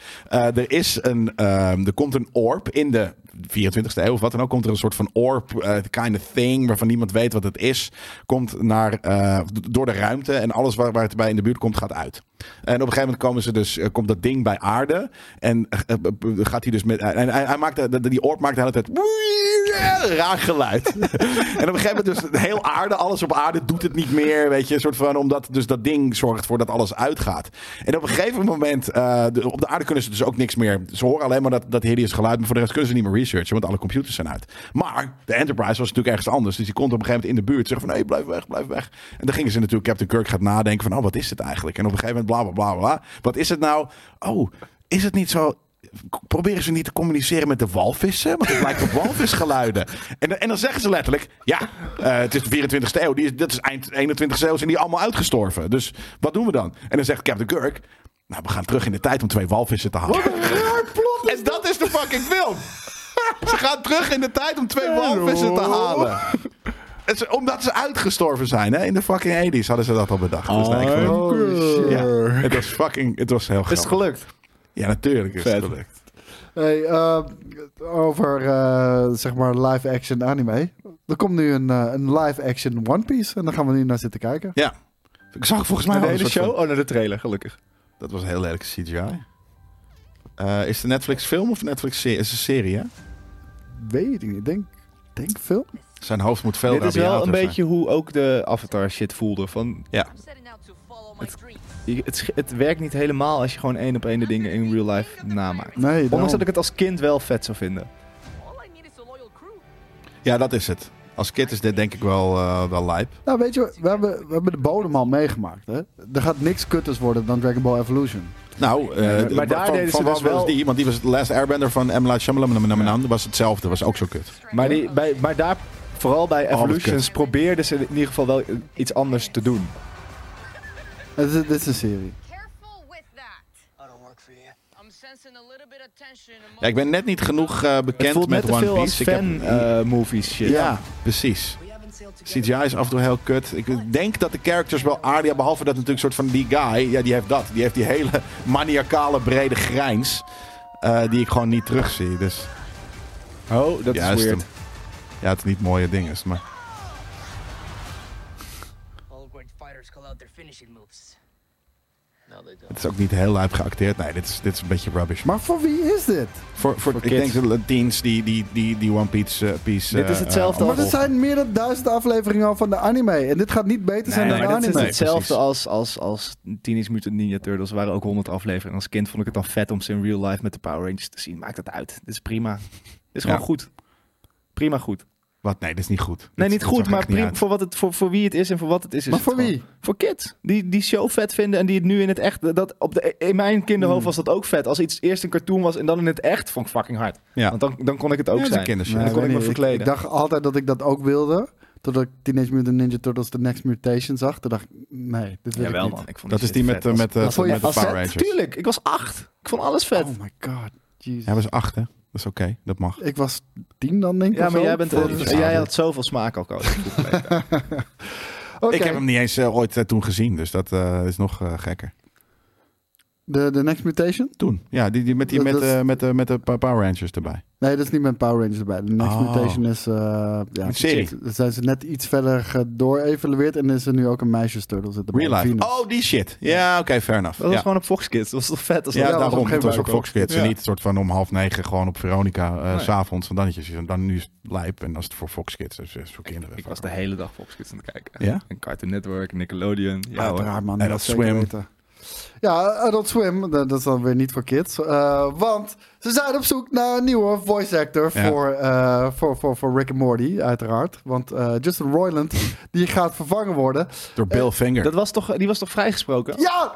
Er komt een orb in de 24e eeuw of wat dan ook. Komt er een soort van orb, kind of thing, waarvan niemand weet wat het is. Komt door de ruimte en alles waar het bij in de buurt komt, gaat uit. En op een gegeven moment komt dat ding bij aarde. En gaat hij dus met... hij maakt die orb maakt de hele tijd... raar geluid. En op een gegeven moment dus heel aarde, alles op aarde doet het niet meer. Weet je, een soort van... Omdat dus dat ding zorgt ervoor dat alles uitgaat. En op een gegeven moment... op de aarde kunnen ze dus ook niks meer... Ze horen alleen maar dat hideous geluid. Maar voor de rest kunnen ze niet meer researchen. Want alle computers zijn uit. Maar de Enterprise was natuurlijk ergens anders. Dus die kon op een gegeven moment in de buurt zeggen van... Nee, blijf weg. En dan gingen ze natuurlijk... Captain Kirk gaat nadenken van... wat is het eigenlijk? En op een gegeven moment bla bla bla. Wat is het nou? Oh, is het niet zo... Proberen ze niet te communiceren met de walvissen? Want het lijkt op walvisgeluiden. En dan zeggen ze letterlijk... Ja, het is de 24e eeuw. Dat is eind 21e eeuw. Zijn die allemaal uitgestorven. Dus wat doen we dan? En dan zegt Captain Kirk... Nou, we gaan terug in de tijd om 2 walvissen te halen. Wat een raar plot. En dat is de fucking film. Ze gaan terug in de tijd om 2 walvissen te halen. Omdat ze uitgestorven zijn, hè? In de fucking 80's hadden ze dat al bedacht. Dus het was heel grappig. Is het gelukt? Ja, natuurlijk is het gelukt. Hey, over zeg maar live-action anime. Er komt nu een live-action One Piece. En daar gaan we nu naar zitten kijken. Ja. Ik zag volgens mij de wel hele een soort show? van... Naar de trailer, gelukkig. Dat was een heel lelijke CGI. Is het een Netflix film of een Netflix serie? Is het een serie, hè? Weet ik niet. Denk film. Zijn hoofd moet veel Dit is wel een zijn. beetje hoe ook de Avatar shit voelde. Van, ja. Het werkt niet helemaal als je gewoon 1 op 1 de dingen in real life namaakt. Nee, ondanks dat ik het als kind wel vet zou vinden. Ja, dat is het. Als kid is dit denk ik wel lijp. Nou, weet je, we hebben de bodem al meegemaakt. Hè? Er gaat niks kutters worden dan Dragon Ball Evolution. Nou, maar daar deden ze dus wel... die, want die was het Last Airbender van M. Night Shyamalan. Dat was hetzelfde, was ook zo kut. Maar daar, vooral bij Evolutions, probeerden ze in ieder geval wel iets anders te doen. Dit is een serie. Ja, ik ben net niet genoeg bekend met One Piece. Het voelt net te veel als fan-movies shit. Ja, precies. CGI is af en toe heel kut. Ik denk dat de characters wel aardig... Ja, behalve dat natuurlijk soort van die guy... Ja, die heeft dat. Die heeft die hele maniacale brede grijns. Die ik gewoon niet terugzie. Dus... Oh, dat is weird. Hem. Ja, het is niet mooie dingen, maar... Het is ook niet heel lijp geacteerd. Nee, dit is een beetje rubbish. Maar voor wie is dit? Voor ik denk de teens die One Piece... Dit is hetzelfde maar er zijn meer dan 1000 afleveringen al van de anime. En dit gaat niet beter zijn dan de anime. Het is hetzelfde als Teenage Mutant Ninja Turtles. Er waren ook 100 afleveringen. Als kind vond ik het dan vet om ze in real life met de Power Rangers te zien. Maakt dat uit. Dit is prima. Dit is gewoon goed. Prima goed. Wat? Nee, dat is niet goed. Nee, niet goed, maar voor wie het is en voor wat het is. Maar voor wie? Voor kids. Die show vet vinden en die het nu in het echt... in mijn kinderhoofd was dat ook vet. Als iets eerst een cartoon was en dan in het echt, vond ik fucking hard. Ja. Want dan kon ik het ook zijn. Dan kon ik me verkleden. Ik dacht altijd dat ik dat ook wilde. Totdat ik Teenage Mutant Ninja Turtles The Next Mutation zag. Toen dacht ik, nee, dit wil ik niet. Man. Ik vond dat is die met de Power Rangers. Tuurlijk, ik was 8. Ik vond alles vet. Oh my god. Jesus. Hij was 8, hè? Dat is oké, dat mag. Ik was 10 dan, denk ik. Ja, of maar zo. jij had zoveel smaak al. Oké. Ik heb hem niet eens ooit toen gezien, dus dat is nog gekker. De Next Mutation? Toen, ja, die met de Power Rangers erbij. Nee, dat is niet met Power Rangers erbij. De Next Mutation is... Een serie. Zijn ze net iets verder gedoorevalueerd en is er nu ook een meisjesturtle zit erbij. Real life. Venus. Oh, die shit. Ja, oké, fair enough. Dat was gewoon op Fox Kids. Dat was toch vet? Ja, daarom. Het was op Fox Kids. Ja. En niet een soort van om 8:30 gewoon op Veronica 's avonds. Want dan nu is het lijp en dan is het voor Fox Kids. Dus voor kinderen. Ik was de hele dag Fox Kids aan het kijken. Ja? En Cartoon Network, Nickelodeon. Ja, hoor. Uiteraard, man. En dat dat zeker Swim. weten. Ja, Adult Swim, dat is dan weer niet voor kids. Want ze zijn op zoek naar een nieuwe voice actor voor Rick and Morty, uiteraard. Want Justin Roiland, die gaat vervangen worden. Door Bill Finger. Die was toch vrijgesproken? Ja,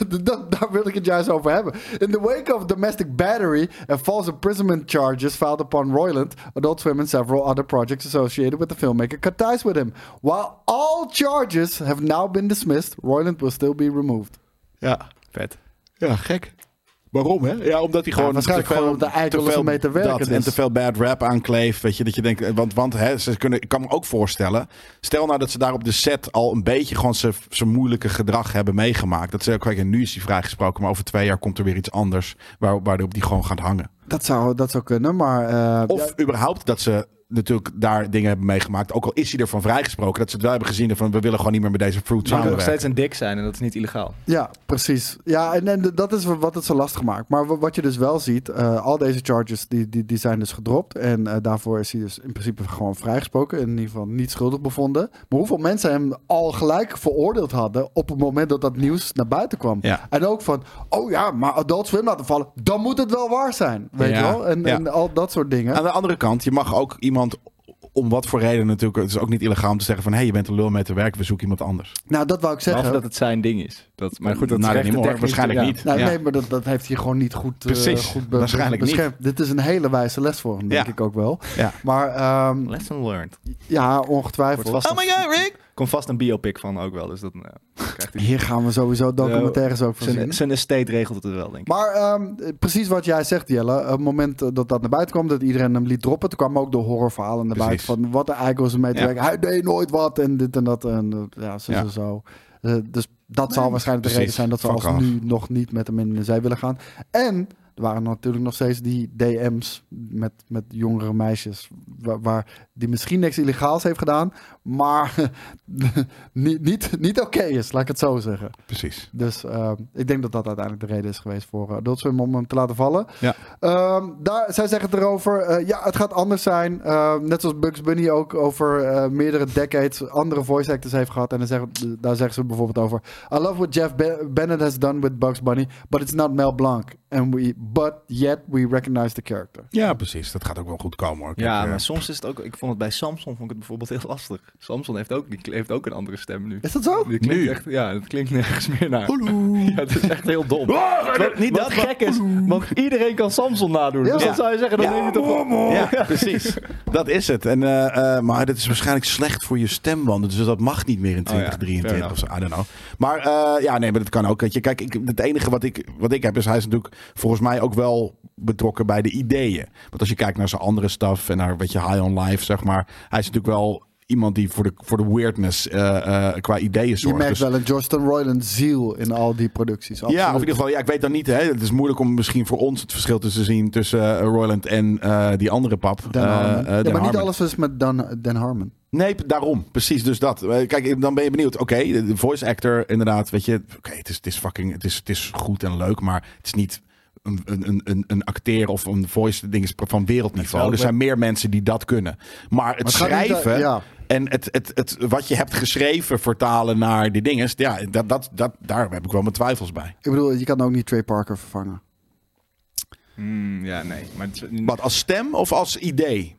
daar wil ik het juist over hebben. In the wake of domestic battery and false imprisonment charges filed upon Roiland, Adult Swim and several other projects associated with the filmmaker cut ties with him. While all charges have now been dismissed, Roiland will still be removed. Ja, Vet. ja, gek. Waarom, hè? Ja, omdat hij gewoon waarschijnlijk gewoon op de eikel is om mee te werken, dat, dus. en te veel bad rap aankleeft. Weet je, dat je denkt... Want hè, ik kan me ook voorstellen... Stel nou dat ze daar op de set al een beetje gewoon zijn moeilijke gedrag hebben meegemaakt. Dat ze ook kijken, nu is hij vrijgesproken, maar over 2 jaar komt er weer iets anders waarop die gewoon gaat hangen. Dat zou kunnen, maar... Of überhaupt dat ze natuurlijk daar dingen hebben meegemaakt. Ook al is hij ervan vrijgesproken. Dat ze het wel hebben gezien van we willen gewoon niet meer met deze fruit Maar kan nog samenwerken. steeds een dik zijn en dat is niet illegaal. Ja, precies. Ja, en dat is wat het zo lastig maakt. Maar wat je dus wel ziet, al deze charges die zijn dus gedropt. En daarvoor is hij dus in principe gewoon vrijgesproken. In ieder geval niet schuldig bevonden. Maar hoeveel mensen hem al gelijk veroordeeld hadden op het moment dat dat nieuws naar buiten kwam. Ja. En ook van, oh ja, maar Adult Swim laten vallen, dan moet het wel waar zijn. Weet je wel? En al dat soort dingen. Aan de andere kant, je mag ook iemand om wat voor reden natuurlijk, het is ook niet illegaal om te zeggen van je bent een lul mee te werken, we zoeken iemand anders. Nou, dat wou ik zeggen. Behalve dat het zijn ding is. Maar goed, dat Nou, is niet hoor, waarschijnlijk niet. Nou, Ja. nee, maar dat heeft hij gewoon niet goed, Precies, goed waarschijnlijk beschermd. Dit is een hele wijze les voor hem, denk ik ook wel. Ja. Maar Lesson learned. ja, ongetwijfeld. Oh my god, Rick! Komt vast een biopic van ook wel, dus dat krijgt hij. Hier gaan we sowieso documentaires ook van zien. Zijn estate regelt het wel, denk ik. Maar precies wat jij zegt, Jelle. Op het moment dat dat naar buiten kwam, dat iedereen hem liet droppen, toen kwamen ook de horrorverhalen naar buiten van wat de eikel is mee te werken. Hij deed nooit wat en dit en dat. En zo. Dus dat zal waarschijnlijk de reden zijn dat ze nu nog niet met hem in de zee willen gaan. En er waren natuurlijk nog steeds die DM's met jongere meisjes waar die misschien niks illegaals heeft gedaan, maar niet oké is, laat ik het zo zeggen. Precies. Dus ik denk dat dat uiteindelijk de reden is geweest voor Adult Swim om hem te laten vallen. Ja. Zij zeggen het erover, het gaat anders zijn. Net zoals Bugs Bunny ook over meerdere decades andere voice actors heeft gehad. En daar zeggen ze bijvoorbeeld over: I love what Jeff Bennett has done with Bugs Bunny, but it's not Mel Blanc. But yet we recognize the character. Ja, precies. Dat gaat ook wel goed komen hoor. Ja, maar soms is het ook... Ik vond het bij Samson vond ik het bijvoorbeeld heel lastig. Samson heeft ook een andere stem nu. Is dat zo? Die klinkt Nu? echt, ja, het klinkt nergens meer naar. Ja, het is echt heel dom. Wat gek is, want iedereen kan Samson nadoen. Ja. Dus dan zou je zeggen, dan neem je toch wel... Ja, precies. Dat is het. En, maar dat is waarschijnlijk slecht voor je stembanden. Dus dat mag niet meer in 2023 of zo. I don't know. Maar maar dat kan ook. Weet je, kijk, het enige wat ik heb is, hij is natuurlijk volgens mij ook wel betrokken bij de ideeën. Want als je kijkt naar zijn andere stuff en naar High on Life, zeg maar. Hij is natuurlijk wel iemand die voor de weirdness qua ideeën zorgt. Je merkt Dus, wel een Justin Roiland ziel in al die producties. Absoluut. ja, of in ieder geval, ik weet dan niet. Hè, het is moeilijk om misschien voor ons het verschil te zien tussen Roiland en die andere pap. Dan Harmon. Dan maar niet Harmon. alles is met Dan Harmon. Nee, daarom. Precies, dus dat. Kijk, dan ben je benieuwd. Oké, de voice actor, inderdaad, weet je. Oké, het is goed en leuk, maar het is niet een acteur of een voice ding van wereldniveau. Er zijn meer mensen die dat kunnen. Maar het schrijven en het wat je hebt geschreven vertalen naar die dingen, ja, daar heb ik wel mijn twijfels bij. Ik bedoel, je kan ook niet Trey Parker vervangen. Ja, nee. Maar Wat, als stem of als idee?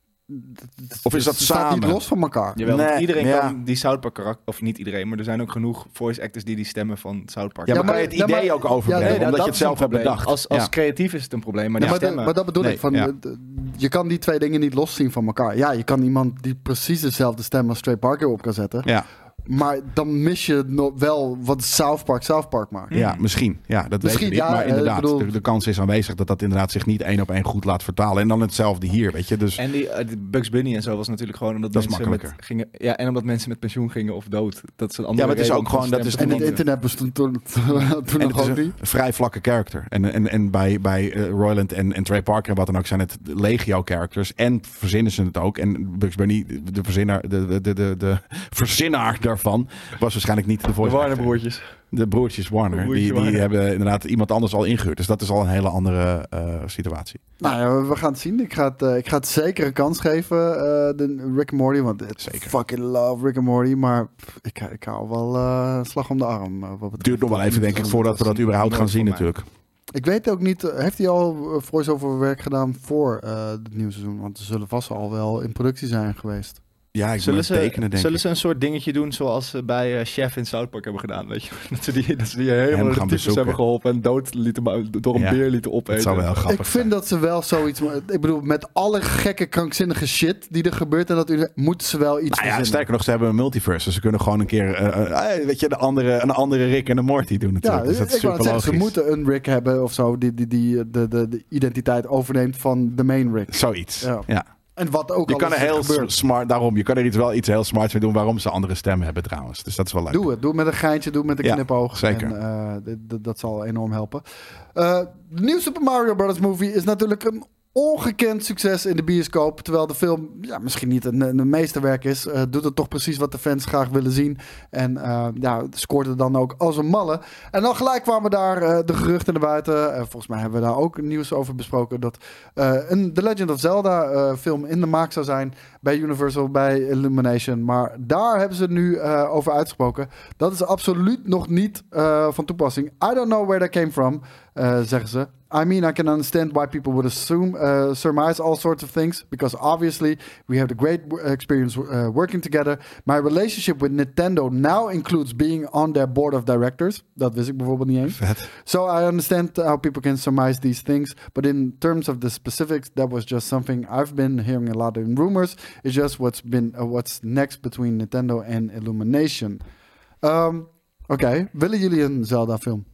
Of is dat Het staat samen? niet los van elkaar. Jawel, Nee, iedereen ja. kan die South Park karakter... Of niet iedereen, maar er zijn ook genoeg voice actors die stemmen van South Park. Ja, maar Ja, kan je het maar- idee ja, ook overbrengen? nee, omdat je dat het is zelf een hebt probleem. bedacht. Als Ja. creatief is het een probleem, maar Ja, die maar, stemmen... maar dat bedoel Nee. ik. Van, Ja. je kan die twee dingen niet loszien van elkaar. Ja, je kan iemand die precies dezelfde stem als Trey Parker op kan zetten. Ja. Maar dan mis je wel wat South Park maakt. Ja, misschien. Ja, dat Misschien, weet ik niet. ja, Maar inderdaad, ik bedoel- de kans is aanwezig dat inderdaad zich niet 1 op 1 goed laat vertalen. En dan hetzelfde hier, weet je. Dus En die Bugs Bunny en zo was natuurlijk gewoon omdat Dat is mensen makkelijker. gingen... Ja, en omdat mensen met pensioen gingen of dood. Dat is een andere Ja, maar het is reden ook om gewoon- stem dat is te En het veranderen. internet bestond toen en nog het is ook niet. een vrij vlakke character. En bij Roiland en Trey Parker en wat dan ook zijn het legio characters. En verzinnen ze het ook. En Bugs Bunny, de verzinnaar daarvan, was waarschijnlijk niet de De voice Warner actor. broertjes. De broertjes Warner. Broertjes Die Warner. hebben inderdaad iemand anders al ingehuurd. Dus dat is al een hele andere situatie. Nou ja, we gaan het zien. Ik ga het zeker een kans geven, de Rick and Morty. Want ik Zeker. fucking love Rick and Morty. Maar ik hou wel slag om de arm. Wat betreft- Het duurt nog wel even, denk ik, voordat we dat überhaupt gaan zien natuurlijk. Ik weet ook niet, heeft hij al voice-over werk gedaan voor het nieuwe seizoen? Want ze zullen vast al wel in productie zijn geweest. Ja, ik Zullen moet tekenen, denk zullen ik. ze een soort dingetje doen zoals ze bij Chef in South Park hebben gedaan? Weet je? Dat ze die helemaal Hem de gaan tyfus bezoeken. hebben geholpen en dood door een Ja, beer lieten opeten. Het zou wel grappig Ik vind dat ze wel zoiets... Ik bedoel, met alle gekke, krankzinnige shit die er gebeurt... en dat moeten ze wel iets Nou ja, verzinnen. sterker nog, ze hebben een multiverse. Dus ze kunnen gewoon een keer weet je, een andere Rick en een Morty doen Ja, natuurlijk. Dus dat is ik wou super net zeggen, logisch. ze moeten een Rick hebben of zo... die de identiteit overneemt van de main Rick. Zoiets. Ja. Ja. En wat ook Je kan er alles heel gebeurt. smart, daarom, je kan er iets heel smarts mee doen waarom ze andere stemmen hebben trouwens. Dus dat is wel leuk. Doe het met een geintje, doe het met een Ja, knipoog. zeker. En dat zal enorm helpen. De nieuwe Super Mario Bros. Movie is natuurlijk een ongekend succes in de bioscoop. Terwijl de film misschien niet een meesterwerk is. Doet het toch precies wat de fans graag willen zien. En scoort het dan ook als een malle. En dan gelijk kwamen daar de geruchten naar buiten. Volgens mij hebben we daar ook nieuws over besproken. Dat een The Legend of Zelda film in de maak zou zijn. Bij Universal, bij Illumination. Maar daar hebben ze het nu over uitgesproken. Dat is absoluut nog niet van toepassing. I don't know where that came from, zeggen ze. I mean, I can understand why people would surmise all sorts of things. Because obviously, we have the great experience working together. My relationship with Nintendo now includes being on their board of directors. Dat wist ik bijvoorbeeld niet eens. Vet. So I understand how people can surmise these things. But in terms of the specifics, that was just something I've been hearing a lot in rumors. It's just what's next between Nintendo and Illumination. Oké, willen jullie een Zelda-film?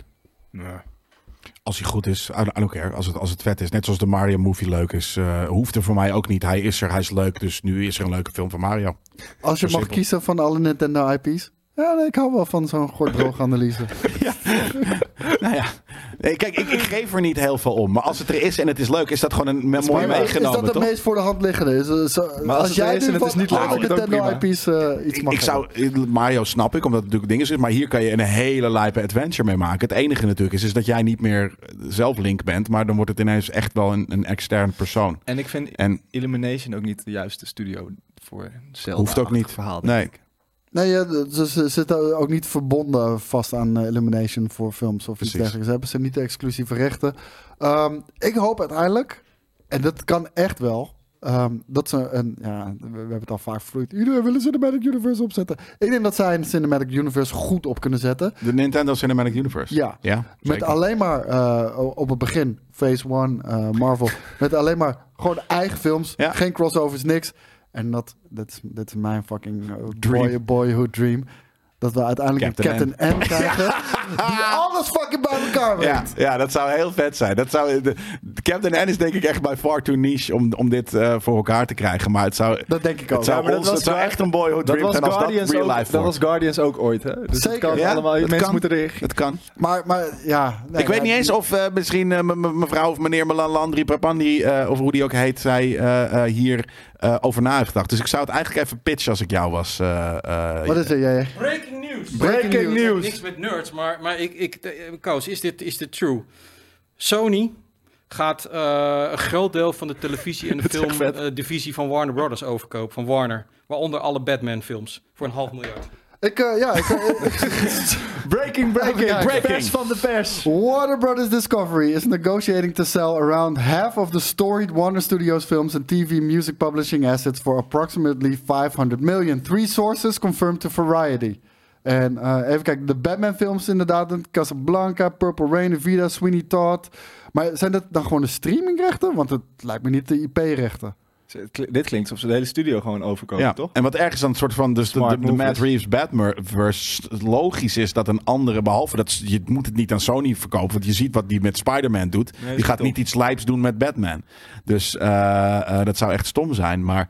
Als hij goed is, I don't care. Als het vet is, net zoals de Mario movie leuk is, hoeft er voor mij ook niet. Hij is er, hij is leuk, dus nu is er een leuke film van Mario. Als je Zo mag simpel. kiezen van alle Nintendo IP's? Ja, nee, ik hou wel van zo'n gordroge analyse. Nou ja, nee, kijk, ik geef er niet heel veel om. Maar als het er is en het is leuk, is dat gewoon een mooi Maar is meegenomen, dat het toch? meest voor de hand liggende? Maar als het er is en het is niet leuk, alle vind ik het ook Nintendo prima. IP's iets mag Ik zou, Mario snap ik, omdat het natuurlijk dingen is. Maar hier kan je een hele lijpe adventure mee maken. Het enige natuurlijk is dat jij niet meer zelf Link bent. Maar dan wordt het ineens echt wel een extern persoon. En ik vind En Illumination ook niet de juiste studio voor Zelda. hoeft ook niet. Verhaal, denk Nee. ik. Nee, ze zitten ook niet verbonden vast aan Illumination voor films of iets Precies. dergelijks. Ze hebben ze niet de exclusieve rechten. Ik hoop uiteindelijk, en dat kan echt wel, dat ze we hebben het al vaak vervloeid. Iedereen wil een Cinematic Universe opzetten. Ik denk dat zij een Cinematic Universe goed op kunnen zetten. De Nintendo Cinematic Universe. Ja. Ja, Met zeker. alleen maar op het begin, Phase 1, Marvel. Met alleen maar gewoon eigen films. Ja. Geen crossovers, niks. En dat is mijn fucking Dream. boyhood dream. Dat we uiteindelijk een Captain Captain N krijgen. Die alles fucking bij elkaar brengt. Ja, dat zou heel vet zijn. De Captain N is denk ik echt by far too niche om dit voor elkaar te krijgen. Maar het zou, Dat denk ik ook. het zou, Ja, maar dat ons- was het zou echt een boyhood Dat dream was zijn als dat Guardians real ook, life dat wordt. was Guardians ook ooit, hè? Dus Zeker. het kan Ja, allemaal. het Mensen kan. moeten er... Het kan. Maar ja. Nee, Ik weet niet eens of misschien mevrouw of meneer Landry Papandi, of hoe die ook heet, zij hier over na heeft gedacht. Dus ik zou het eigenlijk even pitchen als ik jou was. Wat is er, jij? Breaking news. Breaking news. Niks met nerds, maar Koos, is dit true? Sony gaat een groot deel van de televisie- en de filmdivisie van Warner Brothers overkopen. Van Warner. Waaronder alle Batman-films. Voor $500 miljoen. Breaking. Pers van de pers. Warner Brothers Discovery is negotiating to sell around half of the storied Warner Studios films and TV music publishing assets for approximately $500 million. 3 sources confirmed to Variety. En even kijken, de Batman films inderdaad, Casablanca, Purple Rain, Evita, Sweeney Todd. Maar zijn dat dan gewoon de streamingrechten? Want het lijkt me niet de IP-rechten. Dit klinkt alsof ze de hele studio gewoon overkopen, toch? En wat ergens dan een soort van... Dus de Matt Reeves Batman-verse logisch is dat een andere... Behalve dat je moet het niet aan Sony verkopen. Want je ziet wat die met Spider-Man doet. Nee, die gaat niet iets lijps doen met Batman. Dus dat zou echt stom zijn. Maar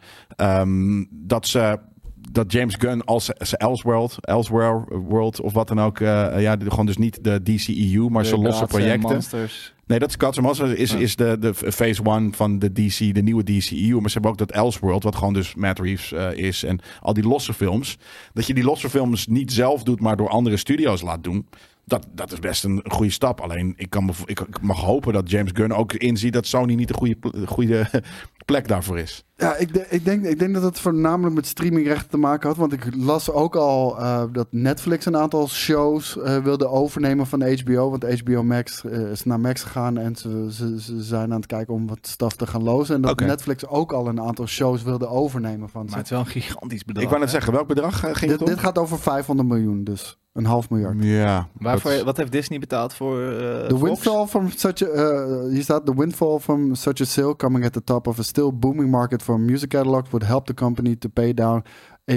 dat James Gunn als Elseworld of wat dan ook... gewoon dus niet de DCEU, maar zijn losse projecten. Monsters. Nee, dat is Gods and Monsters is de phase 1 van de DC, de nieuwe DCEU. Maar ze hebben ook dat Elseworld, wat gewoon dus Matt Reeves is. En al die losse films. Dat je die losse films niet zelf doet, maar door andere studio's laat doen. Dat is best een goede stap. Alleen, ik mag hopen dat James Gunn ook inziet dat Sony niet de goede plek daarvoor is. Ja, ik denk dat het voornamelijk met streamingrechten te maken had. Want ik las ook al dat Netflix een aantal shows wilde overnemen van HBO. Want HBO Max is naar Max gegaan en ze zijn aan het kijken om wat stuff te gaan lozen. En dat Netflix ook al een aantal shows wilde overnemen van ze. Maar het is wel een gigantisch bedrag. Ik wou net zeggen, welk bedrag ging het om? Dit gaat over 500 miljoen, dus $500 million. Ja. Wat heeft Disney betaald voor The windfall from such the windfall from such a sale coming at the top of a still booming market for music catalogs would help the company to pay down a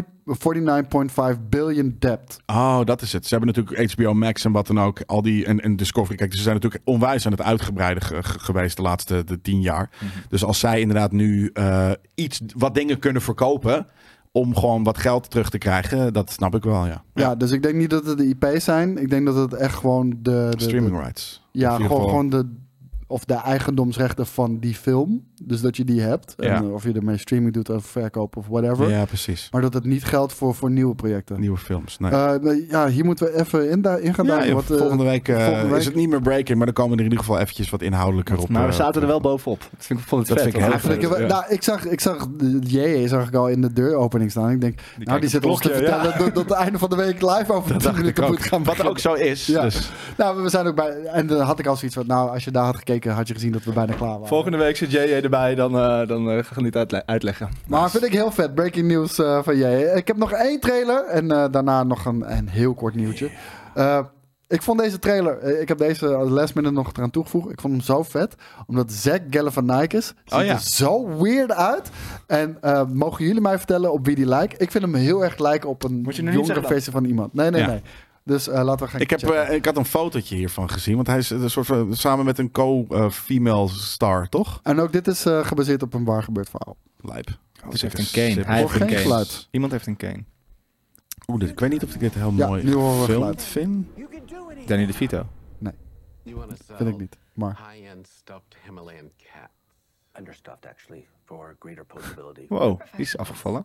49.5 billion debt. Oh, dat is het. Ze hebben natuurlijk HBO Max en wat dan ook. Al die en Discovery. Kijk, ze zijn natuurlijk onwijs aan het uitgebreiden geweest de laatste 10 jaar. Mm-hmm. Dus als zij inderdaad nu wat dingen kunnen verkopen om gewoon wat geld terug te krijgen, dat snap ik wel, ja. Ja, dus ik denk niet dat het de IP's zijn. Ik denk dat het echt gewoon de streaming rights. Ja, gewoon de eigendomsrechten van die film. Dus dat je die hebt. Ja. En of je ermee streaming doet of verkoop of whatever. Ja, precies. Maar dat het niet geldt voor nieuwe projecten. Nieuwe films, nee. Hier moeten we even in gaan duiken. Volgende week is het niet meer breaking, maar dan komen er in ieder geval eventjes wat inhoudelijker op. Maar we zaten er wel bovenop. Dat vond ik vet. Ik zag J.J. zag ik al in de deuropening staan. Ik denk, die zit ons te vertellen dat het einde van de week live over 10 minuten moet gaan beginnen. Wat ook zo is. Ja. Dus. Nou, we zijn ook bij... En dan had ik al zoiets van, als je daar had gekeken, had je gezien dat we bijna klaar waren. Volgende week zit J.J. erbij, dan ga ik niet uitleggen. Maar vind ik heel vet. Breaking news van J.J. Ik heb nog 1 trailer en daarna nog een heel kort nieuwtje. Ik vond deze trailer... ik heb deze last minute nog eraan toegevoegd. Ik vond hem zo vet. Omdat Zach Galifianakis ziet er zo weird uit. En mogen jullie mij vertellen op wie die lijkt? Ik vind hem heel erg lijken op een jongere versie van iemand. Nee. Dus laten we gaan ik had een fotootje hiervan gezien. Want hij is een soort van, samen met een female star, toch? En ook dit is gebaseerd op een waar gebeurd verhaal. Lijp. Dus heeft een cane. Hij heeft geen geluid. Iemand heeft een cane. Ik weet niet of ik dit heel mooi gefilmd vind. Danny DeVito. Nee. Vind ik niet. Maar. High-end stuffed Himalayan cat. Understuffed actually for greater posability. Wow, die is afgevallen.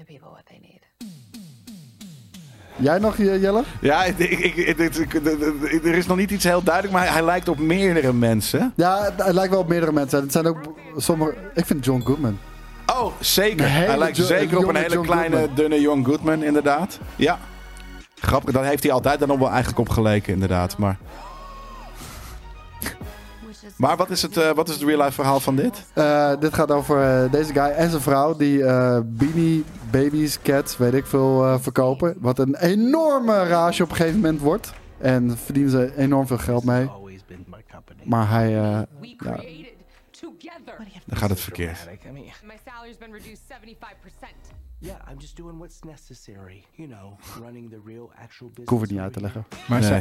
Jij nog, Jelle? Ja, er is nog niet iets heel duidelijk, maar hij lijkt op meerdere mensen. Ja, hij lijkt wel op meerdere mensen. Het zijn ook sommige... Ik vind John Goodman. Oh, zeker. Hij lijkt zeker op een hele kleine, dunne John Goodman, inderdaad. Ja. Grappig, daar heeft hij altijd dan nog wel eigenlijk op geleken, inderdaad. Maar wat is het real life verhaal van dit? Dit gaat over deze guy en zijn vrouw die Beanie Babies, Cats, weet ik veel, verkopen. Wat een enorme rage op een gegeven moment wordt. En verdienen ze enorm veel geld mee. Maar hij... Dan gaat het verkeerd. Ik hoef het niet uit te leggen. Maar nee.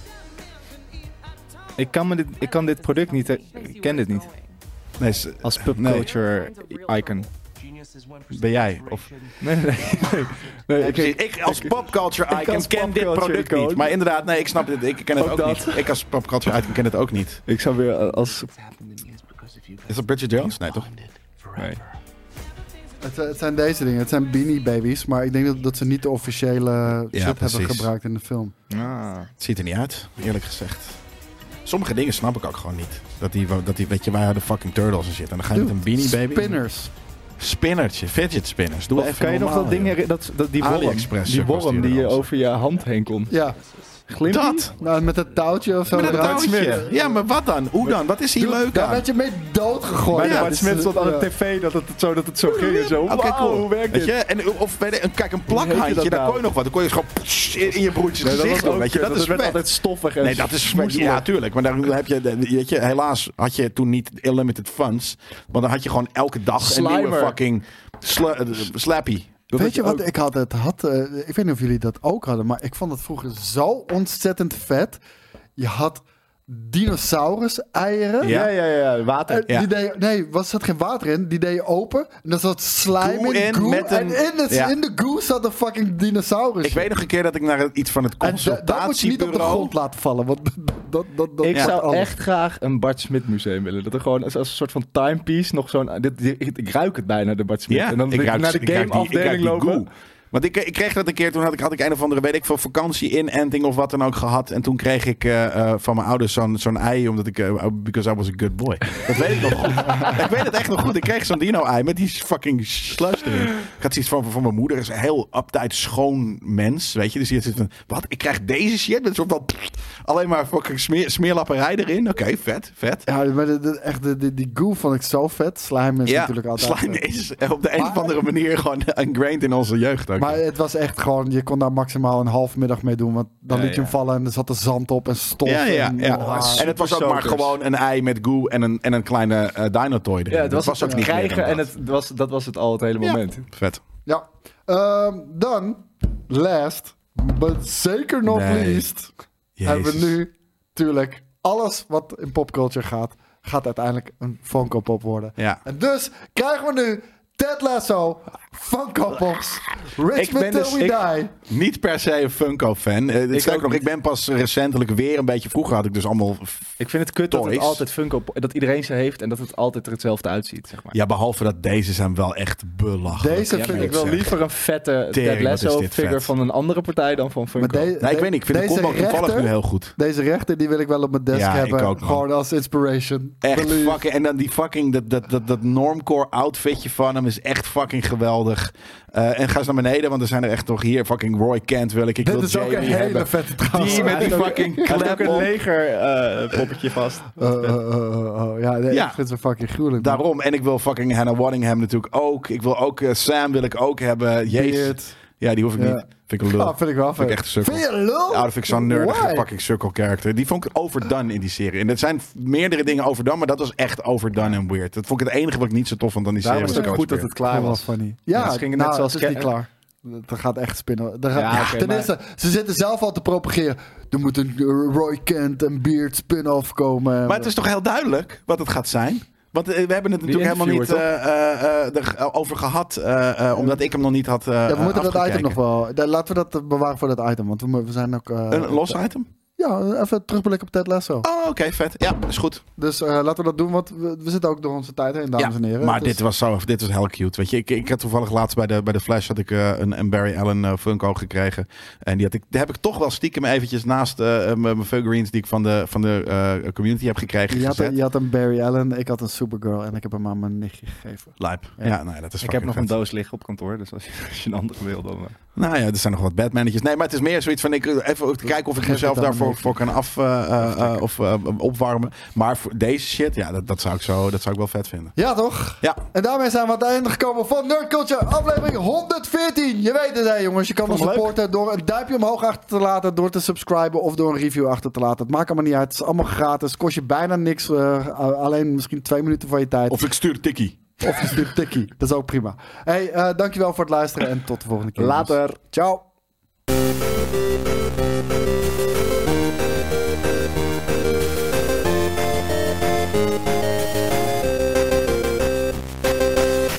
Ik kan dit product niet... Ik ken dit niet. Nee, als pubculture icon. Ben jij? Of... Nee, ik als popculture icon ken dit product niet. Maar inderdaad, nee, ik snap dit. Ik ken het ook niet. Ik als popculture icon ken het ook niet. Ik zou weer als... Is dat Bridget Jones? Nee, toch? Nee. Het zijn deze dingen. Het zijn Beanie Babies. Maar ik denk dat ze niet de officiële shit hebben gebruikt in de film. Het ziet er niet uit, eerlijk gezegd. Sommige dingen snap ik ook gewoon niet. Dat die weet je, waar de fucking turtles in zitten. En dan ga je met een Beanie Baby. Spinnertje, fidget spinners. Doe even kan je nog dat ding, die worm die je over je hand heen komt? Ja. Glimpy? Dat. Nou, met het touwtje of zo. Met een eruit. touwtje. Ja, maar wat dan? Hoe dan? Wat is hier leuk Daar aan? werd je mee doodgegooid. Bij de Ja, Bart dus, Smit stond aan de ja. tv dat het zo ging en zo. Oké, Wauw, cool. hoe werkt Weet dit? je? En, of kijk, een Hoe heet plakhandje, je dat daar nou? kon je nog wat. Dan kon je gewoon in je broertjes Nee, dat gezicht was doen. ook, Weet je? Dat is werd vet. altijd stoffig en Nee, dat is smerig. ja, tuurlijk. Maar dan heb je, weet je, helaas had je toen niet unlimited funds. Want dan had je gewoon elke dag een nieuwe Slimer. fucking slappy. Weet je wat ik altijd had? Ik weet niet of jullie dat ook hadden, maar ik vond het vroeger zo ontzettend vet. Je had dinosaurus-eieren. Ja, water. Ja. Die deed, zat geen water in. Die deed je open. En dan zat slime Goo in. in Goo, met een- en in de goo zat een fucking dinosaurus. Ik weet nog een keer dat ik naar iets van het en dat moet je niet op de consultatiebureau... grond laten vallen. Want dat Ik maakt zou alles. echt graag een Bart Smit museum willen. Dat er gewoon als een soort van timepiece nog zo'n... Ik ruik het bijna, de Bart Smit. Ja, en dan ik ruik- naar de ik ruik game afdeling die lopen. goo. Want ik kreeg dat een keer, toen had ik een of andere, weet ik veel, vakantie-inenting of wat dan ook gehad. En toen kreeg ik van mijn ouders zo'n ei, omdat ik, because I was a good boy. Dat weet ik nog goed. Ik weet het echt nog goed. Ik kreeg zo'n dino-ei met die fucking slush erin. Ik had zoiets van mijn moeder is een heel uptight schoon mens, weet je. Dus die zit van, wat? Ik krijg deze shit met een soort van, alleen maar fucking smeerlapperij erin. Oké, vet. Ja, maar die goo vond ik zo vet. Slime is natuurlijk altijd... slime is op de een of andere manier gewoon ingrained in onze jeugd ook. Maar het was echt gewoon, je kon daar maximaal een half middag mee doen. Want dan liet je hem vallen en er zat er zand op en stof. Ja. En het was ook maar gewoon een ei met goo en een kleine dino-toy erin. Ja, het was ook niet krijgen meer en dan dat was het al het hele moment. Vet. Ja. Dan, last, but zeker nog least, hebben we nu, tuurlijk, alles wat in popculture gaat uiteindelijk een Funko Pop worden. Ja. En dus krijgen we nu Ted Lasso, Funko Pops, Richmond Till We Die. Niet per se een Funko-fan. Ik ben pas recentelijk weer een beetje... Vroeger had ik dus allemaal Ik vind het kut dat toys. het altijd Funko... Dat iedereen ze heeft en dat het altijd er hetzelfde uitziet, zeg maar. Ja, behalve dat deze zijn wel echt belachelijk. Deze Ja, vind maar ik wil liever een vette Tering, Ted wat is Lasso dit figure vet. van een andere partij dan van Funko. Nee, ik weet niet. Ik vind de combo toevallig nu heel goed. Deze rechter, die wil ik wel op mijn desk Ja, ik hebben. ook, man. Gewoon als inspiration. Echt Believe. fucking... En dan die fucking... Dat normcore outfitje van hem is echt fucking geweldig. En ga eens naar beneden, want er zijn er echt nog hier... Fucking Roy Kent wil ik. Ik Dit wil is ook een Jamie hele hebben. vette trouwens. Die met die fucking Hij heeft ook klep een op. leger poppetje vast. Ja, nee, Ja. ik vind ze fucking gruwelijk. Daarom. En ik wil fucking Hannah Waddingham natuurlijk ook. Ik wil ook Sam wil ik ook hebben. Jezus. Beard. Ja, die hoef ik Ja. niet. Vind ik een lul. Ja, vind ik wel Vind ik vet. echt een sukkel. Vind je een lul? Ja, dat vind ik zo'n nerdige Why? fucking sukkel character. Die vond ik overdone in die serie. En er zijn meerdere dingen overdone, maar dat was echt overdone en weird. Dat vond ik het enige wat ik niet zo tof vond aan die Daarom serie. is het ook goed dat het klaar was. Funny. Ja, Ja, ze gingen nou, net zoals het is niet Ke- klaar. Dat gaat echt spinnen. Ja, oké, Ten maar- eerste, ze zitten zelf al te propageren. Er moet een Roy Kent en Beard spin-off komen. Maar het is toch heel duidelijk wat het gaat zijn? Want we hebben het natuurlijk helemaal niet over gehad, omdat ik hem nog niet had Ja, we moeten dat afgekeken. item nog wel... Laten we dat bewaren voor dat item. Want we zijn ook... Een los item? Ja, even terugblikken op Ted Lasso. Oh, oké, vet. Ja, is goed. Dus laten we dat doen, want we zitten ook door onze tijd heen, dames en heren. Maar Het is- dit was heel cute. Weet je, ik had toevallig laatst bij de Flash had ik een Barry Allen Funko gekregen. En die heb ik toch wel stiekem eventjes naast mijn figurines die ik van de community heb gekregen gezet. Je had een Barry Allen, ik had een Supergirl en ik heb hem aan mijn nichtje gegeven. Lijp. Ja. Ja, nou ja, dat is Ik heb nog fucking een vet. doos liggen op kantoor, dus als je een andere wil dan... Nou ja, er zijn nog wat Batmannetjes. Nee, maar het is meer zoiets van ik even kijken of ik Geef mezelf het aan daarvoor mijn voor kan opwarmen. Maar voor deze shit, ja, dat zou ik wel vet vinden. Ja, toch? Ja. En daarmee zijn we aan het einde gekomen van Nerd Culture aflevering 114. Je weet het, hè, jongens. Je kan ons Vond ik supporten door een duimpje omhoog achter te laten, door te subscriben of door een review achter te laten. Het maakt allemaal niet uit. Het is allemaal gratis. Kost je bijna niks. Alleen misschien 2 minuten van je tijd. Of ik stuur tikkie. Of je stuurt tikkie. Dat is ook prima. Hey, dankjewel voor het luisteren en tot de volgende keer. Later. Ciao.